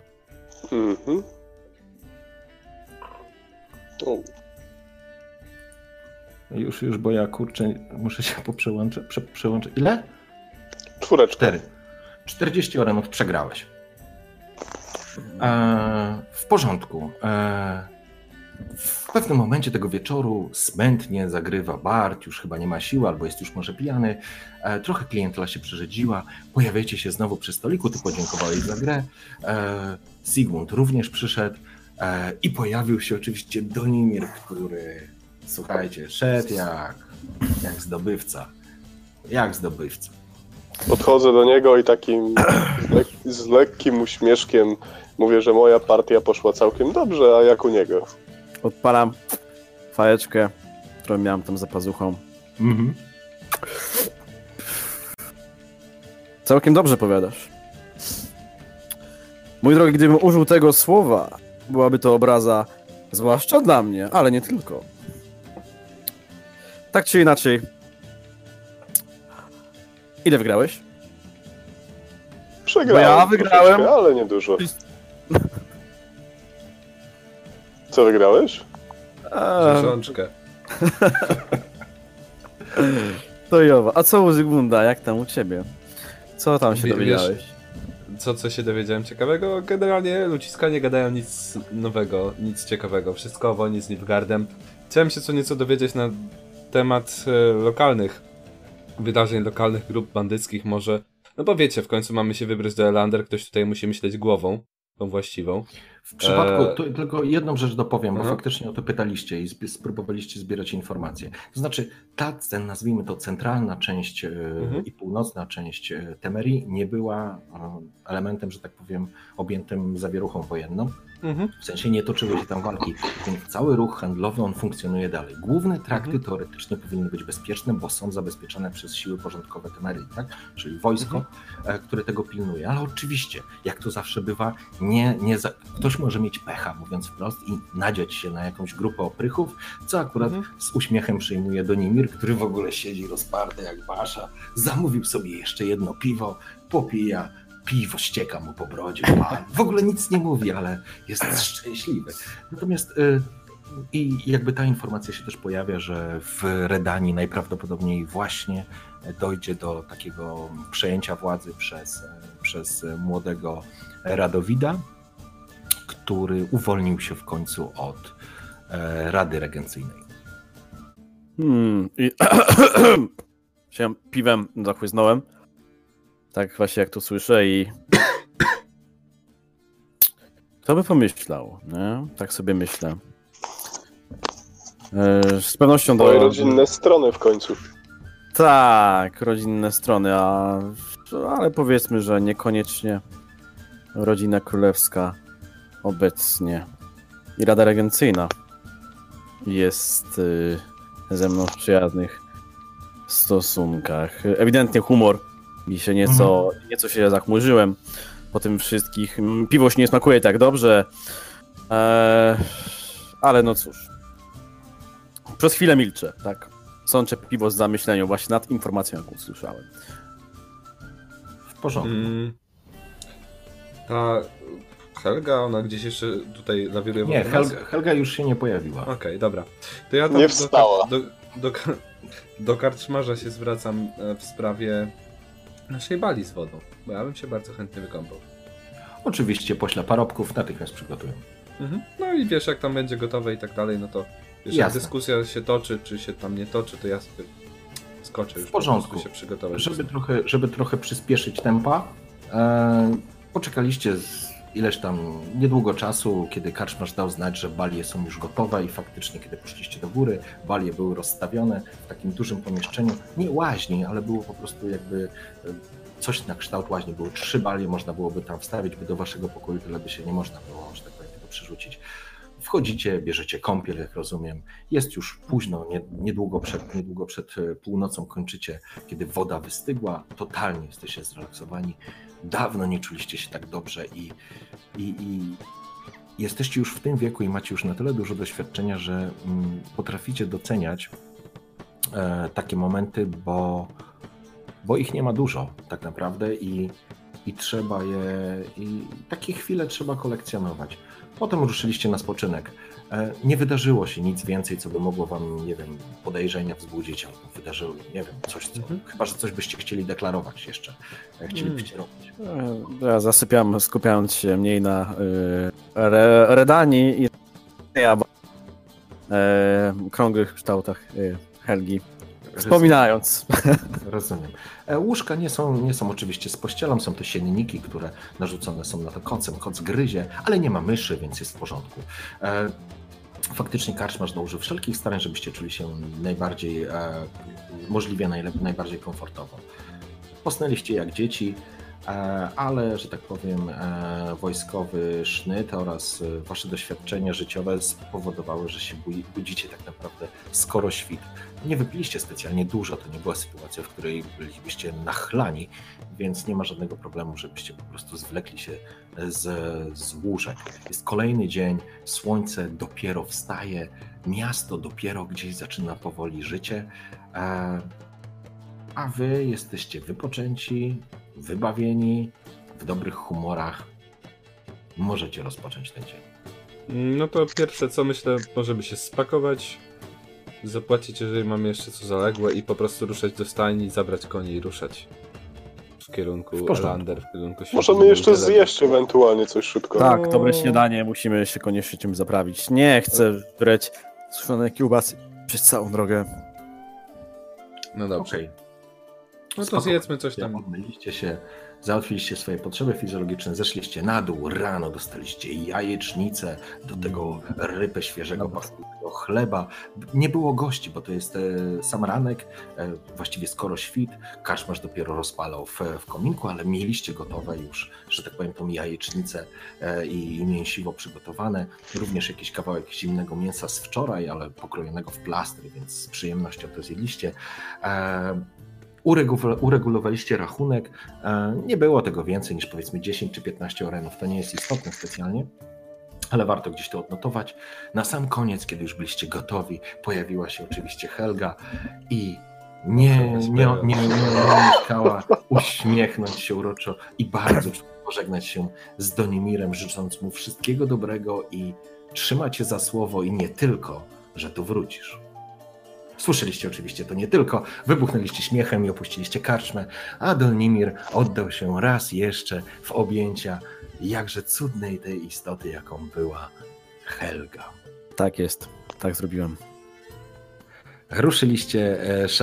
Już, bo ja kurczę, muszę się przełączyć. Ile? 4. 40 orenów przegrałeś. W porządku. W pewnym momencie tego wieczoru smętnie zagrywa Bart, już chyba nie ma siły, albo jest już może pijany. Trochę klientela się przerzedziła. Pojawiacie się znowu przy stoliku, ty podziękowałeś za grę. Zygmunt również przyszedł i pojawił się oczywiście Donimir, który, słuchajcie, szedł jak Jak zdobywca. Jak zdobywca. Podchodzę do niego i takim z lekkim uśmieszkiem mówię, że moja partia poszła całkiem dobrze, a jak u niego? Odpalam fajeczkę, którą miałem tam za pazuchą. Mhm. Całkiem dobrze powiadasz. Mój drogi, gdybym użył tego słowa, byłaby to obraza, zwłaszcza dla mnie, ale nie tylko. Tak czy inaczej. Ile wygrałeś? Przegrałem. Bo ja wygrałem. troszeczkę, ale nie dużo. Co wygrałeś? Rzeżączkę. To Jowa. A co u Zygmunda? Jak tam u ciebie? Co tam się dowiedziałeś? Co się dowiedziałem ciekawego? Generalnie ludziska nie gadają nic nowego, nic ciekawego. Wszystko o wojnie z Nilfgaardem. Chciałem się co nieco dowiedzieć na temat lokalnych wydarzeń, lokalnych grup bandyckich może. No bo wiecie, w końcu mamy się wybrać do Elander, ktoś tutaj musi myśleć głową, tą właściwą. W przypadku, to tylko jedną rzecz dopowiem, bo Aha. faktycznie o to pytaliście i spróbowaliście zbierać informacje. To znaczy, nazwijmy to centralna część i północna część Temerii nie była elementem, że tak powiem, objętym zawieruchą wojenną. W sensie nie toczyły się tam walki, więc cały ruch handlowy on funkcjonuje dalej. Główne trakty teoretycznie powinny być bezpieczne, bo są zabezpieczone przez siły porządkowe Temerii, tak? Czyli wojsko, które tego pilnuje. Ale oczywiście, jak to zawsze bywa, ktoś może mieć pecha, mówiąc wprost, i nadziać się na jakąś grupę oprychów, co akurat z uśmiechem przyjmuje Donimir, który w ogóle siedzi rozparty jak basza, zamówił sobie jeszcze jedno piwo, popija, piwo ścieka mu po brodzie, w ogóle nic nie mówi, ale jest szczęśliwy. Natomiast i jakby ta informacja się też pojawia, że w Redanii najprawdopodobniej właśnie dojdzie do takiego przejęcia władzy przez młodego Radowida, który uwolnił się w końcu od Rady Regencyjnej. I się piwem zachłysnąłem. Tak właśnie jak to słyszę i... Kto by pomyślał, nie? Tak sobie myślę. Z pewnością Moje rodzinne strony w końcu. Tak, rodzinne strony, ale powiedzmy, że niekoniecznie rodzina królewska obecnie i Rada Regencyjna jest ze mną w przyjaznych stosunkach. Ewidentnie humor mi się nieco się zachmurzyłem po tym wszystkich. Piwo się nie smakuje tak dobrze, ale no cóż. Przez chwilę milczę, tak. Sączę piwo z zamyśleniem właśnie nad informacją, jaką usłyszałem. W porządku. Ta Helga, ona gdzieś jeszcze tutaj lawiruje Nie, wokół nas? Helga już się nie pojawiła. Okej, dobra. To ja tam Nie wstała. Do karczmarza się zwracam w sprawie naszej bali z wodą, bo ja bym się bardzo chętnie wykąpał. Oczywiście pośle parobków natychmiast przygotują. No i wiesz, jak tam będzie gotowe i tak dalej, no to wiesz, jak Jasne. dyskusja się toczy, czy się tam nie toczy, to ja sobie skoczę już W porządku. po prostu się przygotować. Żeby trochę przyspieszyć tempa, poczekaliście ileś tam niedługo czasu, kiedy karczmarz dał znać, że balie są już gotowe i faktycznie, kiedy poszliście do góry, balie były rozstawione w takim dużym pomieszczeniu, nie łaźni, ale było po prostu jakby coś na kształt łaźni. Były 3 balie, można byłoby tam wstawić, by do waszego pokoju tyle by się nie można było, że tak powiem, tego przerzucić. Wchodzicie, bierzecie kąpiel, jak rozumiem. Jest już późno, niedługo przed północą kończycie, kiedy woda wystygła. Totalnie jesteście zrelaksowani. Dawno nie czuliście się tak dobrze i jesteście już w tym wieku i macie już na tyle dużo doświadczenia, że potraficie doceniać takie momenty, bo ich nie ma dużo tak naprawdę i trzeba takie chwile trzeba kolekcjonować. Potem ruszyliście na spoczynek. Nie wydarzyło się nic więcej, co by mogło wam, nie wiem, podejrzenia wzbudzić, albo wydarzyło, nie wiem, coś, chyba, że coś byście chcieli deklarować jeszcze, chcielibyście robić. Ja zasypiam, skupiając się mniej na Redanii i krągłych kształtach Helgi. Wspominając. Rozumiem. Łóżka nie są oczywiście z pościelą, są to sienniki, które narzucone są na to kocem, koc gryzie, ale nie ma myszy, więc jest w porządku. faktycznie karczmarz dołożył wszelkich starań, żebyście czuli się najbardziej, możliwie najbardziej komfortowo. Posnęliście jak dzieci, ale, że tak powiem, wojskowy sznyt oraz wasze doświadczenia życiowe spowodowały, że się budzicie tak naprawdę skoro świt. Nie wypiliście specjalnie dużo, to nie była sytuacja, w której bylibyście nachlani, więc nie ma żadnego problemu, żebyście po prostu zwlekli się z łóżek. Jest kolejny dzień, słońce dopiero wstaje, miasto dopiero gdzieś zaczyna powoli życie, a wy jesteście wypoczęci, wybawieni, w dobrych humorach. Możecie rozpocząć ten dzień. No to pierwsze co myślę, możemy się spakować, zapłacić, jeżeli mamy jeszcze co zaległe i po prostu ruszać do stajni, zabrać koni i ruszać w kierunku Elander, w kierunku Możemy jeszcze zjeść ewentualnie coś szybko. Tak, dobre śniadanie, musimy się koniecznie czymś zaprawić. Nie chcę brać suszone kiełbasy przez całą drogę. No dobrze. Okej. No to Spoko. zjedzmy coś tam. Obmyliście się, załatwiliście swoje potrzeby fizjologiczne, zeszliście na dół, rano dostaliście jajecznicę, do tego rypę świeżego pastnego chleba. Nie było gości, bo to jest sam ranek, właściwie skoro świt, karczmarz dopiero rozpalał w kominku, ale mieliście gotowe już, że tak powiem, tą jajecznicę i mięsiwo przygotowane. Również jakiś kawałek zimnego mięsa z wczoraj, ale pokrojonego w plastry, więc z przyjemnością to zjedliście. Uregulowaliście rachunek. Nie było tego więcej niż powiedzmy 10 czy 15 orenów. To nie jest istotne specjalnie, ale warto gdzieś to odnotować. Na sam koniec, kiedy już byliście gotowi, pojawiła się oczywiście Helga i nie umieszkała uśmiechnąć się uroczo i bardzo pożegnać się z Donimirem, życząc mu wszystkiego dobrego i trzymać cię za słowo i nie tylko, że tu wrócisz. Słyszeliście oczywiście to nie tylko, wybuchnęliście śmiechem i opuściliście karczmę, a Donimir oddał się raz jeszcze w objęcia jakże cudnej tej istoty, jaką była Helga. Tak jest, tak zrobiłem. Ruszyliście,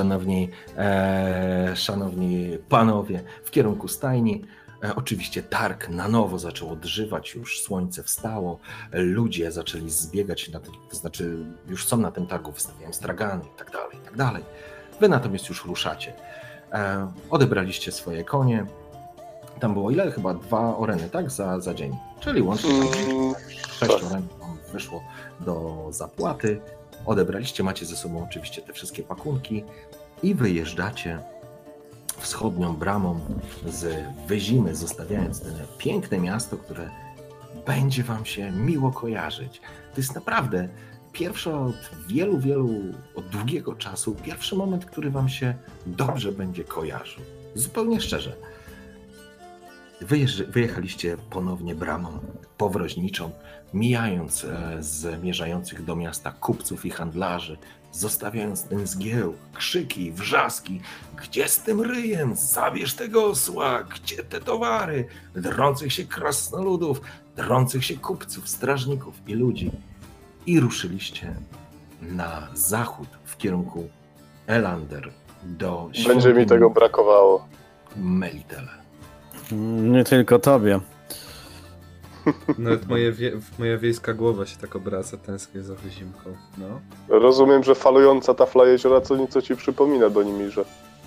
szanowni panowie, w kierunku stajni. Oczywiście targ na nowo zaczął odżywać, już słońce wstało, ludzie zaczęli zbiegać, to znaczy już są na tym targu, wystawiają stragany i tak dalej. Wy natomiast już ruszacie. Odebraliście swoje konie. Tam było ile? Chyba 2 oreny, tak? Za dzień. Czyli łącznie 6 orenów wyszło do zapłaty. Odebraliście, macie ze sobą oczywiście te wszystkie pakunki i wyjeżdżacie wschodnią bramą z Wyzimy, zostawiając to piękne miasto, które będzie wam się miło kojarzyć. To jest naprawdę pierwszy od długiego czasu, pierwszy moment, który wam się dobrze będzie kojarzył. Zupełnie szczerze. Wyjechaliście ponownie bramą powroźniczą, mijając zmierzających do miasta kupców i handlarzy, zostawiając ten zgiełk, krzyki, wrzaski. Gdzie z tym ryjem? Zabierz tego osła! Gdzie te towary? Drących się krasnoludów, drących się kupców, strażników i ludzi. I ruszyliście na zachód w kierunku Elander do Będzie mi tego brakowało. Melitele. Nie tylko tobie. Nawet moja wiejska głowa się tak obraca, tęsknię za Wyzimką. No. Rozumiem, że falująca tafla jeziora co nieco ci przypomina Donimirze.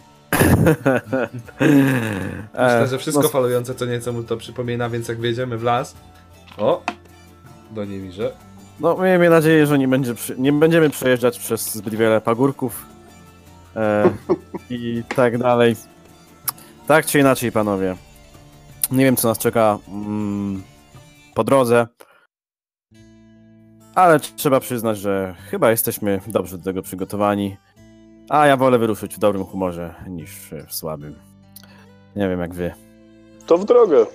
Myślę, że wszystko falujące co nieco mu to przypomina, więc jak wjedziemy w las... O! Donimirze. No, miejmy nadzieję, że nie będziemy przejeżdżać przez zbyt wiele pagórków i tak dalej. Tak czy inaczej, panowie. Nie wiem, co nas czeka po drodze, ale trzeba przyznać, że chyba jesteśmy dobrze do tego przygotowani, a ja wolę wyruszyć w dobrym humorze niż w słabym. Nie wiem jak wy. To w drogę.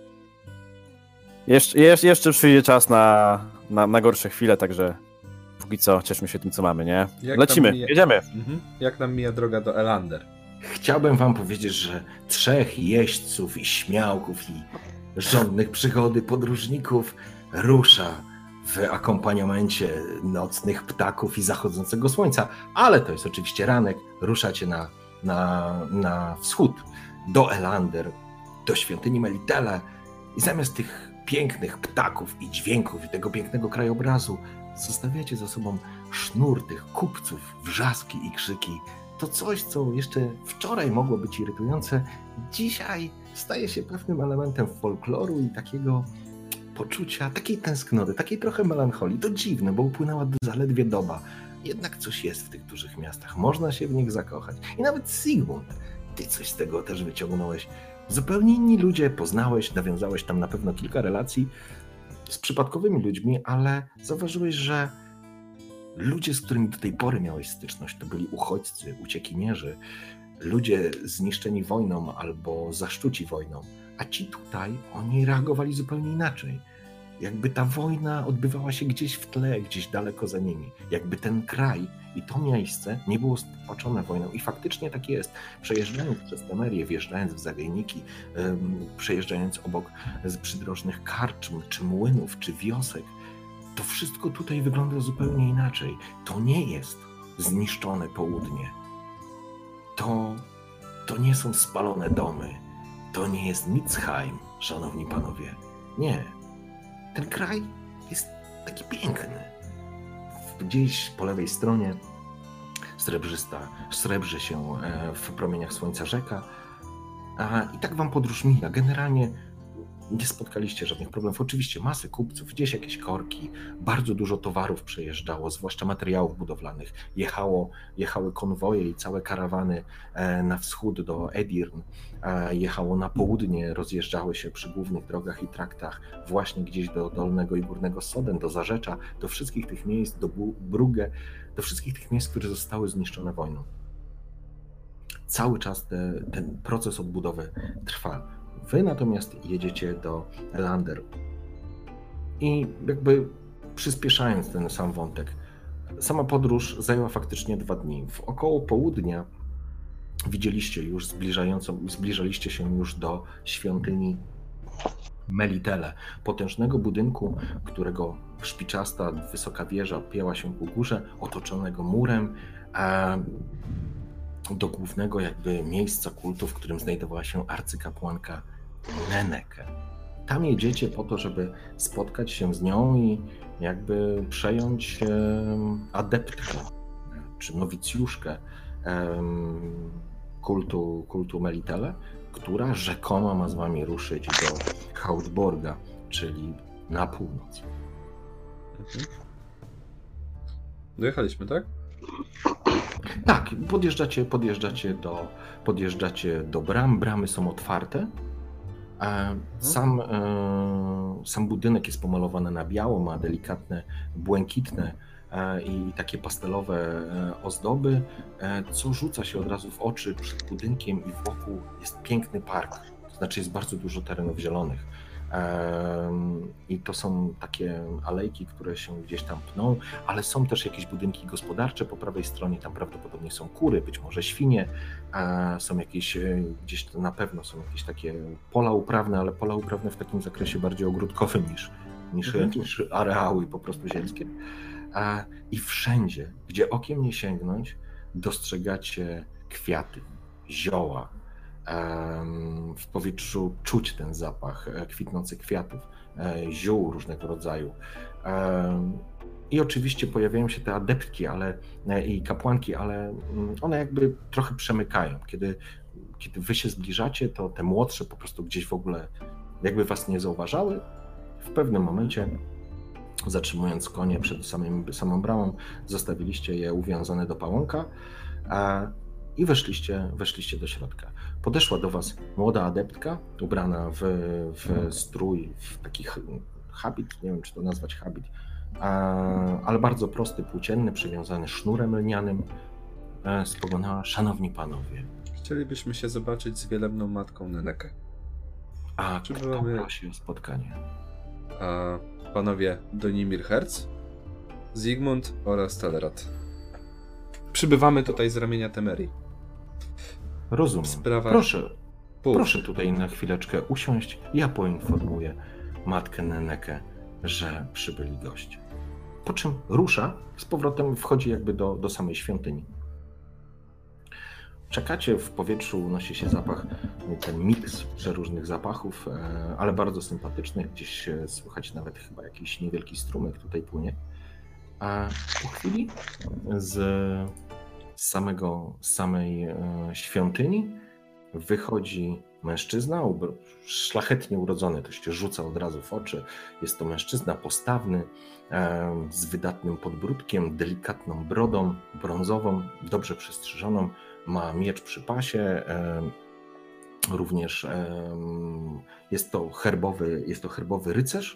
Jeszcze przyjdzie czas na gorsze chwile, także póki co cieszmy się tym, co mamy, nie? Lecimy, jedziemy. Jak nam mija droga do Elander? Chciałbym wam powiedzieć, że 3 jeźdźców i śmiałków i żądnych przygody podróżników rusza w akompaniamencie nocnych ptaków i zachodzącego słońca, ale to jest oczywiście ranek, ruszacie na wschód, do Elander, do świątyni Melitele i zamiast tych pięknych ptaków i dźwięków i tego pięknego krajobrazu zostawiacie za sobą sznur tych kupców, wrzaski i krzyki. To coś, co jeszcze wczoraj mogło być irytujące, dzisiaj staje się pewnym elementem folkloru i takiego poczucia, takiej tęsknoty, takiej trochę melancholii. To dziwne, bo upłynęła zaledwie doba. Jednak coś jest w tych dużych miastach, można się w nich zakochać. I nawet Sigmund, ty coś z tego też wyciągnąłeś. Zupełnie inni ludzie poznałeś, nawiązałeś tam na pewno kilka relacji z przypadkowymi ludźmi, ale zauważyłeś, że ludzie, z którymi do tej pory miałeś styczność, to byli uchodźcy, uciekinierzy, ludzie zniszczeni wojną albo zaszczuci wojną, a ci tutaj, oni reagowali zupełnie inaczej. Jakby ta wojna odbywała się gdzieś w tle, gdzieś daleko za nimi. Jakby ten kraj i to miejsce nie było stłoczone wojną. I faktycznie tak jest. Przejeżdżając przez Temerię, wjeżdżając w zagajniki, przejeżdżając obok przydrożnych karczm, czy młynów, czy wiosek, to wszystko tutaj wygląda zupełnie inaczej. To nie jest zniszczone południe. To nie są spalone domy. To nie jest Mitzheim, szanowni panowie. Nie. Ten kraj jest taki piękny. Gdzieś po lewej stronie srebrzy się w promieniach słońca rzeka. I tak wam podróż mija. Generalnie nie spotkaliście żadnych problemów. Oczywiście masy kupców, gdzieś jakieś korki, bardzo dużo towarów przejeżdżało, zwłaszcza materiałów budowlanych. Jechały konwoje i całe karawany na wschód do Edirn. Jechało na południe, rozjeżdżały się przy głównych drogach i traktach właśnie gdzieś do Dolnego i Górnego Soden, do Zarzecza, do wszystkich tych miejsc, do Brugge, do wszystkich tych miejsc, które zostały zniszczone wojną. Cały czas ten proces odbudowy trwa. Wy natomiast jedziecie do Elander i jakby przyspieszając ten sam wątek, sama podróż zajęła faktycznie 2 dni. W około południa widzieliście już, zbliżaliście się już do świątyni Melitele, potężnego budynku, którego szpiczasta, wysoka wieża pięła się ku górze, otoczonego murem, do głównego jakby miejsca kultu, w którym znajdowała się arcykapłanka Nenneke. Tam jedziecie po to, żeby spotkać się z nią i jakby przejąć adeptkę, czy nowicjuszkę kultu Melitele, która rzekomo ma z wami ruszyć do Hautborga, czyli na północ. Dojechaliśmy, tak? Tak, podjeżdżacie do bram. Bramy są otwarte. Sam budynek jest pomalowany na biało, ma delikatne, błękitne i takie pastelowe ozdoby, co rzuca się od razu w oczy. Przed budynkiem i wokół jest piękny park, to znaczy jest bardzo dużo terenów zielonych. I to są takie alejki, które się gdzieś tam pną, ale są też jakieś budynki gospodarcze po prawej stronie, tam prawdopodobnie są kury, być może świnie, są jakieś, gdzieś na pewno są jakieś takie pola uprawne, ale pola uprawne w takim zakresie bardziej ogródkowym niż areały po prostu ziemskie. I wszędzie, gdzie okiem nie sięgnąć, dostrzegacie kwiaty, zioła. W powietrzu czuć ten zapach kwitnących kwiatów, ziół różnego rodzaju. I oczywiście pojawiają się te adeptki i kapłanki, ale one jakby trochę przemykają. Kiedy wy się zbliżacie, to te młodsze po prostu gdzieś w ogóle jakby was nie zauważały. W pewnym momencie, zatrzymując konie przed samą bramą, zostawiliście je uwiązane do pałąka i weszliście do środka. Podeszła do was młoda adeptka, ubrana w strój, w taki habit, nie wiem czy to nazwać habit, ale bardzo prosty, płócienny, przywiązany sznurem lnianym. Spoglądała: szanowni panowie. Chcielibyśmy się zobaczyć z wielebną matką Nennekę. A kto prosi o spotkanie? Panowie Donimir Herz, Zygmunt oraz Telerat. Przybywamy tutaj z ramienia Temerii. Rozumiem. Sprawach... Proszę tutaj na chwileczkę usiąść. Ja poinformuję matkę Nennekę, że przybyli goście. Po czym rusza, z powrotem wchodzi jakby do samej świątyni. Czekacie, w powietrzu unosi się zapach, ten miks przeróżnych zapachów, ale bardzo sympatycznych. Gdzieś słychać nawet chyba jakiś niewielki strumyk tutaj płynie. A po chwili z samej świątyni wychodzi mężczyzna, szlachetnie urodzony, to się rzuca od razu w oczy. Jest to mężczyzna postawny, z wydatnym podbródkiem, delikatną brodą brązową, dobrze przystrzyżoną, ma miecz przy pasie, również jest to herbowy rycerz.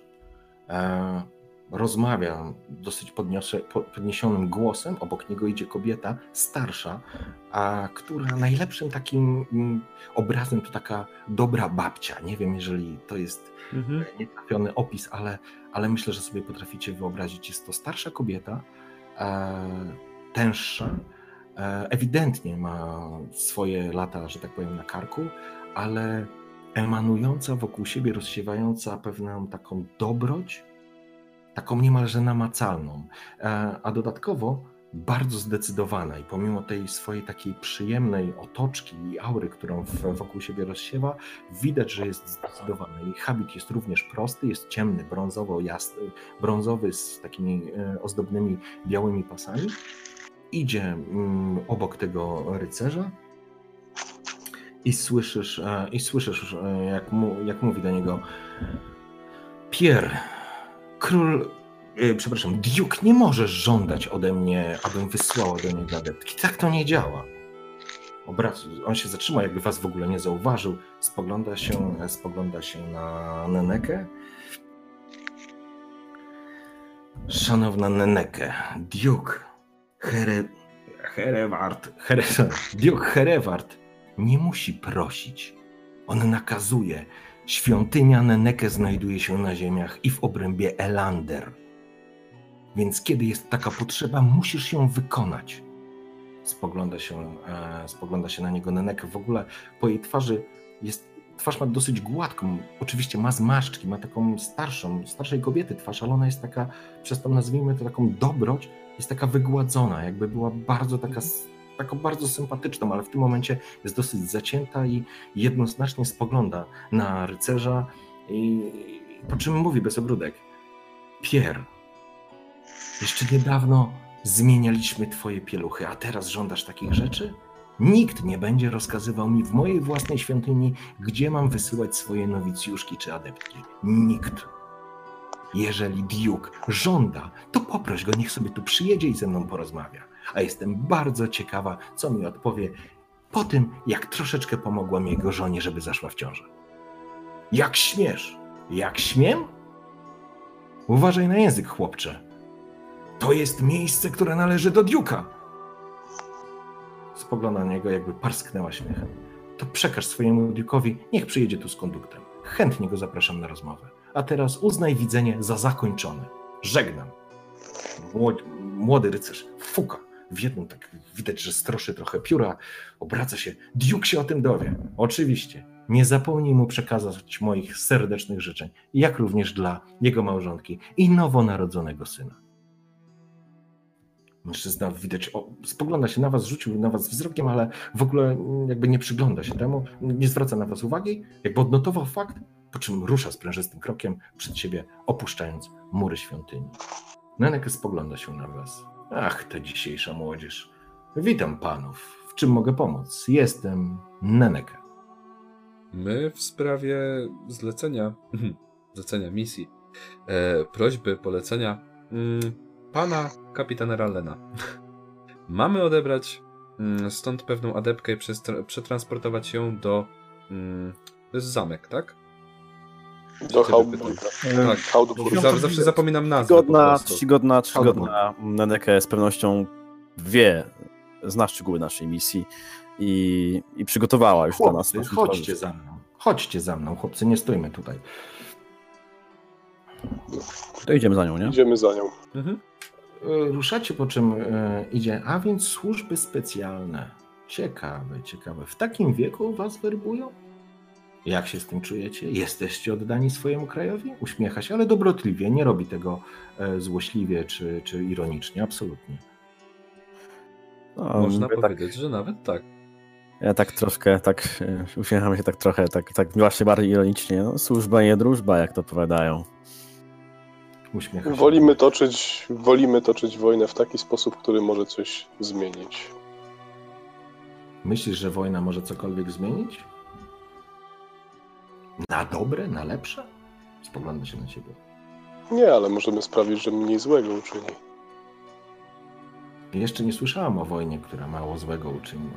Rozmawia dosyć podniesionym głosem, obok niego idzie kobieta starsza, która najlepszym takim obrazem to taka dobra babcia. Nie wiem, jeżeli to jest nietrafiony opis, ale myślę, że sobie potraficie wyobrazić. Jest to starsza kobieta, tęższa, ewidentnie ma swoje lata, że tak powiem, na karku, ale emanująca wokół siebie, rozsiewająca pewną taką dobroć, taką niemalże namacalną, a dodatkowo bardzo zdecydowana i pomimo tej swojej takiej przyjemnej otoczki i aury, którą wokół siebie rozsiewa, widać, że jest zdecydowana. Jej habit jest również prosty, jest ciemny, brązowy z takimi ozdobnymi białymi pasami. Idzie obok tego rycerza i słyszysz jak mówi do niego: Pierre, Duke, nie możesz żądać ode mnie, abym wysłała do niego adeptki. Tak to nie działa. On się zatrzyma, jakby was w ogóle nie zauważył. Spogląda się na Nenekę. Szanowna Neneke, Duke Hereward nie musi prosić. On nakazuje. Świątynia Neneke znajduje się na ziemiach i w obrębie Elander. Więc kiedy jest taka potrzeba, musisz ją wykonać. Spogląda się na niego Neneke. W ogóle po jej twarz ma dosyć gładką. Oczywiście ma zmarszczki, ma taką starszej kobiety twarz, ale ona jest taka, przez to nazwijmy to taką dobroć, jest taka wygładzona, jakby była bardzo taką bardzo sympatyczną, ale w tym momencie jest dosyć zacięta i jednoznacznie spogląda na rycerza i po czym mówi bez ogródek: Pierre, jeszcze niedawno zmienialiśmy twoje pieluchy, a teraz żądasz takich rzeczy? Nikt nie będzie rozkazywał mi w mojej własnej świątyni, gdzie mam wysyłać swoje nowicjuszki czy adeptki. Nikt. Jeżeli Duke żąda, to poproś go, niech sobie tu przyjedzie i ze mną porozmawia. A jestem bardzo ciekawa, co mi odpowie po tym, jak troszeczkę pomogłam jego żonie, żeby zaszła w ciążę. Jak śmiesz? Jak śmiem? Uważaj na język, chłopcze. To jest miejsce, które należy do Duke'a. Spogląda na niego, jakby parsknęła śmiechem. To przekaż swojemu Duke'owi, niech przyjedzie tu z konduktem. Chętnie go zapraszam na rozmowę. A teraz uznaj widzenie za zakończone. Żegnam. Młody rycerz fuka w jedną, tak widać, że stroszy trochę pióra, obraca się. Duke się o tym dowie. Oczywiście. Nie zapomnij mu przekazać moich serdecznych życzeń, jak również dla jego małżonki i nowonarodzonego syna. Mężczyzna widać, spogląda się na was, rzucił na was wzrokiem, ale w ogóle jakby nie przygląda się temu, nie zwraca na was uwagi, jakby odnotował fakt, po czym rusza sprężystym krokiem przed siebie, opuszczając mury świątyni. Neneke spogląda się na was. Ach, ta dzisiejsza młodzież. Witam panów. W czym mogę pomóc? Jestem Neneke. My w sprawie zlecenia misji, prośby, polecenia pana kapitana Rallena. Mamy odebrać stąd pewną adeptkę i przetransportować ją do... to jest zamek, tak? Do Hauburga. Tak, zawsze zapominam nazwę. Czcigodna Neneke z pewnością zna szczegóły naszej misji i przygotowała już dla nas. Chodźcie za mną, chłopcy, nie stójmy tutaj. To idziemy za nią, nie? Idziemy za nią. Mhm. Ruszacie, po czym idzie, a więc służby specjalne. Ciekawe. W takim wieku was werbują? Jak się z tym czujecie? Jesteście oddani swojemu krajowi? Uśmiecha się, ale dobrotliwie, nie robi tego złośliwie czy ironicznie, absolutnie. No, można powiedzieć, że nawet tak. Ja tak troszkę, uśmiecham się tak trochę, tak właśnie bardziej ironicznie. No, służba nie drużba, jak to powiadają. Uśmiecha się. Wolimy toczyć wojnę w taki sposób, który może coś zmienić. Myślisz, że wojna może cokolwiek zmienić? Na dobre, na lepsze? Spogląda się na ciebie. Nie, ale możemy sprawić, że mniej złego uczyni. Jeszcze nie słyszałam o wojnie, która mało złego uczyniła.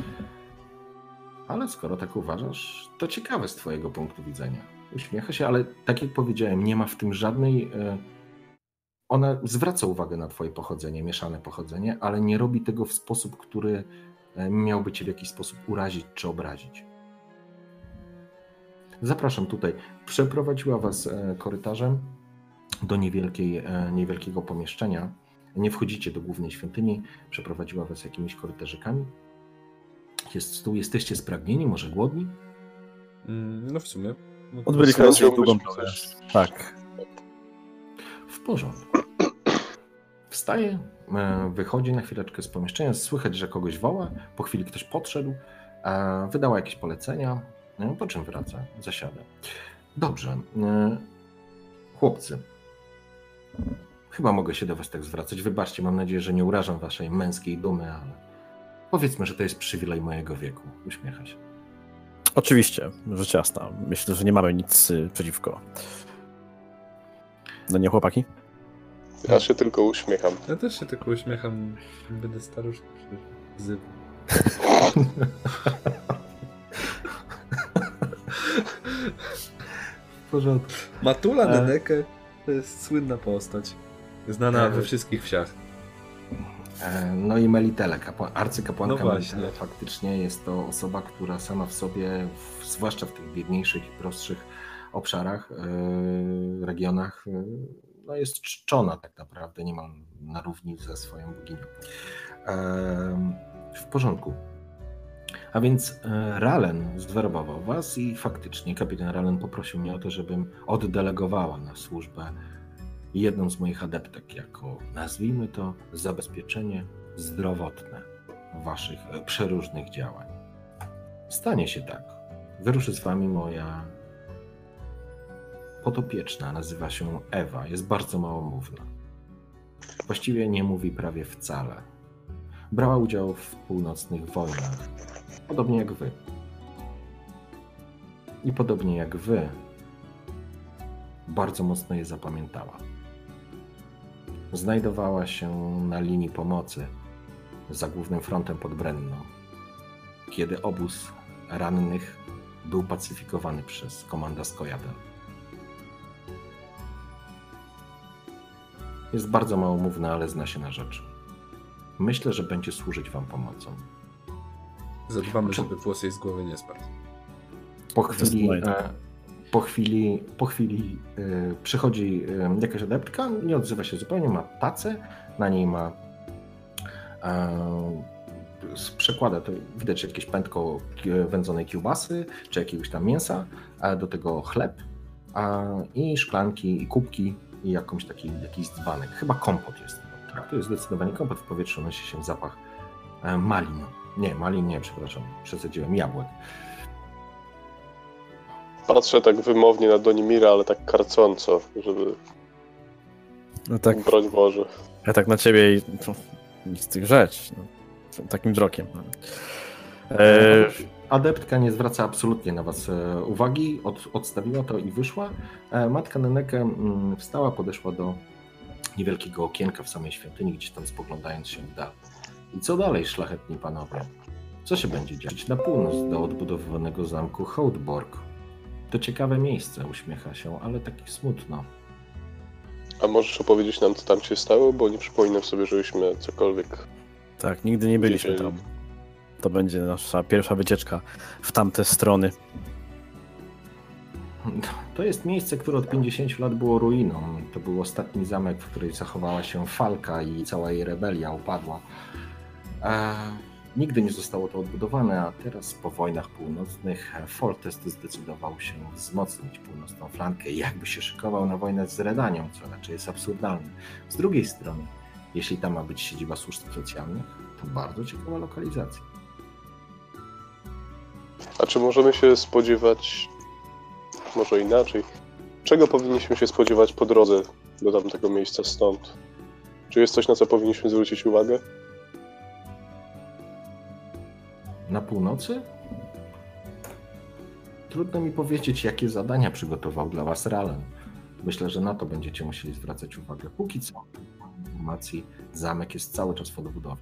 Ale skoro tak uważasz, to ciekawe z twojego punktu widzenia. Uśmiecha się, ale tak jak powiedziałem, nie ma w tym żadnej... Ona zwraca uwagę na twoje pochodzenie, mieszane pochodzenie, ale nie robi tego w sposób, który miałby cię w jakiś sposób urazić czy obrazić. Zapraszam tutaj. Przeprowadziła was korytarzem do niewielkiego pomieszczenia. Nie wchodzicie do głównej świątyni, przeprowadziła was jakimiś korytarzykami. Jest stół, jesteście spragnieni, może głodni? No w sumie. Odbyliśmy Chęcią dosyć długą byśmy drogę. też- Tak. W porządku. Wstaje, wychodzi na chwileczkę z pomieszczenia, słychać, że kogoś woła, po chwili ktoś podszedł, wydała jakieś polecenia, po czym wraca, zasiada. Dobrze. Chłopcy, chyba mogę się do was tak zwracać. Wybaczcie, mam nadzieję, że nie urażam waszej męskiej dumy, ale powiedzmy, że to jest przywilej mojego wieku. Uśmiecha się. Oczywiście, rzecz jasna. Myślę, że nie mamy nic przeciwko. No nie, chłopaki? Ja się tylko uśmiecham. Ja też się tylko uśmiecham. Będę staruszny. Zyb. W porządku. Matula Neneke to jest słynna postać. Znana we wszystkich wsiach. No i Melitele, arcykapłanka No właśnie. Melitele, faktycznie jest to osoba, która sama w sobie, zwłaszcza w tych biedniejszych i prostszych obszarach, regionach, no jest czczona tak naprawdę, nie ma na równi ze swoją boginią. W porządku. A więc Ralen zwerbował was i faktycznie kapitan Ralen poprosił mnie o to, żebym oddelegowała na służbę jedną z moich adeptek jako, nazwijmy to, zabezpieczenie zdrowotne waszych przeróżnych działań. Stanie się tak. Wyruszy z wami moja podopieczna, nazywa się Ewa, jest bardzo małomówna. Właściwie nie mówi prawie wcale. Brała udział w północnych wojnach, podobnie jak wy. I podobnie jak wy, bardzo mocno je zapamiętała. Znajdowała się na linii pomocy za głównym frontem pod Brenną, kiedy obóz rannych był pacyfikowany przez komanda Skojatel. Jest bardzo małomówna, ale zna się na rzeczy. Myślę, że będzie służyć wam pomocą. Zadbamy, żeby włos jej z głowy nie spadł. Po chwili przychodzi jakaś adeptka, nie odzywa się zupełnie, ma tacę, na niej ma przekłada, to widać jakieś pętko wędzonej kiełbasy, czy jakiegoś tam mięsa, a do tego chleb i szklanki, i kubki, i jakiś dzbanek. Chyba kompot jest. Tak, to jest zdecydowanie kompot, w powietrzu nosi się zapach malin. Nie, przepraszam, przesadziłem, jabłek. Patrzę tak wymownie na Donimira, ale tak karcąco, żeby... No tak, Broń Boże. ja tak na ciebie i nic z tych rzeczy. No, takim wzrokiem. Adeptka nie zwraca absolutnie na was uwagi, odstawiła to i wyszła. Matka Neneke wstała, podeszła do niewielkiego okienka w samej świątyni, gdzieś tam spoglądając się w dal. I co dalej, szlachetni panowie? Co się będzie dziać na północ do odbudowywanego zamku Hołdborg? To ciekawe miejsce, uśmiecha się, ale tak smutno. A możesz opowiedzieć nam, co tam się stało? Bo nie przypominam sobie, żebyśmy cokolwiek... Tak, nigdy nie byliśmy tam. To będzie nasza pierwsza wycieczka w tamte strony. To jest miejsce, które od 50 lat było ruiną. To był ostatni zamek, w którym zachowała się Falka i cała jej rebelia upadła. Nigdy nie zostało to odbudowane, a teraz po wojnach północnych Foltest zdecydował się wzmocnić północną flankę i jakby się szykował na wojnę z Redanią, co raczej jest absurdalne. Z drugiej strony, jeśli tam ma być siedziba służb specjalnych, to bardzo ciekawa lokalizacja. A czy możemy się spodziewać, może inaczej, czego powinniśmy się spodziewać po drodze do tamtego miejsca stąd. Czy jest coś, na co powinniśmy zwrócić uwagę? Na północy? Trudno mi powiedzieć, jakie zadania przygotował dla was Ralen. Myślę, że na to będziecie musieli zwracać uwagę. Póki co, informacji, zamek jest cały czas w odbudowie.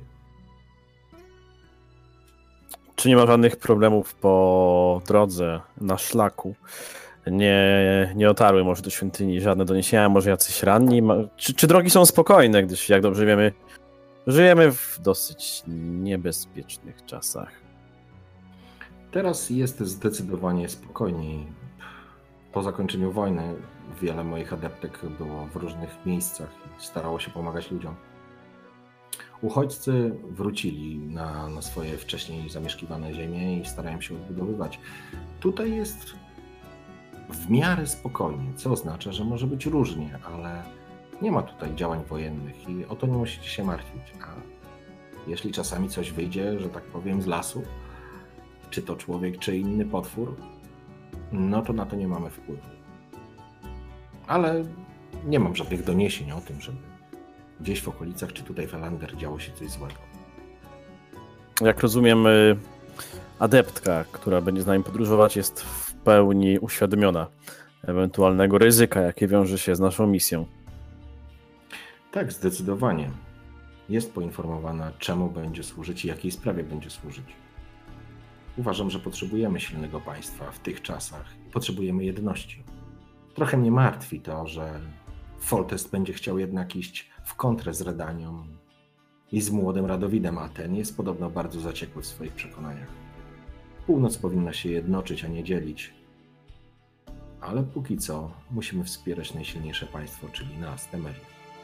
Czy nie ma żadnych problemów po drodze, na szlaku? Nie dotarły może do świątyni żadne doniesienia, może jacyś ranni? Czy drogi są spokojne, gdyż jak dobrze wiemy, żyjemy w dosyć niebezpiecznych czasach. Teraz jest zdecydowanie spokojniej. Po zakończeniu wojny wiele moich adeptek było w różnych miejscach i starało się pomagać ludziom. Uchodźcy wrócili na swoje wcześniej zamieszkiwane ziemie i starają się odbudowywać. Tutaj jest w miarę spokojnie, co oznacza, że może być różnie, ale nie ma tutaj działań wojennych i o to nie musicie się martwić. A jeśli czasami coś wyjdzie, że tak powiem, z lasu, czy to człowiek, czy inny potwór, no to na to nie mamy wpływu. Ale nie mam żadnych doniesień o tym, żeby gdzieś w okolicach, czy tutaj w Elander działo się coś złego. Jak rozumiem, adeptka, która będzie z nami podróżować, jest w pełni uświadomiona ewentualnego ryzyka, jakie wiąże się z naszą misją. Tak, zdecydowanie. Jest poinformowana, czemu będzie służyć i jakiej sprawie będzie służyć. Uważam, że potrzebujemy silnego państwa w tych czasach i potrzebujemy jedności. Trochę mnie martwi to, że Foltest będzie chciał jednak iść w kontrę z Redanią i z młodym Radowidem, a ten jest podobno bardzo zaciekły w swoich przekonaniach. Północ powinna się jednoczyć, a nie dzielić. Ale póki co musimy wspierać najsilniejsze państwo, czyli nas, Temerię.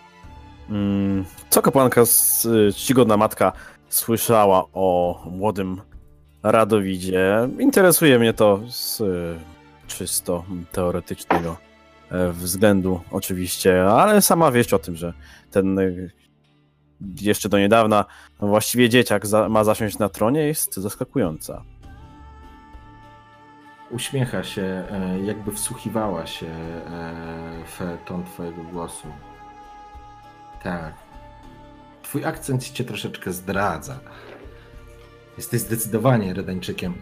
Co kapłanka, czcigodna matka, słyszała o młodym Radowidzie? Interesuje mnie to z czysto teoretycznego względu oczywiście, ale sama wieść o tym, że ten jeszcze do niedawna właściwie dzieciak ma zasiąść na tronie, jest zaskakująca. Uśmiecha się, jakby wsłuchiwała się w ton twojego głosu. Tak. Twój akcent cię troszeczkę zdradza. Jesteś zdecydowanie Redańczykiem.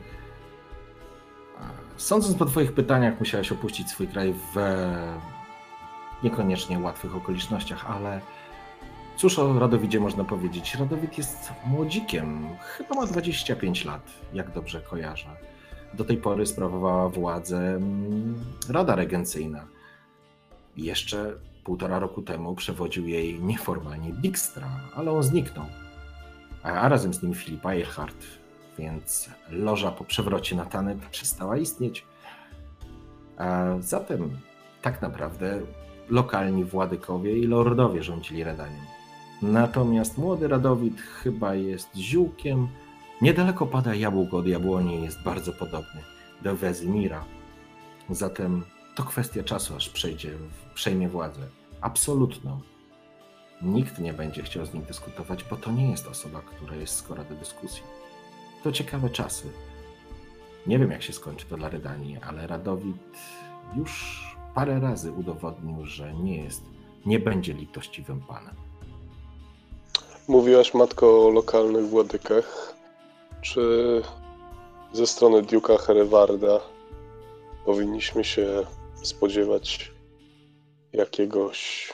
Sądząc po twoich pytaniach, musiałeś opuścić swój kraj w niekoniecznie łatwych okolicznościach, ale cóż o Radowidzie można powiedzieć? Radowid jest młodzikiem. Chyba ma 25 lat, jak dobrze kojarzę. Do tej pory sprawowała władzę Rada Regencyjna. Jeszcze 1,5 roku temu przewodził jej nieformalnie Dijkstra, ale on zniknął. A razem z nim Filipa Eilhart, więc loża po przewrocie na Tanet przestała istnieć. A zatem tak naprawdę lokalni władykowie i lordowie rządzili Redanią. Natomiast młody Radowid chyba jest ziółkiem. Niedaleko pada jabłko od jabłoni, jest bardzo podobny do Wezimira. Zatem to kwestia czasu, aż przejmie władzę. Absolutną. Nikt nie będzie chciał z nim dyskutować, bo to nie jest osoba, która jest skora do dyskusji. To ciekawe czasy. Nie wiem, jak się skończy to dla Redanii, ale Radowid już parę razy udowodnił, że nie będzie litościwym panem. Mówiłaś, matko, o lokalnych władykach. Czy ze strony Duke'a Herewarda powinniśmy się spodziewać jakiegoś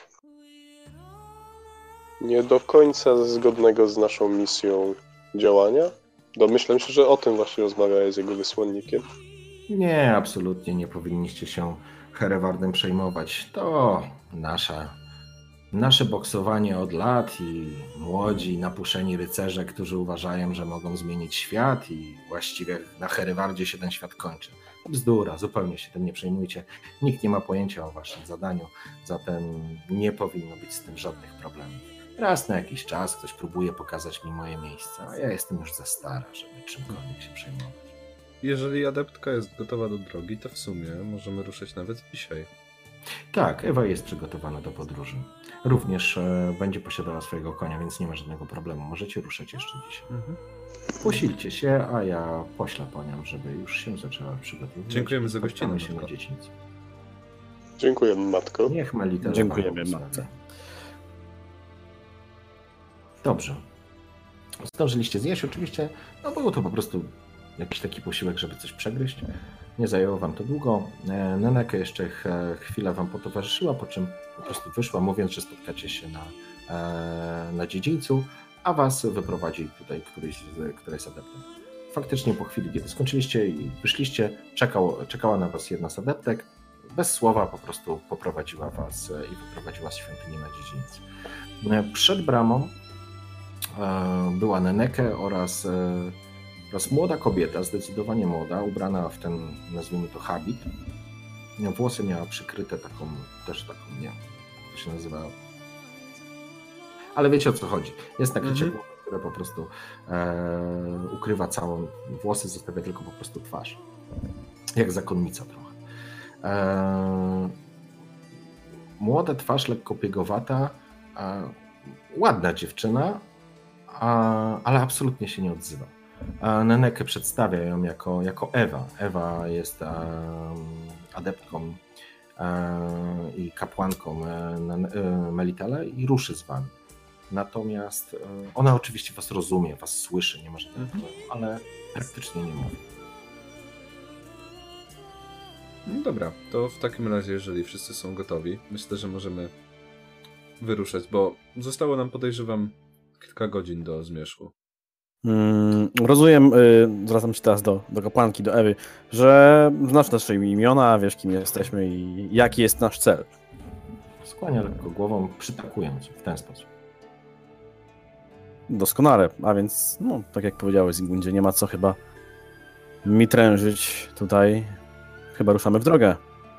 nie do końca zgodnego z naszą misją działania? Domyślam się, że o tym właśnie rozmawiałeś z jego wysłannikiem. Nie, absolutnie nie powinniście się Herewardem przejmować. To nasze boksowanie od lat i młodzi, napuszeni rycerze, którzy uważają, że mogą zmienić świat i właściwie na Herewardzie się ten świat kończy. Bzdura, zupełnie się tym nie przejmujcie. Nikt nie ma pojęcia o waszym zadaniu, zatem nie powinno być z tym żadnych problemów. Raz na jakiś czas ktoś próbuje pokazać mi moje miejsce, a ja jestem już za stara, żeby czymkolwiek się przejmować. Jeżeli adeptka jest gotowa do drogi, to w sumie możemy ruszyć nawet dzisiaj. Tak, Ewa jest przygotowana do podróży. Również będzie posiadała swojego konia, więc nie ma żadnego problemu. Możecie ruszać jeszcze dzisiaj. Posilcie się, a ja poślę po nią, żeby już się zaczęła przygotowywać. Dziękujemy za Spotkamy gościnność. się na dziecińcu. Dziękujemy, matko. Niech Melitele Dziękujemy wam błogosławi. matce. Dobrze. Zdążyliście zjeść oczywiście, no był to po prostu jakiś taki posiłek, żeby coś przegryźć. Nie zajęło wam to długo. Neneke jeszcze chwilę wam potowarzyszyła, po czym po prostu wyszła, mówiąc, że spotkacie się na dziedzińcu, a was wyprowadzi tutaj któryś z adeptem. Faktycznie po chwili, kiedy skończyliście i wyszliście, czekała na was jedna z adeptek. Bez słowa po prostu poprowadziła was i wyprowadziła z świątyni na dziedzińcu. Przed bramą była Neneke oraz młoda kobieta, zdecydowanie młoda, ubrana w ten, nazwijmy to, habit. Włosy miała przykryte taką, nie wiem, jak to się nazywa, ale wiecie, o co chodzi. Jest nakrycie głowy, które po prostu ukrywa całą, włosy zostawia tylko po prostu twarz. Jak zakonnica trochę. Młoda twarz, lekko piegowata, ładna dziewczyna, ale absolutnie się nie odzywa. Nenekę przedstawia ją jako Ewa. Ewa jest adeptką i kapłanką Melitele i ruszy z wami. Natomiast ona oczywiście was rozumie, was słyszy, nie ma żadnego problemu, ale praktycznie nie mówi. No dobra, to w takim razie, jeżeli wszyscy są gotowi, myślę, że możemy wyruszać, bo zostało nam, podejrzewam, kilka godzin do zmierzchu. Rozumiem, zwracam się teraz do kapłanki, do Ewy, że znasz nasze imiona, wiesz, kim jesteśmy i jaki jest nasz cel. Skłania lekko głową, przytakując w ten sposób. Doskonale, a więc, no, tak jak powiedziałeś, Zygmundzie, nie ma co chyba mitrężyć tutaj. Chyba ruszamy w drogę.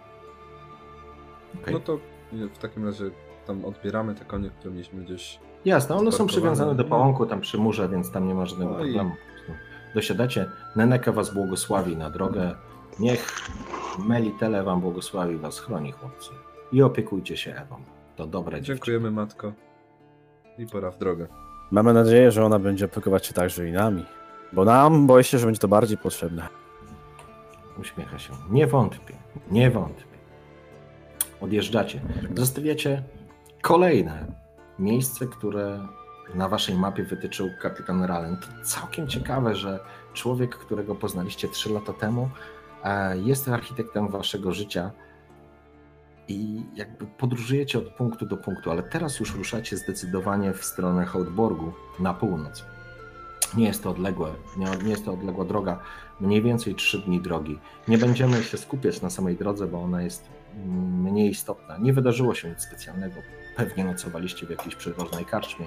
Okay. No to w takim razie tam odbieramy te konie, które mieliśmy gdzieś. Jasne, one są sparkowane. przywiązane do pałąku tam przy murze, więc tam nie ma żadnego problemu. Dosiadacie, Neneke was błogosławi na drogę. Niech Melitele wam błogosławi, was chroni, chłopcy. I opiekujcie się Ewą. To dobre Dziękujemy, matko. I pora w drogę. Mamy nadzieję, że ona będzie opiekować się także i nami. Bo nam, boję się, że będzie to bardziej potrzebne. Uśmiecha się. Nie wątpię, nie wątpię. Odjeżdżacie. Zostawiacie kolejne miejsce, które na waszej mapie wytyczył kapitan Ralen. To całkiem ciekawe, że człowiek, którego poznaliście 3 lata temu, jest architektem waszego życia i jakby podróżujecie od punktu do punktu, ale teraz już ruszacie zdecydowanie w stronę Hołdborgu na północ. Nie jest to odległa droga, mniej więcej 3 dni drogi. Nie będziemy się skupiać na samej drodze, bo ona jest mniej istotna. Nie wydarzyło się nic specjalnego. Pewnie nocowaliście w jakiejś przydrożnej karczmie.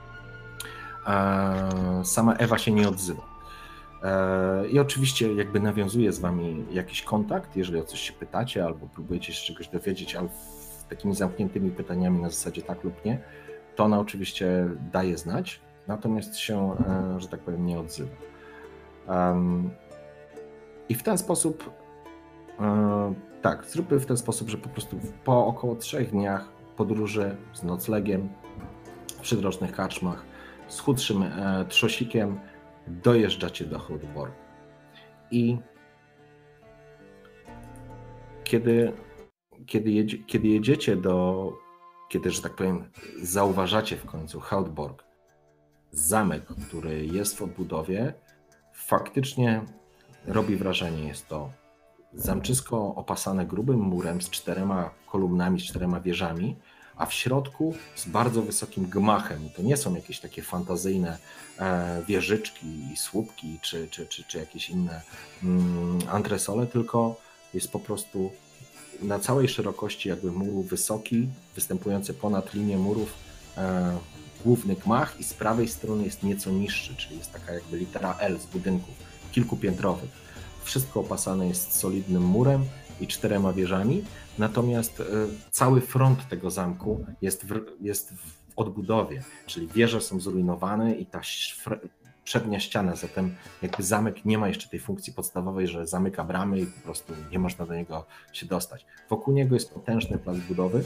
Sama Ewa się nie odzywa. I oczywiście jakby nawiązuje z wami jakiś kontakt, jeżeli o coś się pytacie albo próbujecie się czegoś dowiedzieć, ale takimi zamkniętymi pytaniami na zasadzie tak lub nie, to ona oczywiście daje znać, natomiast się, że tak powiem, nie odzywa. I w ten sposób, tak, zróbmy w ten sposób, że po prostu po około 3 dniach podróży z noclegiem w przydrożnych karczmach, z chudszym trzosikiem dojeżdżacie do Hołdborgu. I kiedy jedziecie kiedy, że tak powiem, zauważacie w końcu Hołdborg, zamek, który jest w odbudowie, faktycznie robi wrażenie. Jest to zamczysko opasane grubym murem z 4 kolumnami, z 4 wieżami, a w środku z bardzo wysokim gmachem. To nie są jakieś takie fantazyjne wieżyczki i słupki, czy jakieś inne antresole, tylko jest po prostu na całej szerokości jakby muru wysoki, występujący ponad linię murów główny gmach i z prawej strony jest nieco niższy, czyli jest taka jakby litera L z budynków, kilkupiętrowych. Wszystko opasane jest solidnym murem i 4 wieżami, natomiast cały front tego zamku jest w odbudowie, czyli wieże są zrujnowane i ta przednia ściana, zatem jakby zamek nie ma jeszcze tej funkcji podstawowej, że zamyka bramy i po prostu nie można do niego się dostać. Wokół niego jest potężny plac budowy,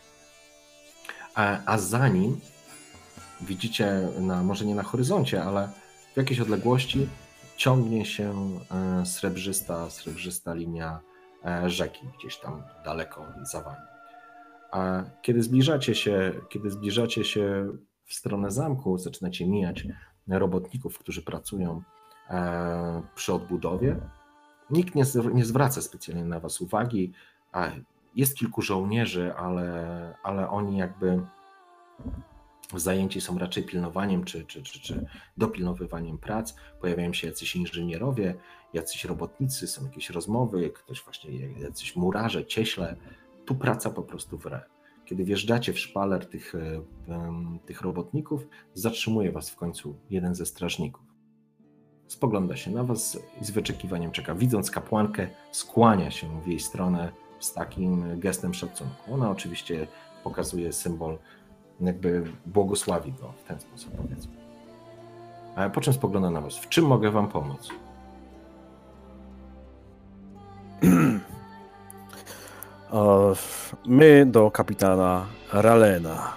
a za nim widzicie, może nie na horyzoncie, ale w jakiejś odległości ciągnie się srebrzysta linia rzeki gdzieś tam daleko za wami. A kiedy zbliżacie się w stronę zamku, zaczynacie mijać robotników, którzy pracują przy odbudowie. Nikt nie zwraca specjalnie na was uwagi. Jest kilku żołnierzy, ale oni jakby zajęci są raczej pilnowaniem czy dopilnowywaniem prac. Pojawiają się jacyś inżynierowie, jacyś robotnicy, są jakieś rozmowy, ktoś właśnie, jacyś murarze, cieśle. Tu praca po prostu wre. Kiedy wjeżdżacie w szpaler tych robotników, zatrzymuje was w końcu jeden ze strażników. Spogląda się na was i z wyczekiwaniem czeka. Widząc kapłankę, skłania się w jej stronę z takim gestem szacunku. Ona oczywiście pokazuje symbol, jakby błogosławi go w ten sposób, powiedzmy. Po czym spogląda na was. W czym mogę wam pomóc? My do kapitana Ralena.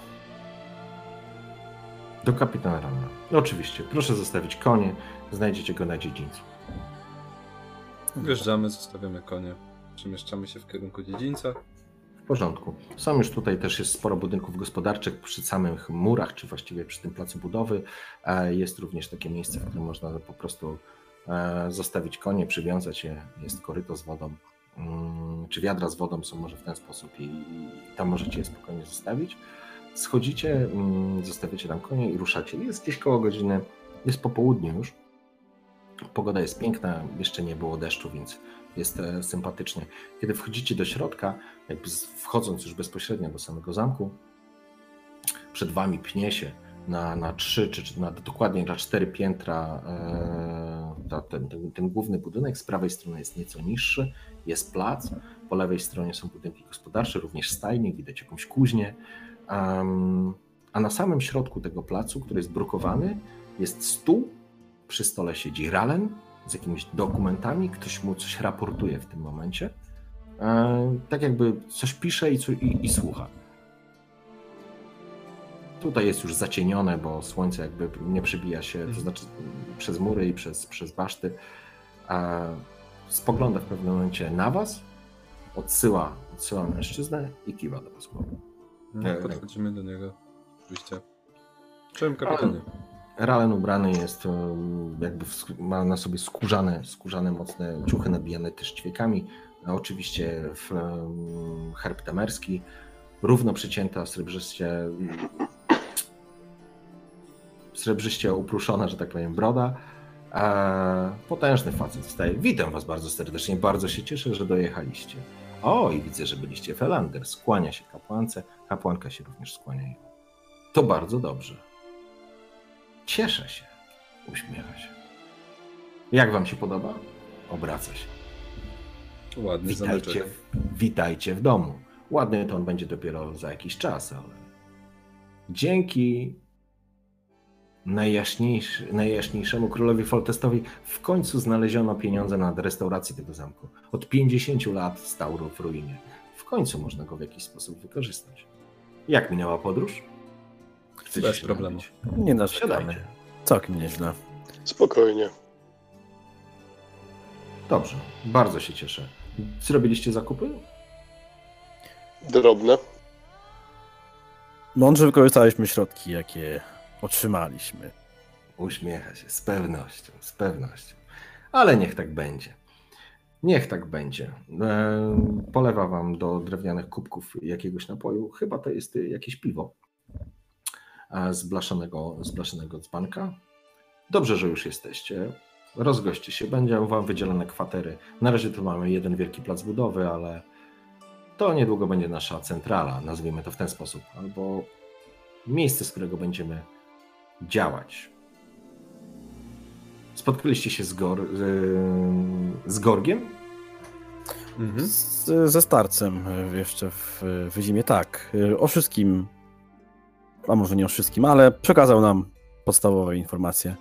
Do kapitana Ralena. Oczywiście. Proszę zostawić konie. Znajdziecie go na dziedzińcu. Wjeżdżamy, zostawiamy konie. Przemieszczamy się w kierunku dziedzińca. W porządku. Są już tutaj też jest sporo budynków gospodarczych przy samych murach, czy właściwie przy tym placu budowy. Jest również takie miejsce, w którym można po prostu zostawić konie, przywiązać je. Jest koryto z wodą, czy wiadra z wodą są może w ten sposób i tam możecie je spokojnie zostawić. Schodzicie, zostawiacie tam konie i ruszacie. Jest gdzieś koło godziny, jest po południu już. Pogoda jest piękna, jeszcze nie było deszczu, więc jest sympatycznie. Kiedy wchodzicie do środka, jakby wchodząc już bezpośrednio do samego zamku, przed wami pnie się na 3 czy dokładnie na 4 piętra ten główny budynek. Z prawej strony jest nieco niższy, jest plac, po lewej stronie są budynki gospodarcze, również stajnie, widać jakąś kuźnię, a na samym środku tego placu, który jest brukowany, jest stół. Przy stole siedzi Ralen z jakimiś dokumentami, ktoś mu coś raportuje w tym momencie. Tak jakby coś pisze i słucha. Tutaj jest już zacienione, bo słońce jakby nie przebija się, to znaczy przez mury i przez baszty. Spogląda w pewnym momencie na was, odsyła mężczyznę i kiwa do was głową. Podchodzimy do niego. Oczywiście. Cześć, kapitanie. Ralen ubrany jest, jakby ma na sobie skórzane mocne ciuchy nabijane też ćwiekami. Oczywiście herb temerski, równo przycięta, srebrzyście upruszona, że tak powiem, broda. Potężny facet wstaje. Witam was bardzo serdecznie, bardzo się cieszę, że dojechaliście. O, i widzę, że byliście w Elander. Skłania się kapłance, kapłanka się również skłania. To bardzo dobrze. Cieszę się. Uśmiecha się. Jak wam się podoba? Obraca się. Ładny zameczek. Witajcie w domu. Ładny to on będzie dopiero za jakiś czas, ale dzięki najjaśniejszemu królowi Foltestowi w końcu znaleziono pieniądze na restaurację tego zamku. Od 50 lat stał w ruinie. W końcu można go w jakiś sposób wykorzystać. Jak minęła podróż? Chcecie Bez się problemu. napić? Nie narzekamy. Siadajcie. Całkiem nieźle. Spokojnie. Dobrze, bardzo się cieszę. Zrobiliście zakupy? Drobne. Mądrze wykorzystaliśmy środki, jakie otrzymaliśmy. Uśmiecha się, z pewnością. Ale niech tak będzie. Niech tak będzie. Polewa wam do drewnianych kubków jakiegoś napoju. Chyba to jest jakieś piwo. Z blaszanego dzbanka. Dobrze, że już jesteście. Rozgoście się. Będą wam wydzielone kwatery. Na razie tu mamy jeden wielki plac budowy, ale to niedługo będzie nasza centrala, nazwijmy to w ten sposób. Albo miejsce, z którego będziemy działać. Spotkaliście się z Gorgiem? Mhm. Ze starcem jeszcze w zimie, tak. O wszystkim, a może nie o wszystkim, ale przekazał nam podstawowe informacje.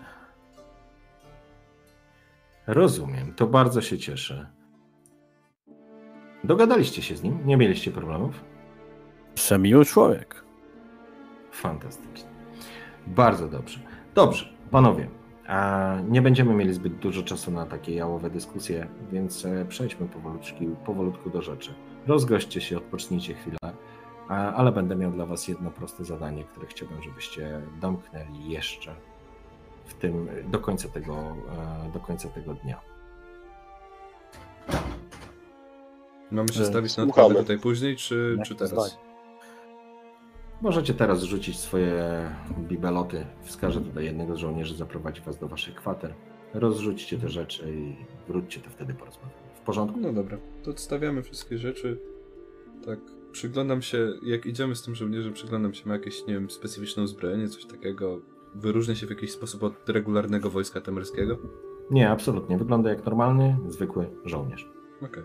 Rozumiem, to bardzo się cieszę. Dogadaliście się z nim? Nie mieliście problemów? Przemiły człowiek. Fantastycznie. Bardzo dobrze. Dobrze, panowie. A nie będziemy mieli zbyt dużo czasu na takie jałowe dyskusje, więc przejdźmy powolutku do rzeczy. Rozgośćcie się, odpocznijcie chwilę, ale będę miał dla was jedno proste zadanie, które chciałbym, żebyście domknęli jeszcze do końca tego dnia. Mamy się stawić na Słuchamy. tutaj później, czy teraz? Możecie teraz rzucić swoje bibeloty. Wskażę tutaj jednego z żołnierzy, zaprowadzi was do waszych kwater. Rozrzućcie te rzeczy i wróćcie, to wtedy porozmawiamy. W porządku? No dobra, to odstawiamy wszystkie rzeczy. Tak, przyglądam się, jak idziemy z tym żołnierzem, przyglądam się, ma jakieś, nie wiem, specyficzne uzbrojenie, coś takiego. Wyróżnia się w jakiś sposób od regularnego wojska temerskiego? Nie, absolutnie. Wygląda jak normalny, zwykły żołnierz. Okej.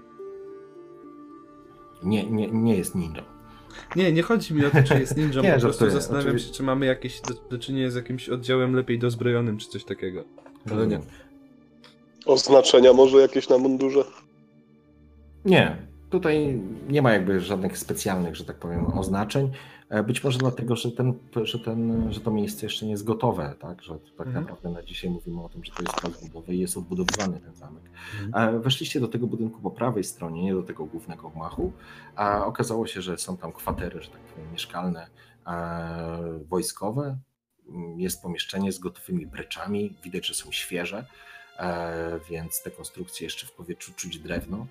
Nie jest ninją. Nie chodzi mi o to, czy jest ninja, Nie, po prostu żartuję, zastanawiam oczywiście. się, czy mamy jakieś do czynienia z jakimś oddziałem lepiej dozbrojonym, czy coś takiego. Ale nie. Oznaczenia może jakieś na mundurze? Nie, tutaj nie ma jakby żadnych specjalnych, że tak powiem, oznaczeń. Być może dlatego, że to miejsce jeszcze nie jest gotowe, tak? Że tak naprawdę na dzisiaj mówimy o tym, że to jest plac budowy i jest odbudowywany ten zamek. Weszliście do tego budynku po prawej stronie, nie do tego głównego gmachu, a okazało się, że są tam kwatery, że tak powiem, mieszkalne, wojskowe. Jest pomieszczenie z gotowymi bryczami, widać, że są świeże, więc te konstrukcje jeszcze w powietrzu czuć drewno.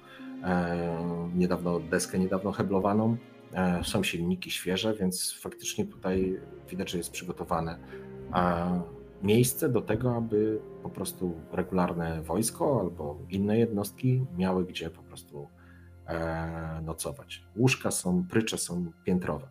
Deskę niedawno heblowaną. Są silniki świeże, więc faktycznie tutaj widać, że jest przygotowane miejsce do tego, aby po prostu regularne wojsko albo inne jednostki miały gdzie po prostu nocować. Łóżka prycze są piętrowe.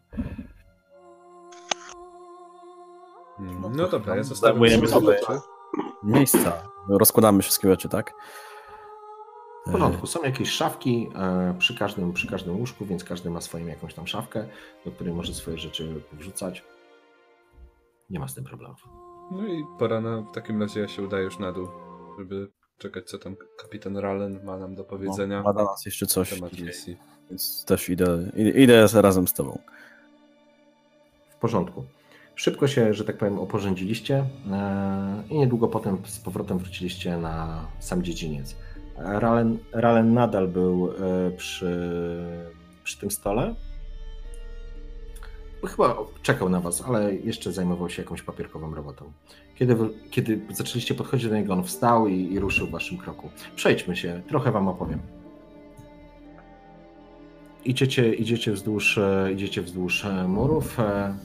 No dobra, ja zostawiam Zajmujemy sobie sobie rzeczy. miejsca. Rozkładamy wszystkie rzeczy, tak? W porządku, są jakieś szafki przy każdym łóżku, więc każdy ma swoją jakąś tam szafkę, do której może swoje rzeczy wrzucać. Nie ma z tym problemów. No i pora w takim razie ja się udaję już na dół, żeby czekać, co tam kapitan Rallen ma nam do powiedzenia Ma dla nas jeszcze na coś temat dzisiaj, misji. więc też idę razem z tobą. W porządku. Szybko się, że tak powiem, oporządziliście i niedługo potem z powrotem wróciliście na sam dziedziniec. Rallen nadal był przy tym stole. Chyba czekał na was, ale jeszcze zajmował się jakąś papierkową robotą. Kiedy zaczęliście podchodzić do niego, on wstał i ruszył w waszym kroku. Przejdźmy się, trochę wam opowiem. Idziecie wzdłuż murów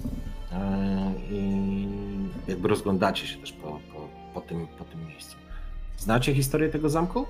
i jakby rozglądacie się też po tym miejscu. Znacie historię tego zamku?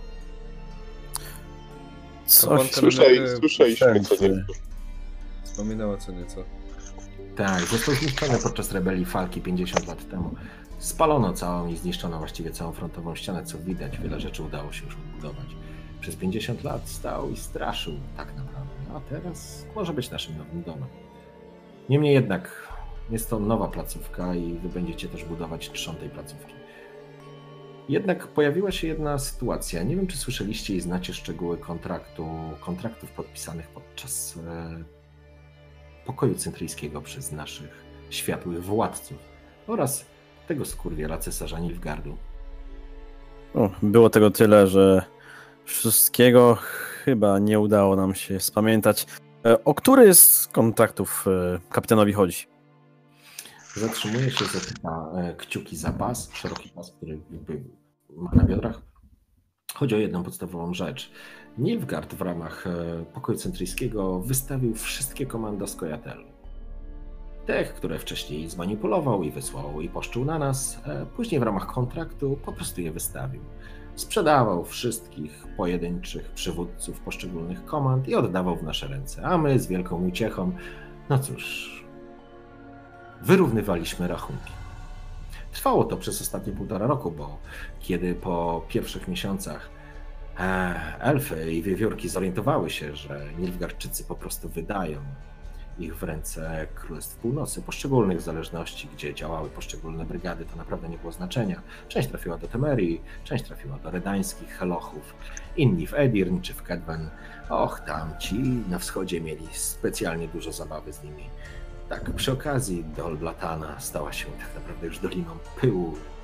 Coś Słyszeliśmy co nie. Wspominała co nieco. Tak, został zniszczony podczas rebelii Falki 50 lat temu. Spalono całą i zniszczono właściwie całą frontową ścianę, co widać, wiele rzeczy udało się już odbudować. Przez 50 lat stał i straszył tak naprawdę, a teraz może być naszym nowym domem. Niemniej jednak jest to nowa placówka i wy będziecie też budować trzon tej placówki. Jednak pojawiła się jedna sytuacja. Nie wiem, czy słyszeliście i znacie szczegóły kontraktów podpisanych podczas pokoju centryjskiego przez naszych światłych władców oraz tego skurwiela cesarza Nilfgaardu. Było tego tyle, że wszystkiego chyba nie udało nam się spamiętać. O który z kontaktów kapitanowi chodzi? Zatrzymuje się, zatyka kciuki za pas, szeroki pas, który jakby ma na biodrach. Chodzi o jedną podstawową rzecz. Nilfgaard w ramach pokoju centryjskiego wystawił wszystkie komanda Skojatel. Tych, które wcześniej zmanipulował i wysłał i poszczył na nas, później w ramach kontraktu po prostu je wystawił. Sprzedawał wszystkich pojedynczych przywódców poszczególnych komand i oddawał w nasze ręce, a my z wielką uciechą, no cóż, wyrównywaliśmy rachunki. Trwało to przez ostatnie 1,5 roku, bo kiedy po pierwszych miesiącach elfy i wiewiórki zorientowały się, że Nilfgaardczycy po prostu wydają ich w ręce Królestw Północy, poszczególnych zależności, gdzie działały poszczególne brygady, to naprawdę nie było znaczenia. Część trafiła do Temerii, część trafiła do redańskich Helochów, inni w Edirn czy w Kedwen. Och, tamci na wschodzie mieli specjalnie dużo zabawy z nimi. Tak, przy okazji Dol Blatana stała się tak naprawdę już doliną pyłu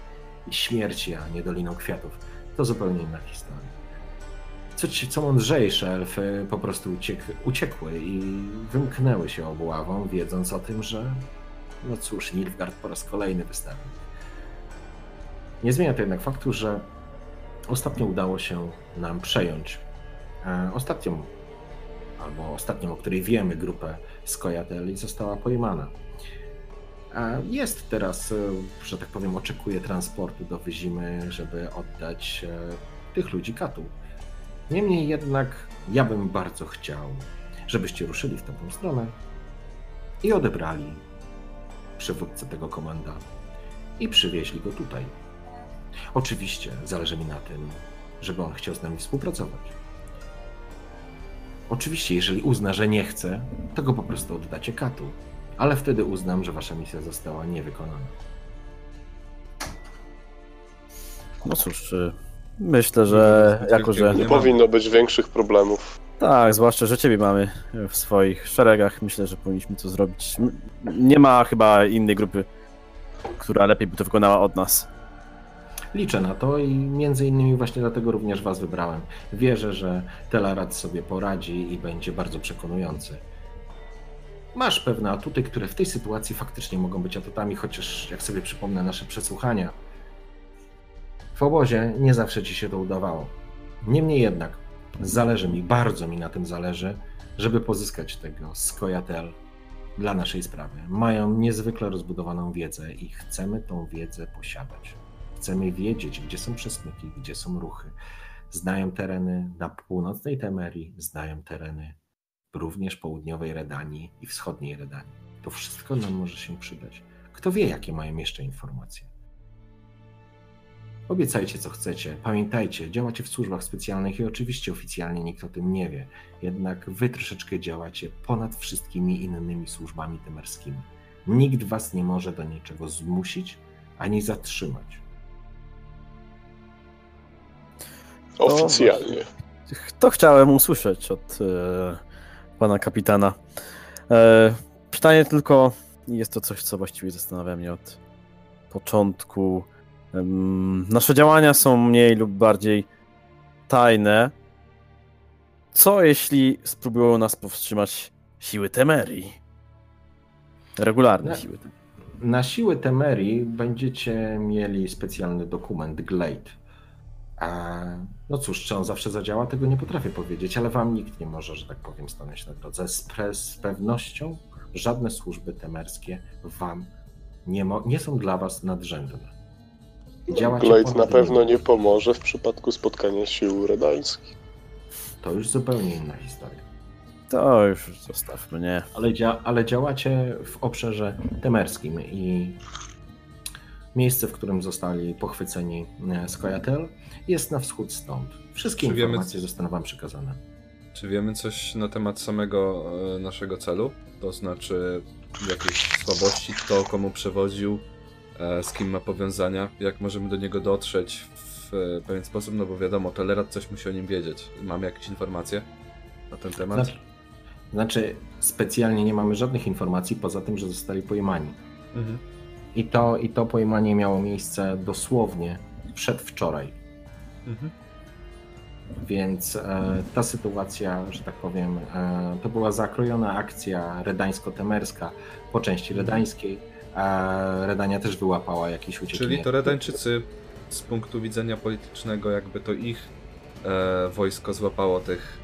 i śmierci, a nie Doliną Kwiatów. To zupełnie inna historia. Co mądrzejsze, elfy po prostu uciekły i wymknęły się obławą, wiedząc o tym, że no cóż, Nilfgaard po raz kolejny wystawił. Nie zmienia to jednak faktu, że ostatnio udało się nam przejąć ostatnią, o której wiemy, grupę Skojatel i została pojmana. Jest teraz, że tak powiem, oczekuje transportu do Wyzimy, żeby oddać tych ludzi Katu. Niemniej jednak ja bym bardzo chciał, żebyście ruszyli w tamtą stronę i odebrali przywódcę tego komanda i przywieźli go tutaj. Oczywiście zależy mi na tym, żeby on chciał z nami współpracować. Oczywiście, jeżeli uzna, że nie chce, to go po prostu oddacie Katu, ale wtedy uznam, że wasza misja została niewykonana. No cóż, myślę, że jako, że... Nie powinno być większych problemów. Tak, zwłaszcza, że ciebie mamy w swoich szeregach. Myślę, że powinniśmy to zrobić. Nie ma chyba innej grupy, która lepiej by to wykonała od nas. Liczę na to i między innymi właśnie dlatego również was wybrałem. Wierzę, że Telerat sobie poradzi i będzie bardzo przekonujący. Masz pewne atuty, które w tej sytuacji faktycznie mogą być atutami, chociaż jak sobie przypomnę nasze przesłuchania, w obozie nie zawsze ci się to udawało. Niemniej jednak zależy mi, bardzo mi na tym zależy, żeby pozyskać tego Skojatel dla naszej sprawy. Mają niezwykle rozbudowaną wiedzę i chcemy tą wiedzę posiadać. Chcemy wiedzieć, gdzie są przesmyki, gdzie są ruchy. Znają tereny na północnej Temerii, znają tereny również południowej Redanii i wschodniej Redanii. To wszystko nam może się przydać. Kto wie, jakie mają jeszcze informacje. Obiecajcie, co chcecie. Pamiętajcie, działacie w służbach specjalnych i oczywiście oficjalnie nikt o tym nie wie. Jednak wy troszeczkę działacie ponad wszystkimi innymi służbami temerskimi. Nikt was nie może do niczego zmusić, ani zatrzymać. Oficjalnie. To chciałem usłyszeć od pana kapitana. Pytanie tylko, jest to coś, co właściwie zastanawia mnie od początku. Nasze działania są mniej lub bardziej tajne. Co jeśli spróbują nas powstrzymać siły Temerii? Regularne siły Temerii. Na siły Temerii będziecie mieli specjalny dokument, Glade. No cóż, czy on zawsze zadziała, tego nie potrafię powiedzieć, ale wam nikt nie może, że tak powiem, stanąć na drodze. Z pewnością żadne służby temerskie wam nie są dla was nadrzędne. Glade na pewno nie pomoże w przypadku spotkania sił redańskich. To już zupełnie inna historia. To już zostawmy, nie? Ale działacie w obszarze temerskim i miejsce, w którym zostali pochwyceni Skojatel, jest na wschód stąd. Wszystkie informacje zostaną wam przekazane. Czy wiemy coś na temat samego naszego celu? To znaczy jakieś słabości, kto komu przewodził, z kim ma powiązania, jak możemy do niego dotrzeć w pewien sposób, no bo wiadomo, Telerat coś musi o nim wiedzieć. Mamy jakieś informacje na ten temat? Znaczy, specjalnie nie mamy żadnych informacji, poza tym, że zostali pojmani. Mhm. I to pojmanie miało miejsce dosłownie przedwczoraj. Mhm. Więc ta sytuacja, że tak powiem, to była zakrojona akcja redańsko-temerska po części redańskiej, a Redania też wyłapała jakieś ucieczki. Czyli to Redańczycy z punktu widzenia politycznego, jakby to ich wojsko złapało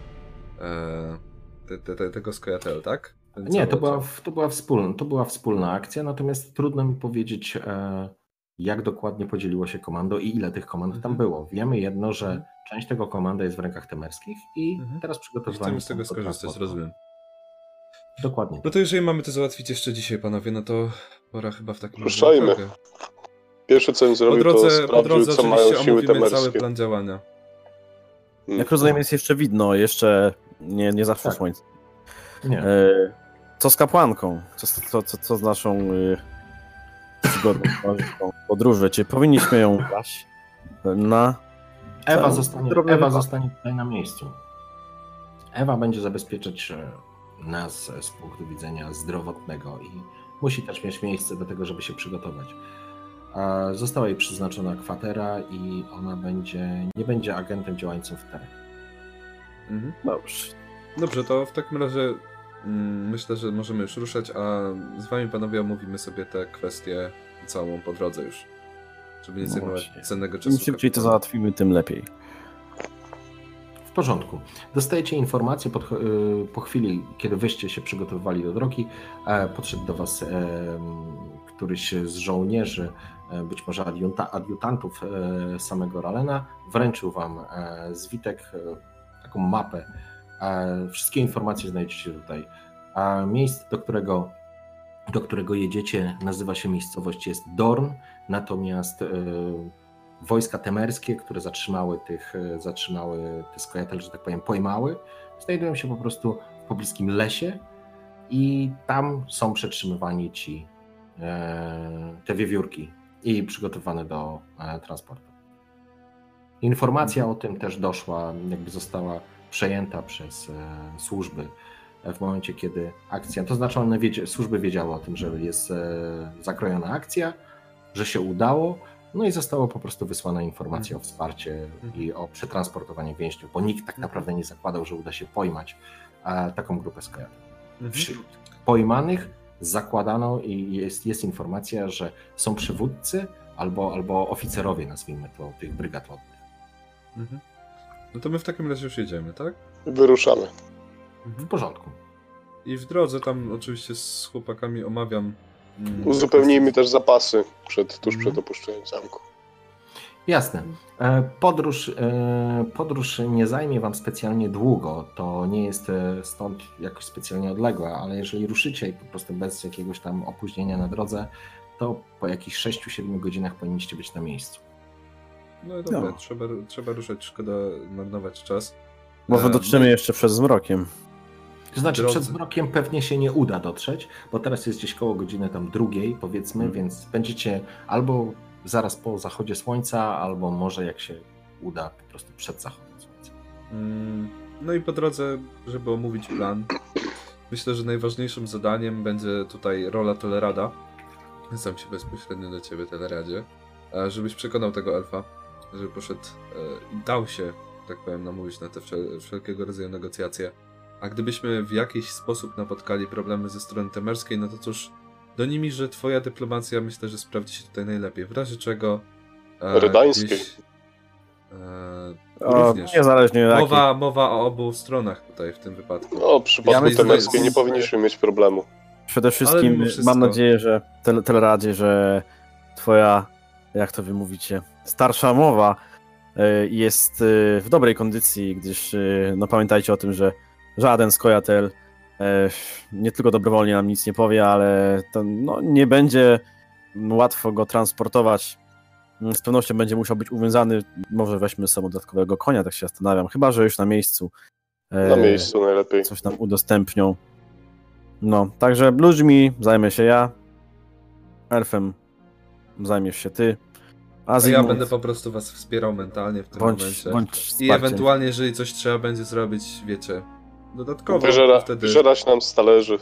tego Skojatel, tak? Nie, to była wspólna akcja, natomiast trudno mi powiedzieć, jak dokładnie podzieliło się komando i ile tych komand tam było. Wiemy jedno, że część tego komanda jest w rękach temerskich i teraz przygotowani chcemy z tego skorzystać, rozumiem. Dokładnie. No to jeżeli mamy to załatwić jeszcze dzisiaj, panowie, no to pora chyba w takim razie. Ruszajmy. Pierwsze, co bym zrobił, to sprawdził, co mają siły temerskie. Cały plan działania. Jak rozumiem, jest jeszcze widno, jeszcze nie zaszło słońce. Nie. Co z kapłanką? Co z naszą przygodą, podróży? Czy powinniśmy ją brać na... Ewa zostanie tutaj na miejscu. Ewa będzie zabezpieczać nas z punktu widzenia zdrowotnego i musi też mieć miejsce do tego, żeby się przygotować. Została jej przeznaczona kwatera i ona nie będzie agentem działającym w terenie. Mhm. Dobrze. Dobrze, to w takim razie myślę, że możemy już ruszać, a z wami panowie omówimy sobie te kwestie całą po drodze już. Żeby nie No zajmować właśnie. cennego Im czasu. szybciej to załatwimy, tym lepiej. W porządku. Dostajecie informację po chwili, kiedy wyście się przygotowywali do drogi, podszedł do was któryś z żołnierzy, być może adiutantów samego Ralena, wręczył wam zwitek, taką mapę. Wszystkie informacje znajdziecie tutaj. Miejsce, do którego jedziecie, nazywa się miejscowość, jest Dorn, natomiast wojska temerskie, które zatrzymały te skojatel, że tak powiem, pojmały, znajdują się po prostu w pobliskim lesie i tam są przetrzymywani te wiewiórki i przygotowane do transportu. Informacja o tym też doszła, jakby została przejęta przez służby w momencie, kiedy akcja, to znaczy służby wiedziały o tym, że jest zakrojona akcja, że się udało, no i została po prostu wysłana informacja o wsparcie i o przetransportowanie więźniów, bo nikt tak naprawdę nie zakładał, że uda się pojmać taką grupę skojatel. Wśród pojmanych zakładano i jest informacja, że są przywódcy albo oficerowie, nazwijmy to, tych brygad lotnych. No to my w takim razie już jedziemy, tak? Wyruszamy. W porządku. I w drodze tam oczywiście z chłopakami omawiam... Uzupełnijmy też zapasy tuż przed opuszczeniem zamku. Jasne. Podróż nie zajmie wam specjalnie długo, to nie jest stąd jakoś specjalnie odległa, ale jeżeli ruszycie i po prostu bez jakiegoś tam opóźnienia na drodze, to po jakichś 6-7 godzinach powinniście być na miejscu. No i dobra, trzeba ruszać, szkoda marnować czas. Może dotrzemy jeszcze przed zmrokiem. To znaczy Drodzy. przed zmrokiem pewnie się nie uda dotrzeć, bo teraz jest gdzieś koło godziny tam 2:00 powiedzmy, więc będziecie albo zaraz po zachodzie słońca, albo może jak się uda po prostu przed zachodem słońca. No i po drodze, żeby omówić plan, myślę, że najważniejszym zadaniem będzie tutaj rola Telerada. Zwracam się bezpośrednio do ciebie, Teleradzie, żebyś przekonał tego elfa, żeby poszedł i dał się, tak powiem, namówić na te wszelkiego rodzaju negocjacje. A gdybyśmy w jakiś sposób napotkali problemy ze strony temerskiej, no to cóż, do nimi, że twoja dyplomacja myślę, że sprawdzi się tutaj najlepiej. W razie czego... Rydańskiej. Również. Niezależnie jak. Mowa o obu stronach tutaj w tym wypadku. No, w przypadku myślę, temerskiej że- nie powinniśmy mieć problemu. Przede Ale wszystkim mimo wszystko- mam nadzieję, że Teleradzie, że twoja, jak to wy mówicie, starsza mowa jest w dobrej kondycji, gdyż no pamiętajcie o tym, że żaden skojatel nie tylko dobrowolnie nam nic nie powie, ale to, no, nie będzie łatwo go transportować. Z pewnością będzie musiał być uwiązany. Może weźmy z sobą dodatkowego konia, tak się zastanawiam. Chyba że już na miejscu. Na miejscu najlepiej. Coś nam udostępnią. No, także ludźmi zajmę się ja. Elfem zajmiesz się ty. A A ja Zygmunt, będę po prostu was wspierał mentalnie w tym momencie. bądź I wsparciem. ewentualnie, jeżeli coś trzeba będzie zrobić, wiecie, dodatkowo, wtedy... Wyżerać nam z talerzy.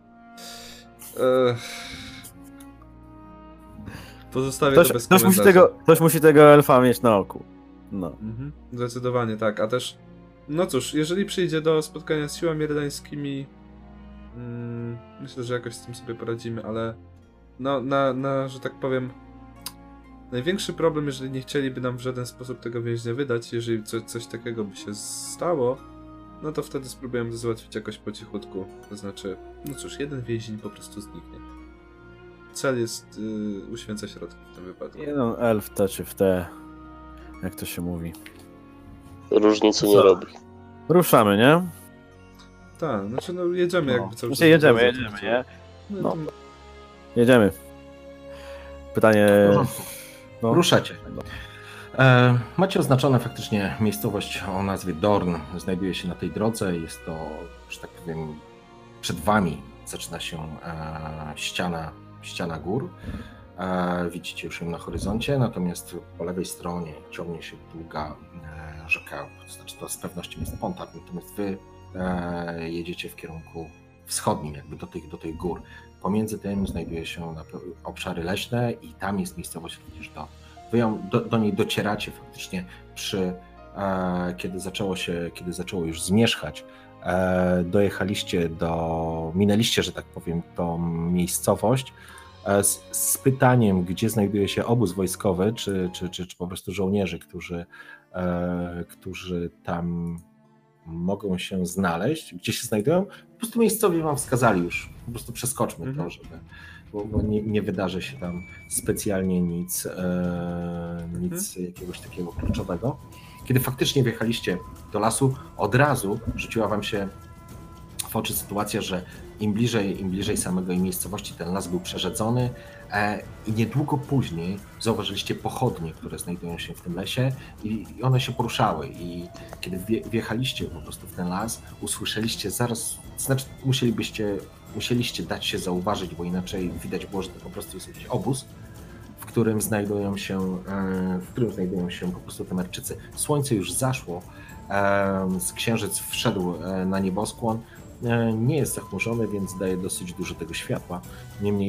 Pozostawię to bez Ktoś musi tego elfa mieć na oku. No. Zdecydowanie tak, a też, no cóż, jeżeli przyjdzie do spotkania z siłami rydańskimi, myślę, że jakoś z tym sobie poradzimy, ale no, że tak powiem, największy problem, jeżeli nie chcieliby nam w żaden sposób tego więźnia wydać, jeżeli coś takiego by się stało, no to wtedy spróbujemy to załatwić jakoś po cichutku. To znaczy, no cóż, jeden więzień po prostu zniknie. Cel jest uświęca środki w tym wypadku. Jeden elf te czy w te, jak to się mówi. Różnicy nie robi. Ruszamy, nie? Tak, znaczy no jedziemy jakby cały czas. Jedziemy, nie? No. Jedziemy. Pytanie... No. Ruszacie. Macie oznaczone faktycznie miejscowość o nazwie Dorn. Znajduje się na tej drodze. Jest to, że tak powiem, przed wami zaczyna się ściana gór. Widzicie już ją na horyzoncie, natomiast po lewej stronie ciągnie się długa rzeka, to znaczy to z pewnością jest Pontar, natomiast wy jedziecie w kierunku wschodnim, jakby do tych gór. Pomiędzy tym znajduje się obszary leśne i tam jest miejscowość również do niej docieracie faktycznie kiedy zaczęło już zmierzchać, minęliście, że tak powiem, tą miejscowość z pytaniem, gdzie znajduje się obóz wojskowy, czy po prostu żołnierzy, którzy tam mogą się znaleźć, gdzie się znajdują, po prostu miejscowi wam wskazali już, po prostu przeskoczmy to, bo nie wydarzy się tam specjalnie nic jakiegoś takiego kluczowego. Kiedy faktycznie wjechaliście do lasu, od razu rzuciła wam się w oczy sytuacja, że im bliżej samego miejscowości ten las był przerzedzony i niedługo później zauważyliście pochodnie, które znajdują się w tym lesie i one się poruszały i kiedy wjechaliście po prostu w ten las, usłyszeliście zaraz, znaczy musieliście dać się zauważyć, bo inaczej widać było, że to po prostu jest jakiś obóz, w którym znajdują się po prostu Temerczycy. Słońce już zaszło, księżyc wszedł na nieboskłon, nie jest zachmurzony, więc daje dosyć dużo tego światła. Niemniej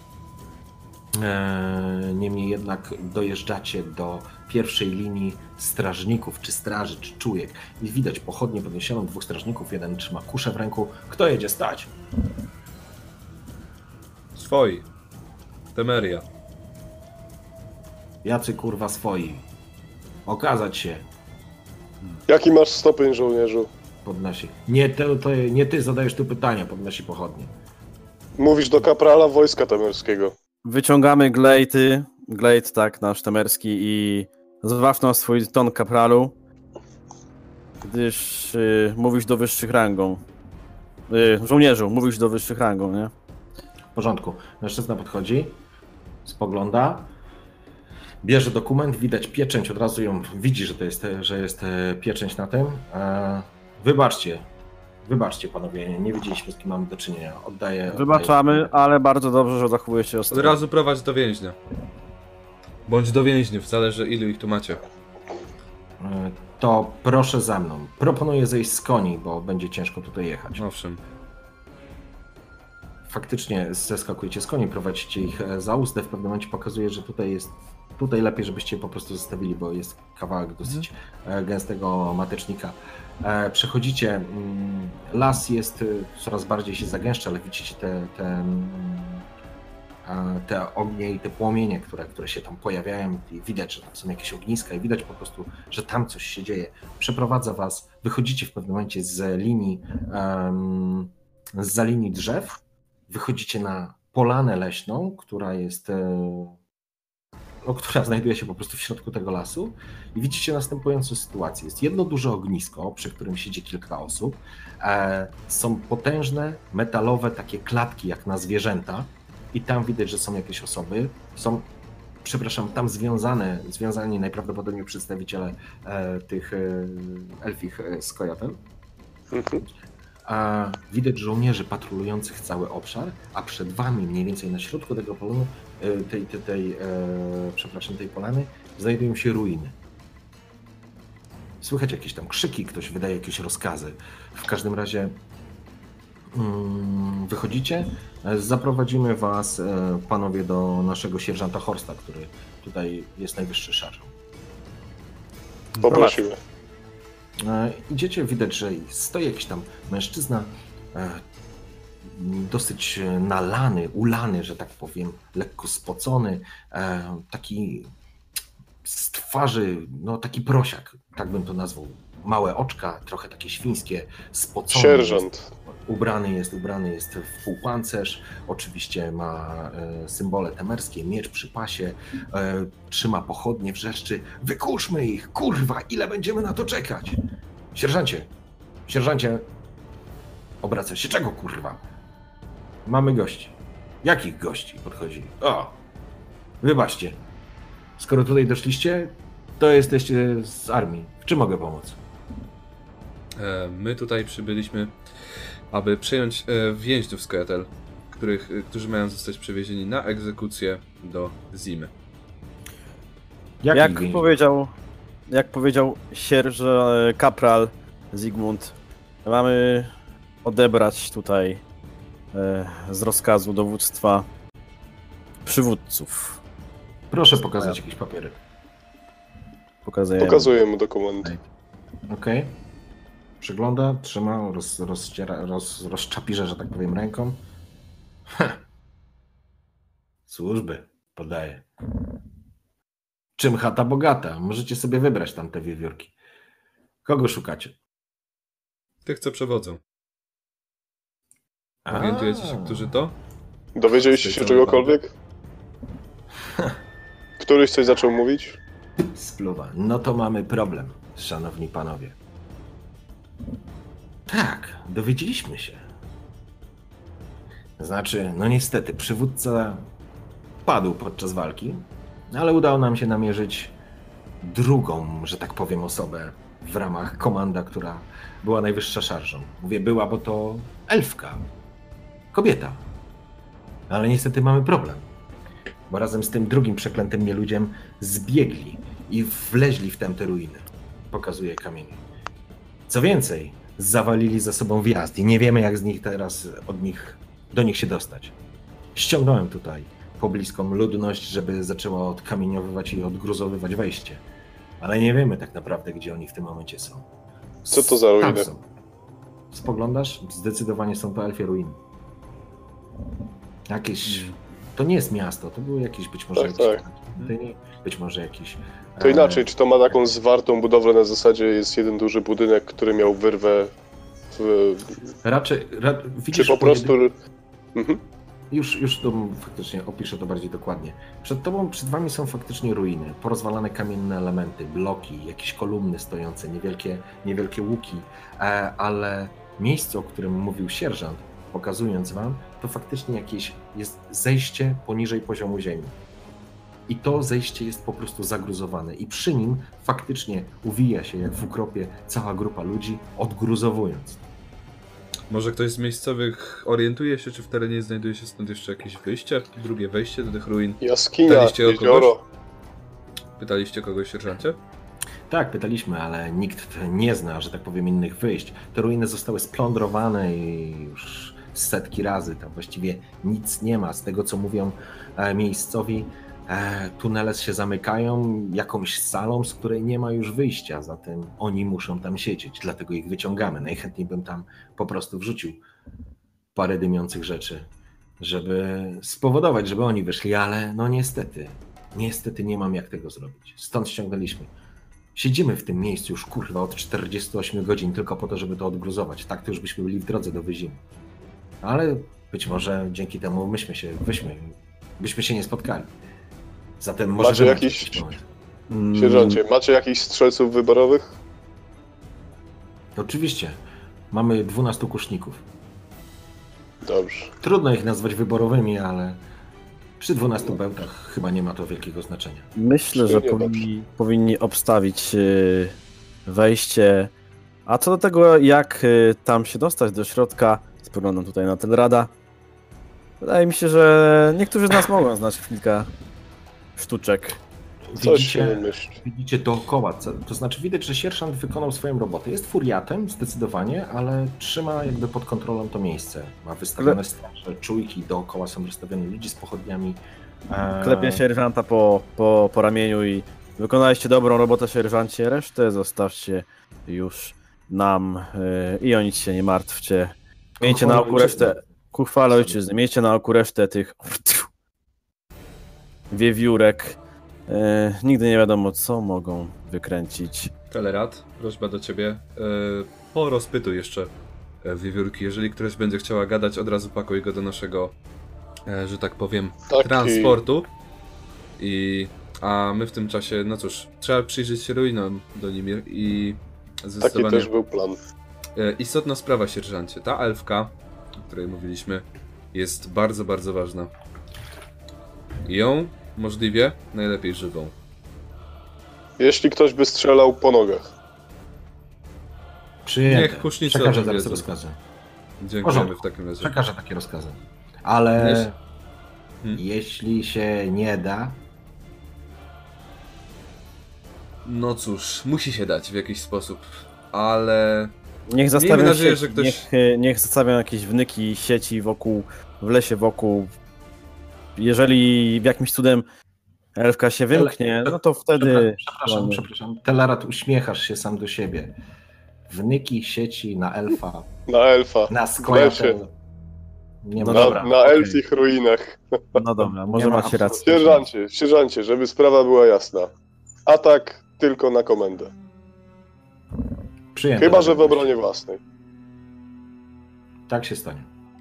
jednak dojeżdżacie do pierwszej linii strażników, czy straży, czy czujek i widać pochodnie podniesioną, 2 strażników, jeden trzyma kuszę w ręku. Kto jedzie stać? Swoi. Temeria. Jacy kurwa swoi? Okazać się. Jaki masz stopień, żołnierzu? Podnosi. Nie ty zadajesz tu pytania, podnosi pochodnie. Mówisz do kaprala wojska temerskiego. Wyciągamy glejty, tak, nasz temerski i zwawną swój ton kapralu, gdyż mówisz do wyższych rangą. Żołnierzu, mówisz do wyższych rangą, nie? W porządku. Mężczyzna podchodzi, spogląda, bierze dokument, widać pieczęć, od razu ją widzi, że jest pieczęć na tym. Wybaczcie panowie, nie wiedzieliśmy, z kim mamy do czynienia. Wybaczamy, ale bardzo dobrze, że zachowuje się Od ostro. razu prowadź do więźnia. Bądź do więźniów, zależy ilu ich tu macie. To proszę za mną. Proponuję zejść z koni, bo będzie ciężko tutaj jechać. Owszem. Faktycznie zeskakujecie z koni, prowadzicie ich za uzdę. W pewnym momencie pokazuje, że tutaj lepiej, żebyście po prostu zostawili, bo jest kawałek dosyć gęstego matecznika. Przechodzicie, las jest, coraz bardziej się zagęszcza, ale widzicie te ognie i te płomienie, które się tam pojawiają i widać, że tam są jakieś ogniska i widać po prostu, że tam coś się dzieje. Przeprowadza was, wychodzicie w pewnym momencie zza linii drzew, wychodzicie na polanę leśną, która znajduje się po prostu w środku tego lasu i widzicie następującą sytuację. Jest jedno duże ognisko, przy którym siedzi kilka osób. Są potężne, metalowe takie klatki jak na zwierzęta i tam widać, że są jakieś osoby. Tam związani najprawdopodobniej przedstawiciele tych elfich skojatel. Widać żołnierzy patrolujących cały obszar, a przed wami, mniej więcej na środku tego polonu, tej polany, znajdują się ruiny. Słychać jakieś tam krzyki, ktoś wydaje jakieś rozkazy. W każdym razie wychodzicie, zaprowadzimy was, panowie, do naszego sierżanta Horsta, który tutaj jest najwyższy sierżant. Poprosimy. Idziecie, widać, że stoi jakiś tam mężczyzna, dosyć nalany, ulany, że tak powiem, lekko spocony, taki z twarzy, no taki prosiak, tak bym to nazwał. Małe oczka, trochę takie świńskie, spocony. Sierżant. Ubrany jest w półpancerz, oczywiście ma symbole temerskie, miecz przy pasie, trzyma pochodnie, wrzeszczy: wykuszmy ich, kurwa, ile będziemy na to czekać? Sierżancie, obraca się, czego kurwa? Mamy gości. Jakich gości? Podchodzi. O, wybaczcie, skoro tutaj doszliście, to jesteście z armii. W czym mogę pomóc? My tutaj przybyliśmy, aby przejąć więźniów z Kojatel, którzy mają zostać przewiezieni na egzekucję do Zimy. Jak powiedział kapral Zygmunt, mamy odebrać tutaj z rozkazu dowództwa przywódców. Proszę pokazać jakieś papiery. Pokazuję mu dokument. Okej. Przygląda, trzyma, rozczapirze, że tak powiem, ręką. Służby, podaje. Czym chata bogata? Możecie sobie wybrać tam te wiewiórki. Kogo szukacie? Tych, co przewodzą. Orientujecie się, którzy to? Dowiedzieliście się czegokolwiek? Któryś coś zaczął mówić? Spluwa. No to mamy problem, szanowni panowie. Tak, dowiedzieliśmy się. Znaczy, no niestety, przywódca padł podczas walki, ale udało nam się namierzyć drugą, że tak powiem, osobę w ramach komanda, która była najwyższa szarżą. Mówię była, bo to elfka, kobieta. Ale niestety mamy problem, bo razem z tym drugim przeklętym nieludziem zbiegli i wleźli w tamte ruiny. Pokazuje kamienie. Co więcej, zawalili za sobą wjazd i nie wiemy, jak z nich teraz do nich się dostać. Ściągnąłem tutaj pobliską ludność, żeby zaczęła odkamieniowywać i odgruzowywać wejście. Ale nie wiemy tak naprawdę, gdzie oni w tym momencie są. Co to za ruiny? Tam są. Spoglądasz? Zdecydowanie są to elfie ruiny. Jakieś... To nie jest miasto, to były jakieś być może być może jakiś... To inaczej, czy to ma taką zwartą budowlę na zasadzie jest jeden duży budynek, który miał wyrwę Raczej... Czy po prostu... Mhm. Już to faktycznie opiszę to bardziej dokładnie. Przed wami są faktycznie ruiny, porozwalane kamienne elementy, bloki, jakieś kolumny stojące, niewielkie łuki, ale miejsce, o którym mówił sierżant, pokazując wam, to faktycznie jakieś jest zejście poniżej poziomu ziemi. I to zejście jest po prostu zagruzowane i przy nim faktycznie uwija się jak w ukropie cała grupa ludzi, odgruzowując. Może ktoś z miejscowych orientuje się, czy w terenie znajduje się stąd jeszcze jakieś wyjście, drugie wejście do tych ruin? Jaskinia, Pytaliście o jezioro. Pytaliście kogoś, sierżancie? Tak, pytaliśmy, ale nikt nie zna, że tak powiem, innych wyjść. Te ruiny zostały splądrowane i już setki razy, tam właściwie nic nie ma. Z tego, co mówią miejscowi, tunele się zamykają jakąś salą, z której nie ma już wyjścia, zatem oni muszą tam siedzieć, dlatego ich wyciągamy. Najchętniej bym tam po prostu wrzucił parę dymiących rzeczy, żeby spowodować, żeby oni wyszli, ale no niestety nie mam jak tego zrobić. Stąd ściągnęliśmy. Siedzimy w tym miejscu już kurwa od 48 godzin tylko po to, żeby to odgruzować. Tak to już byśmy byli w drodze do Wyzimy. Ale być może dzięki temu byśmy się nie spotkali. Zatem może... Macie jakiś... Sierżancie, macie jakichś strzelców wyborowych? Oczywiście. Mamy 12 kuszników. Dobrze. Trudno ich nazwać wyborowymi, ale przy 12 bełtach chyba nie ma to wielkiego znaczenia. Myślę, że powinni obstawić wejście. A co do tego, jak tam się dostać do środka, spoglądam tutaj na Telrada. Wydaje mi się, że niektórzy z nas mogą znać kilka sztuczek. Widzicie dookoła, to znaczy widać, że sierżant wykonał swoją robotę. Jest furiatem zdecydowanie, ale trzyma jakby pod kontrolą to miejsce. Ma wystawione straże, czujki, dookoła są rozstawione ludzi z pochodniami. Klepie sierżanta po ramieniu i wykonaliście dobrą robotę, sierżancie, resztę zostawcie już nam i o nic się nie martwcie. Miejcie na oku resztę, ku chwale ojczyzny, miejcie na oku resztę tych wiewiórek. Nigdy nie wiadomo, co mogą wykręcić. Telerad, prośba do ciebie. Porozpytuj jeszcze wiewiórki. Jeżeli ktoś będzie chciała gadać, od razu pakuj go do naszego, że tak powiem, transportu. A my w tym czasie, no cóż, trzeba przyjrzeć się ruinom do Nimir i zdecydowanie... Taki też był plan. Istotna sprawa, sierżancie. Ta elfka, o której mówiliśmy, jest bardzo, bardzo ważna. Ją możliwie najlepiej żywą. Jeśli ktoś by strzelał po nogach. Przyjęte. Niech kusznicy przekażę zaraz rozkazy. Dziękujemy w takim razie. Przekażę takie rozkazy. Ale jeśli się nie da... No cóż, musi się dać w jakiś sposób, ale Niech zastawią nadzieję, sieci, że ktoś- niech zastawią jakieś wnyki sieci wokół, w lesie wokół. Jeżeli jakimś cudem elfka się wymknie, no to wtedy... Przepraszam. Telerat, uśmiechasz się sam do siebie. Wnyki sieci na elfa, Na elfa. na W skojatel. lesie. Nie ma No Na, dobra, na okej. elfich ruinach. No dobra, może Nie ma macie rację. Sierżancie, żeby sprawa była jasna. Atak tylko na komendę. Przyjęte. Chyba, że w obronie własnej. Tak się stanie.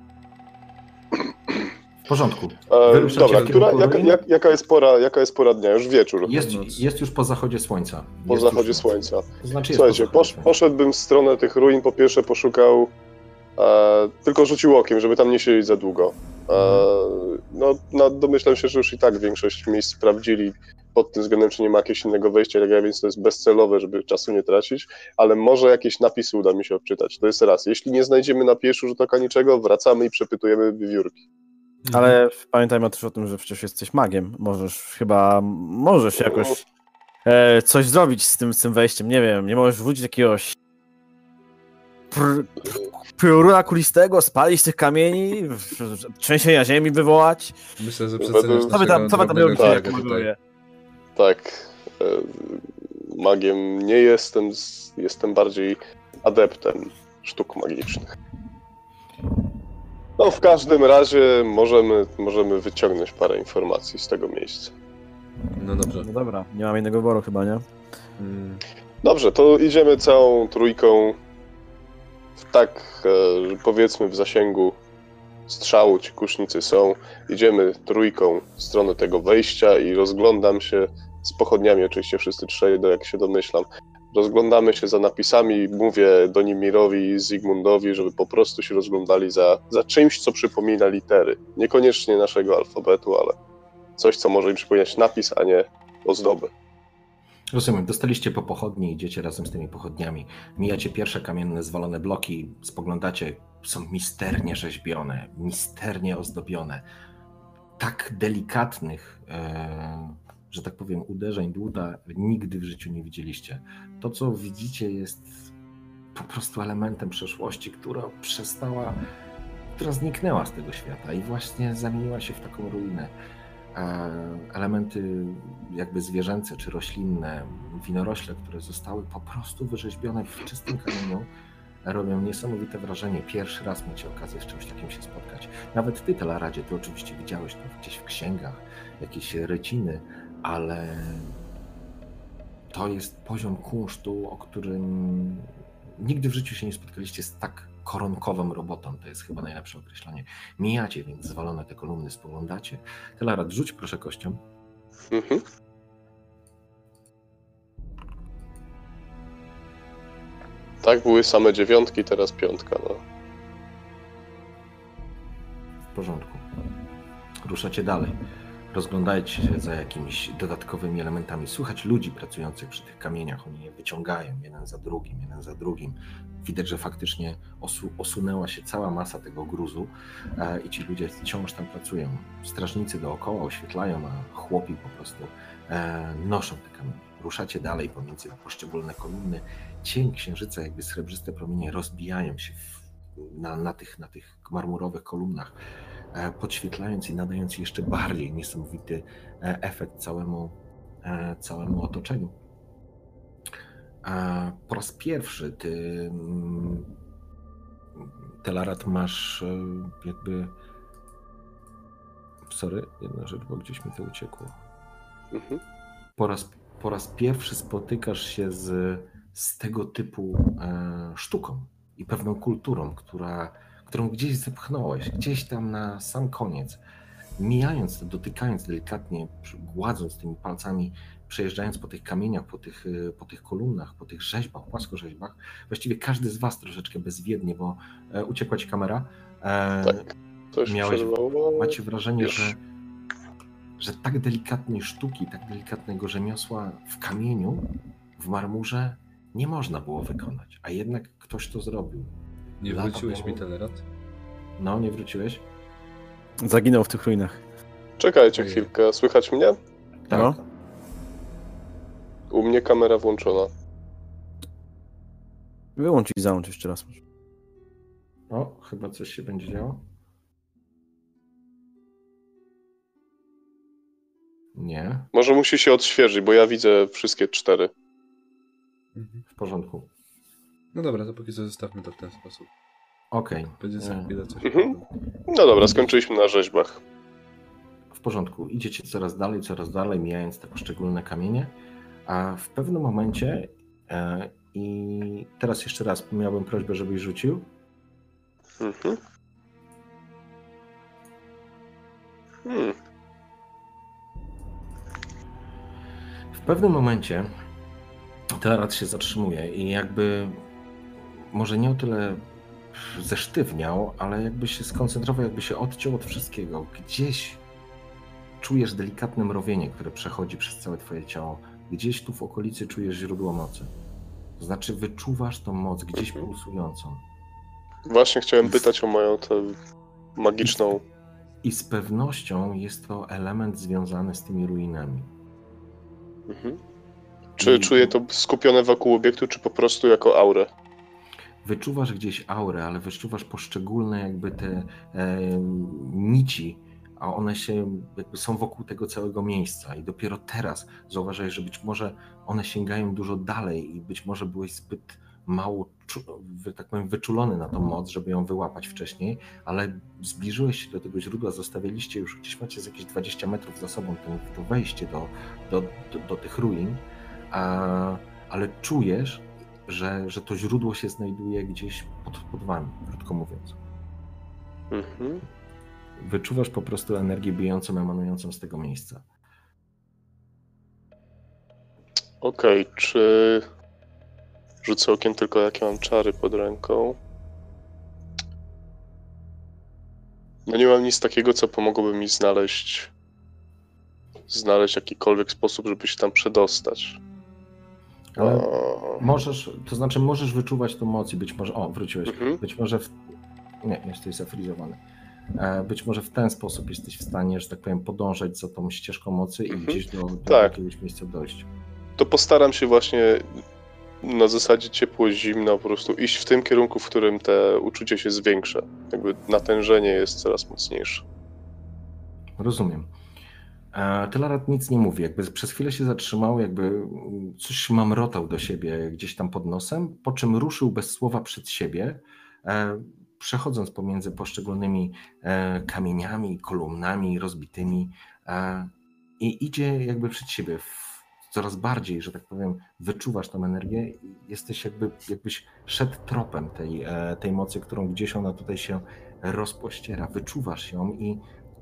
W porządku. E, Wyruszacie dobra, w kierunku ruin? jaka jest pora dnia? Już wieczór. Jest już po zachodzie słońca. Po Jest zachodzie już słońca. To znaczy jest Słuchajcie, po zachodzie słońca. poszedłbym w stronę tych ruin, po pierwsze poszukał, tylko rzucił okiem, żeby tam nie siedzieć za długo. Domyślam się, że już i tak większość miejsc sprawdzili pod tym względem, czy nie ma jakiegoś innego wejścia, jak ja, więc to jest bezcelowe, żeby czasu nie tracić, ale może jakieś napisy uda mi się odczytać. To jest raz. Jeśli nie znajdziemy na pierwszy rzut oka niczego, wracamy i przepytujemy wiewiórki. Ale pamiętajmy też o tym, że przecież jesteś magiem. Możesz jakoś coś zrobić z tym wejściem. Nie wiem, nie możesz wrzucić jakiegoś pioruna kulistego, spalić tych kamieni, trzęsienia ziemi wywołać. Myślę, że Co przeceniasz Co wy tam naszego robicie, kolegę jak tutaj. magowie? Tak, magiem nie jestem, jestem bardziej adeptem sztuk magicznych. No, w każdym razie możemy wyciągnąć parę informacji z tego miejsca. No dobrze. No dobra, nie mam innego wyboru chyba, nie? Mm, Dobrze, to idziemy całą trójką powiedzmy w zasięgu strzału, ci kusznicy są. Idziemy trójką w stronę tego wejścia i rozglądam się z pochodniami, oczywiście wszyscy trzej, jak się domyślam. Rozglądamy się za napisami, mówię Donimirowi i Zygmundowi, żeby po prostu się rozglądali za czymś, co przypomina litery. Niekoniecznie naszego alfabetu, ale coś, co może im przypominać napis, a nie ozdobę. Rozumiem, dostaliście po pochodni, idziecie razem z tymi pochodniami, mijacie pierwsze kamienne, zwalone bloki, spoglądacie, są misternie rzeźbione, misternie ozdobione, tak delikatnych, że tak powiem, uderzeń dłuta nigdy w życiu nie widzieliście. To, co widzicie, jest po prostu elementem przeszłości, która zniknęła z tego świata i właśnie zamieniła się w taką ruinę. Elementy jakby zwierzęce czy roślinne, winorośle, które zostały po prostu wyrzeźbione w czystym kamieniu, robią niesamowite wrażenie. Pierwszy raz macie okazję z czymś takim się spotkać. Nawet ty, Telaradzie, ty oczywiście widziałeś to gdzieś w księgach, jakieś ryciny, ale to jest poziom kunsztu, o którym nigdy w życiu się nie spotkaliście z tak koronkową robotą. To jest chyba najlepsze określenie. Mijacie więc zwalone te kolumny, spoglądacie. Telarad, rzuć proszę kością. Mhm. Tak, były same dziewiątki, teraz piątka, no. W porządku. Ruszacie dalej. Rozglądajcie się za jakimiś dodatkowymi elementami. Słychać ludzi pracujących przy tych kamieniach. Oni je wyciągają jeden za drugim. Widać, że faktycznie osunęła się cała masa tego gruzu i ci ludzie wciąż tam pracują. Strażnicy dookoła oświetlają, a chłopi po prostu noszą te kamienie. Ruszacie dalej pomiędzy poszczególne kolumny. Cień księżyca, jakby srebrzyste promienie rozbijają się na tych marmurowych kolumnach, podświetlając i nadając jeszcze bardziej niesamowity efekt całemu otoczeniu. Po raz pierwszy ty, Telarat, masz jakby... Sorry, jedna rzecz, bo gdzieś mi to uciekło. Mhm. Po raz pierwszy spotykasz się z tego typu sztuką i pewną kulturą, którą gdzieś zepchnąłeś, gdzieś tam na sam koniec, mijając to, dotykając delikatnie, gładząc tymi palcami, przejeżdżając po tych kamieniach, po tych kolumnach, po tych rzeźbach, płaskorzeźbach. Właściwie każdy z was troszeczkę bezwiednie, bo uciekła ci kamera. Tak, coś przerwało. Macie wrażenie, Już. że tak delikatnej sztuki, tak delikatnego rzemiosła w kamieniu, w marmurze nie można było wykonać, a jednak ktoś to zrobił. Nie Lata wróciłeś temu- mi Telerat? No, nie wróciłeś? Zaginął w tych ruinach. Czekajcie chwilkę, słychać mnie? Tak. No. U mnie kamera włączona. Wyłącz i załącz jeszcze raz. O, chyba coś się będzie działo. Nie, Może musi się odświeżyć, bo ja widzę wszystkie 4. w porządku. No dobra, to póki co zostawmy to w ten sposób. Okej. Będzie za chwilę coś. Mhm. No dobra, skończyliśmy na rzeźbach. W porządku. Idziecie coraz dalej, mijając te poszczególne kamienie, a w pewnym momencie i teraz jeszcze raz miałbym prośbę, żebyś rzucił. Mhm. W pewnym momencie Terat się zatrzymuje i jakby może nie o tyle zesztywniał, ale jakby się skoncentrował, jakby się odciął od wszystkiego. Gdzieś czujesz delikatne mrowienie, które przechodzi przez całe twoje ciało. Gdzieś tu w okolicy czujesz źródło mocy. To znaczy wyczuwasz tą moc gdzieś pulsującą. Właśnie chciałem pytać o moją tę magiczną... I z pewnością jest to element związany z tymi ruinami. Mhm. Czy czuję to skupione wokół obiektu, czy po prostu jako aurę? Wyczuwasz gdzieś aurę, ale wyczuwasz poszczególne jakby te nici, a one się jakby są wokół tego całego miejsca i dopiero teraz zauważasz, że być może one sięgają dużo dalej i być może byłeś zbyt mało, tak powiem, wyczulony na tą moc, żeby ją wyłapać wcześniej, ale zbliżyłeś się do tego źródła, zostawiliście już, gdzieś macie z jakieś 20 metrów za sobą to wejście do tych ruin, ale czujesz, że to źródło się znajduje gdzieś pod wami, krótko mówiąc. Mhm. Wyczuwasz po prostu energię bijącą, emanującą z tego miejsca. Okej, czy... Rzucę okiem tylko, jakie mam czary pod ręką. No nie mam nic takiego, co pomogłoby mi znaleźć jakikolwiek sposób, żeby się tam przedostać. Ale możesz wyczuwać tą moc i być może... O, wróciłeś. Mhm. Być może... Nie, jesteś zafrizowany. Być może w ten sposób jesteś w stanie, że tak powiem, podążać za tą ścieżką mocy i gdzieś do Tak. jakiegoś miejsca dojść. To postaram się właśnie na zasadzie ciepło-zimno po prostu iść w tym kierunku, w którym te uczucie się zwiększa. Jakby natężenie jest coraz mocniejsze. Rozumiem. Telerat nic nie mówi, jakby przez chwilę się zatrzymał, jakby coś mamrotał do siebie gdzieś tam pod nosem, po czym ruszył bez słowa przed siebie, przechodząc pomiędzy poszczególnymi kamieniami, kolumnami rozbitymi i idzie jakby przed siebie. Coraz bardziej, że tak powiem, wyczuwasz tą energię i jesteś jakbyś szedł tropem tej mocy, którą gdzieś ona tutaj się rozpościera. Wyczuwasz ją i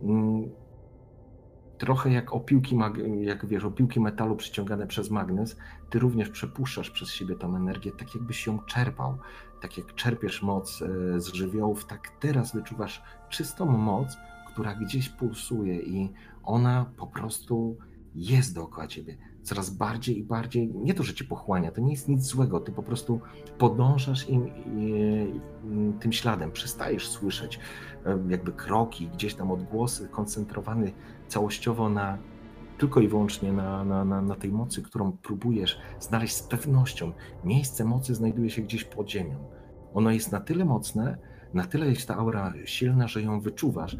trochę jak opiłki, opiłki metalu przyciągane przez magnes, ty również przepuszczasz przez siebie tą energię, tak jakbyś ją czerpał. Tak jak czerpiesz moc z żywiołów, tak teraz wyczuwasz czystą moc, która gdzieś pulsuje i ona po prostu jest dookoła ciebie. Coraz bardziej i bardziej, nie to, że cię pochłania, to nie jest nic złego, ty po prostu podążasz tym śladem, przestajesz słyszeć jakby kroki, gdzieś tam odgłosy, koncentrowany całościowo tylko i wyłącznie na tej mocy, którą próbujesz znaleźć z pewnością. Miejsce mocy znajduje się gdzieś pod ziemią. Ono jest na tyle mocne, na tyle jest ta aura silna, że ją wyczuwasz,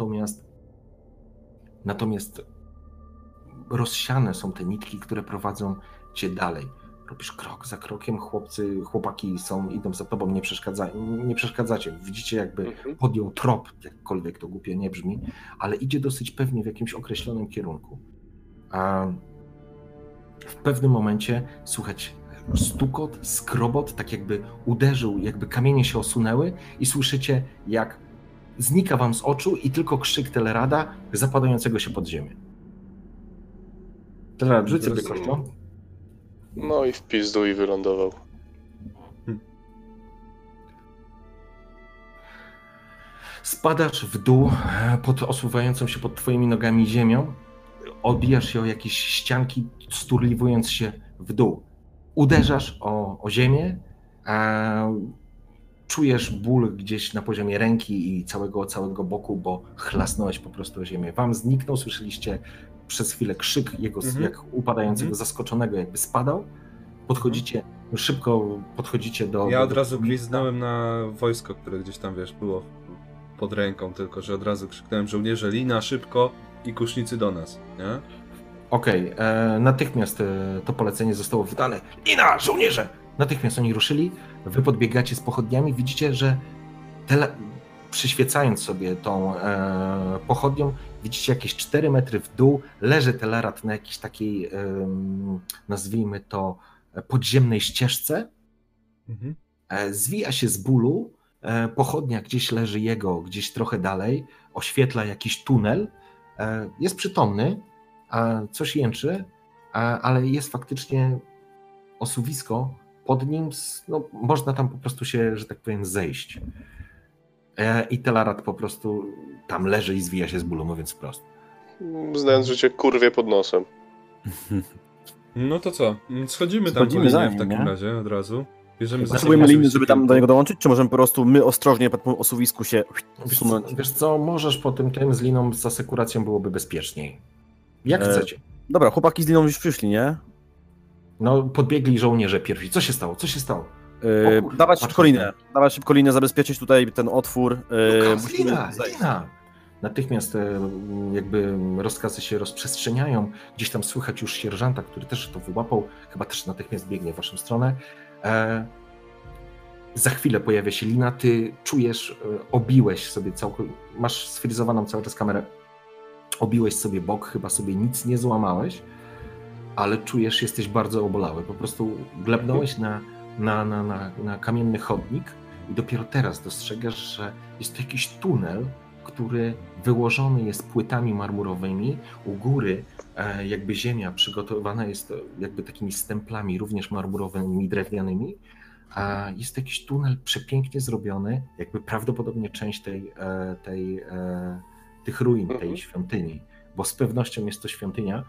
natomiast rozsiane są te nitki, które prowadzą cię dalej. Robisz krok za krokiem, chłopaki idą za tobą, nie przeszkadzacie. Widzicie, jakby podjął trop, jakkolwiek to głupio nie brzmi, ale idzie dosyć pewnie w jakimś określonym kierunku. A w pewnym momencie słychać stukot, skrobot, tak jakby uderzył, jakby kamienie się osunęły i słyszycie, jak znika wam z oczu i tylko krzyk Telerada zapadającego się pod ziemię. Telerad, rzuć sobie kością. No i w pizdu i wylądował. Spadasz w dół pod osuwającą się pod twoimi nogami ziemią, odbijasz się o jakieś ścianki, sturliwując się w dół. Uderzasz o ziemię, czujesz ból gdzieś na poziomie ręki i całego boku, bo chlasnąłeś po prostu o ziemię. Wam zniknął, słyszeliście przez chwilę krzyk jego jak upadającego, zaskoczonego, jakby spadał. Podchodzicie szybko podchodzicie do... Ja do od razu miejsca. gwizdnąłem na wojsko, które gdzieś tam, wiesz, było pod ręką, tylko że od razu krzyknąłem żołnierze, lina, szybko i kusznicy do nas, nie? Okej, natychmiast to polecenie zostało wydane. Lina, żołnierze! Natychmiast oni ruszyli, wy podbiegacie z pochodniami, widzicie, że przyświecając sobie tą pochodnią, widzicie jakieś 4 metry w dół, leży Telerat na jakiejś takiej, nazwijmy to, podziemnej ścieżce, Mhm. zwija się z bólu, pochodnia gdzieś leży jego, gdzieś trochę dalej, oświetla jakiś tunel, jest przytomny, coś jęczy, ale jest faktycznie osuwisko, pod nim no, można tam po prostu się, że tak powiem, zejść. I Telerat po prostu tam leży i zwija się z bólu, mówiąc wprost. Znając życie kurwie pod nosem. No to co? Schodzimy tam Schodzimy po za linię nim, w takim nie? razie od razu. Bierzemy za Potrzebujemy sobą liny, żeby tam do niego dołączyć, czy możemy po prostu my ostrożnie po tym osuwisku się wsunąć? Wiesz co, możesz po tym z liną, z asekuracją byłoby bezpieczniej. Jak chcecie. Dobra, chłopaki z liną już przyszli, nie? No, podbiegli żołnierze pierwsi. Co się stało? Co się stało? O kurwa, Dawać patrz szybko na linę. Dawać szybko linę, zabezpieczyć tutaj ten otwór. Lukas, lina! Natychmiast jakby rozkazy się rozprzestrzeniają. Gdzieś tam słychać już sierżanta, który też to wyłapał. Chyba też natychmiast biegnie w waszą stronę. Za chwilę pojawia się lina. Ty czujesz, obiłeś sobie masz sfrizowaną cały czas kamerę. Obiłeś sobie bok, chyba sobie nic nie złamałeś, ale czujesz, jesteś bardzo obolały. Po prostu glebnąłeś na kamienny chodnik i dopiero teraz dostrzegasz, że jest to jakiś tunel, który wyłożony jest płytami marmurowymi. U góry jakby ziemia przygotowana jest jakby takimi stemplami, również marmurowymi, drewnianymi. A jest to jakiś tunel przepięknie zrobiony, jakby prawdopodobnie część tych ruin, tej świątyni, bo z pewnością jest to świątynia.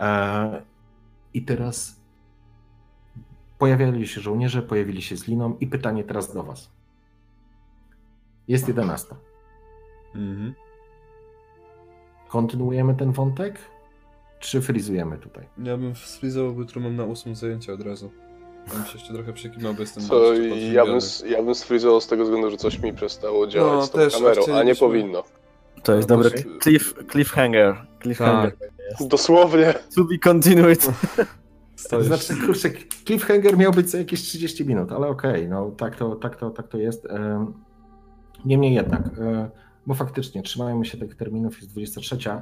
I teraz pojawiali się żołnierze, pojawili się z liną i pytanie teraz do was. Jest 11. Mhm. Kontynuujemy ten wątek, czy frizujemy tutaj? Ja bym sfrizował, bo jutro mam na 8 zajęcia od razu. Ja bym się jeszcze trochę przekimał, bo jestem Co, jeszcze ja bym sfrizował z tego względu, że coś mi przestało działać No, z tą też kamerą, a nie chcielibyśmy- powinno. To jest No, dobry bo- cliffhanger. Dosłownie. To be continued. To znaczy, kurczę, cliffhanger miał być co jakieś 30 minut, ale okej, no tak to jest. Niemniej jednak, bo faktycznie trzymajmy się tych terminów, jest 23.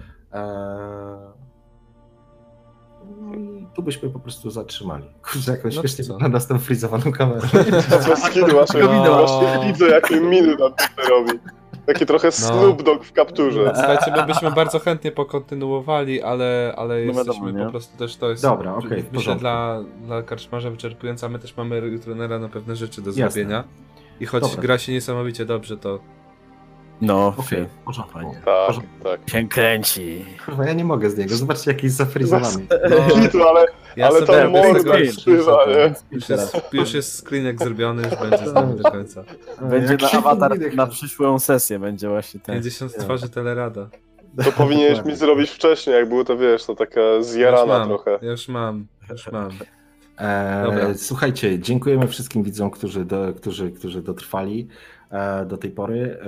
I tu byśmy po prostu zatrzymali. Kurczę, jak on No śmiesznie co? wygląda z tą frizowaną kamerą. Bez skidu, właśnie widzę, jakie miny tam tutaj robi. Takie trochę Snoop Dogg w kapturze. Słuchajcie, my byśmy bardzo chętnie pokontynuowali, ale jesteśmy wiadomo, nie? po prostu też to jest. Dobra, okej, w myślę porządku. dla karczmarza wyczerpująca. My też mamy jutro na pewne rzeczy do Jasne. zrobienia. I choć Dobra. gra się niesamowicie dobrze, to No, Okej, w porządku. Fajnie. W Tak, porządku. tak. się kręci. Kurwa, ja nie mogę z niego, zobaczcie jaki jest zafrizowany. Kitu, ale ja Ale sobie ta robię morda screen. wpływa, nie? Już jest screenek zrobiony, już będzie z nami do końca. Będzie Jak na się awatar widać. na przyszłą sesję, będzie właśnie ten. 50 twarzy Telerada. To powinieneś mi zrobić wcześniej, jak było to, wiesz, to taka zjarana trochę. Ja już mam. Dobra. Słuchajcie, dziękujemy wszystkim widzom, którzy dotrwali do tej pory.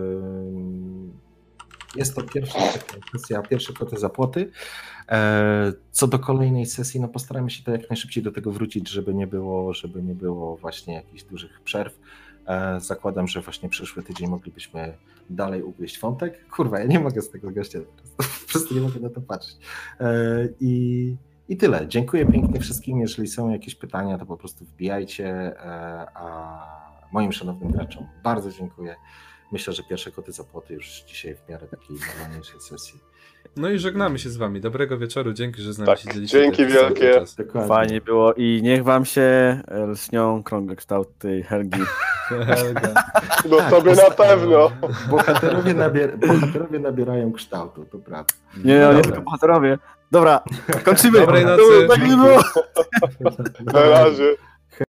Jest to pierwsza sesja, pierwsze koty za płoty. Co do kolejnej sesji, no postaramy się to jak najszybciej do tego wrócić, żeby nie było właśnie jakichś dużych przerw. Zakładam, że właśnie przyszły tydzień moglibyśmy dalej ugryźć wątek. Kurwa, ja nie mogę z tego gościa, po prostu nie mogę na to patrzeć. I tyle. Dziękuję pięknie wszystkim. Jeżeli są jakieś pytania, to po prostu wbijajcie. A moim szanownym graczom bardzo dziękuję. Myślę, że pierwsze koty za płoty już dzisiaj w miarę takiej normalniejszej sesji. No i żegnamy się z wami. Dobrego wieczoru. Dzięki, że z nami Tak, siedzieliście. dzięki przez cały ten wielkie. czas. Dokładnie. Fajnie było i niech wam się lśnią krągłe kształty Helgi. No tobie na pewno. Bohaterowie nabierają kształtu, to prawda. Nie, Dobra. tylko bohaterowie. Dobra, kończymy. Dobrej nocy. Tak nie było. Na razie.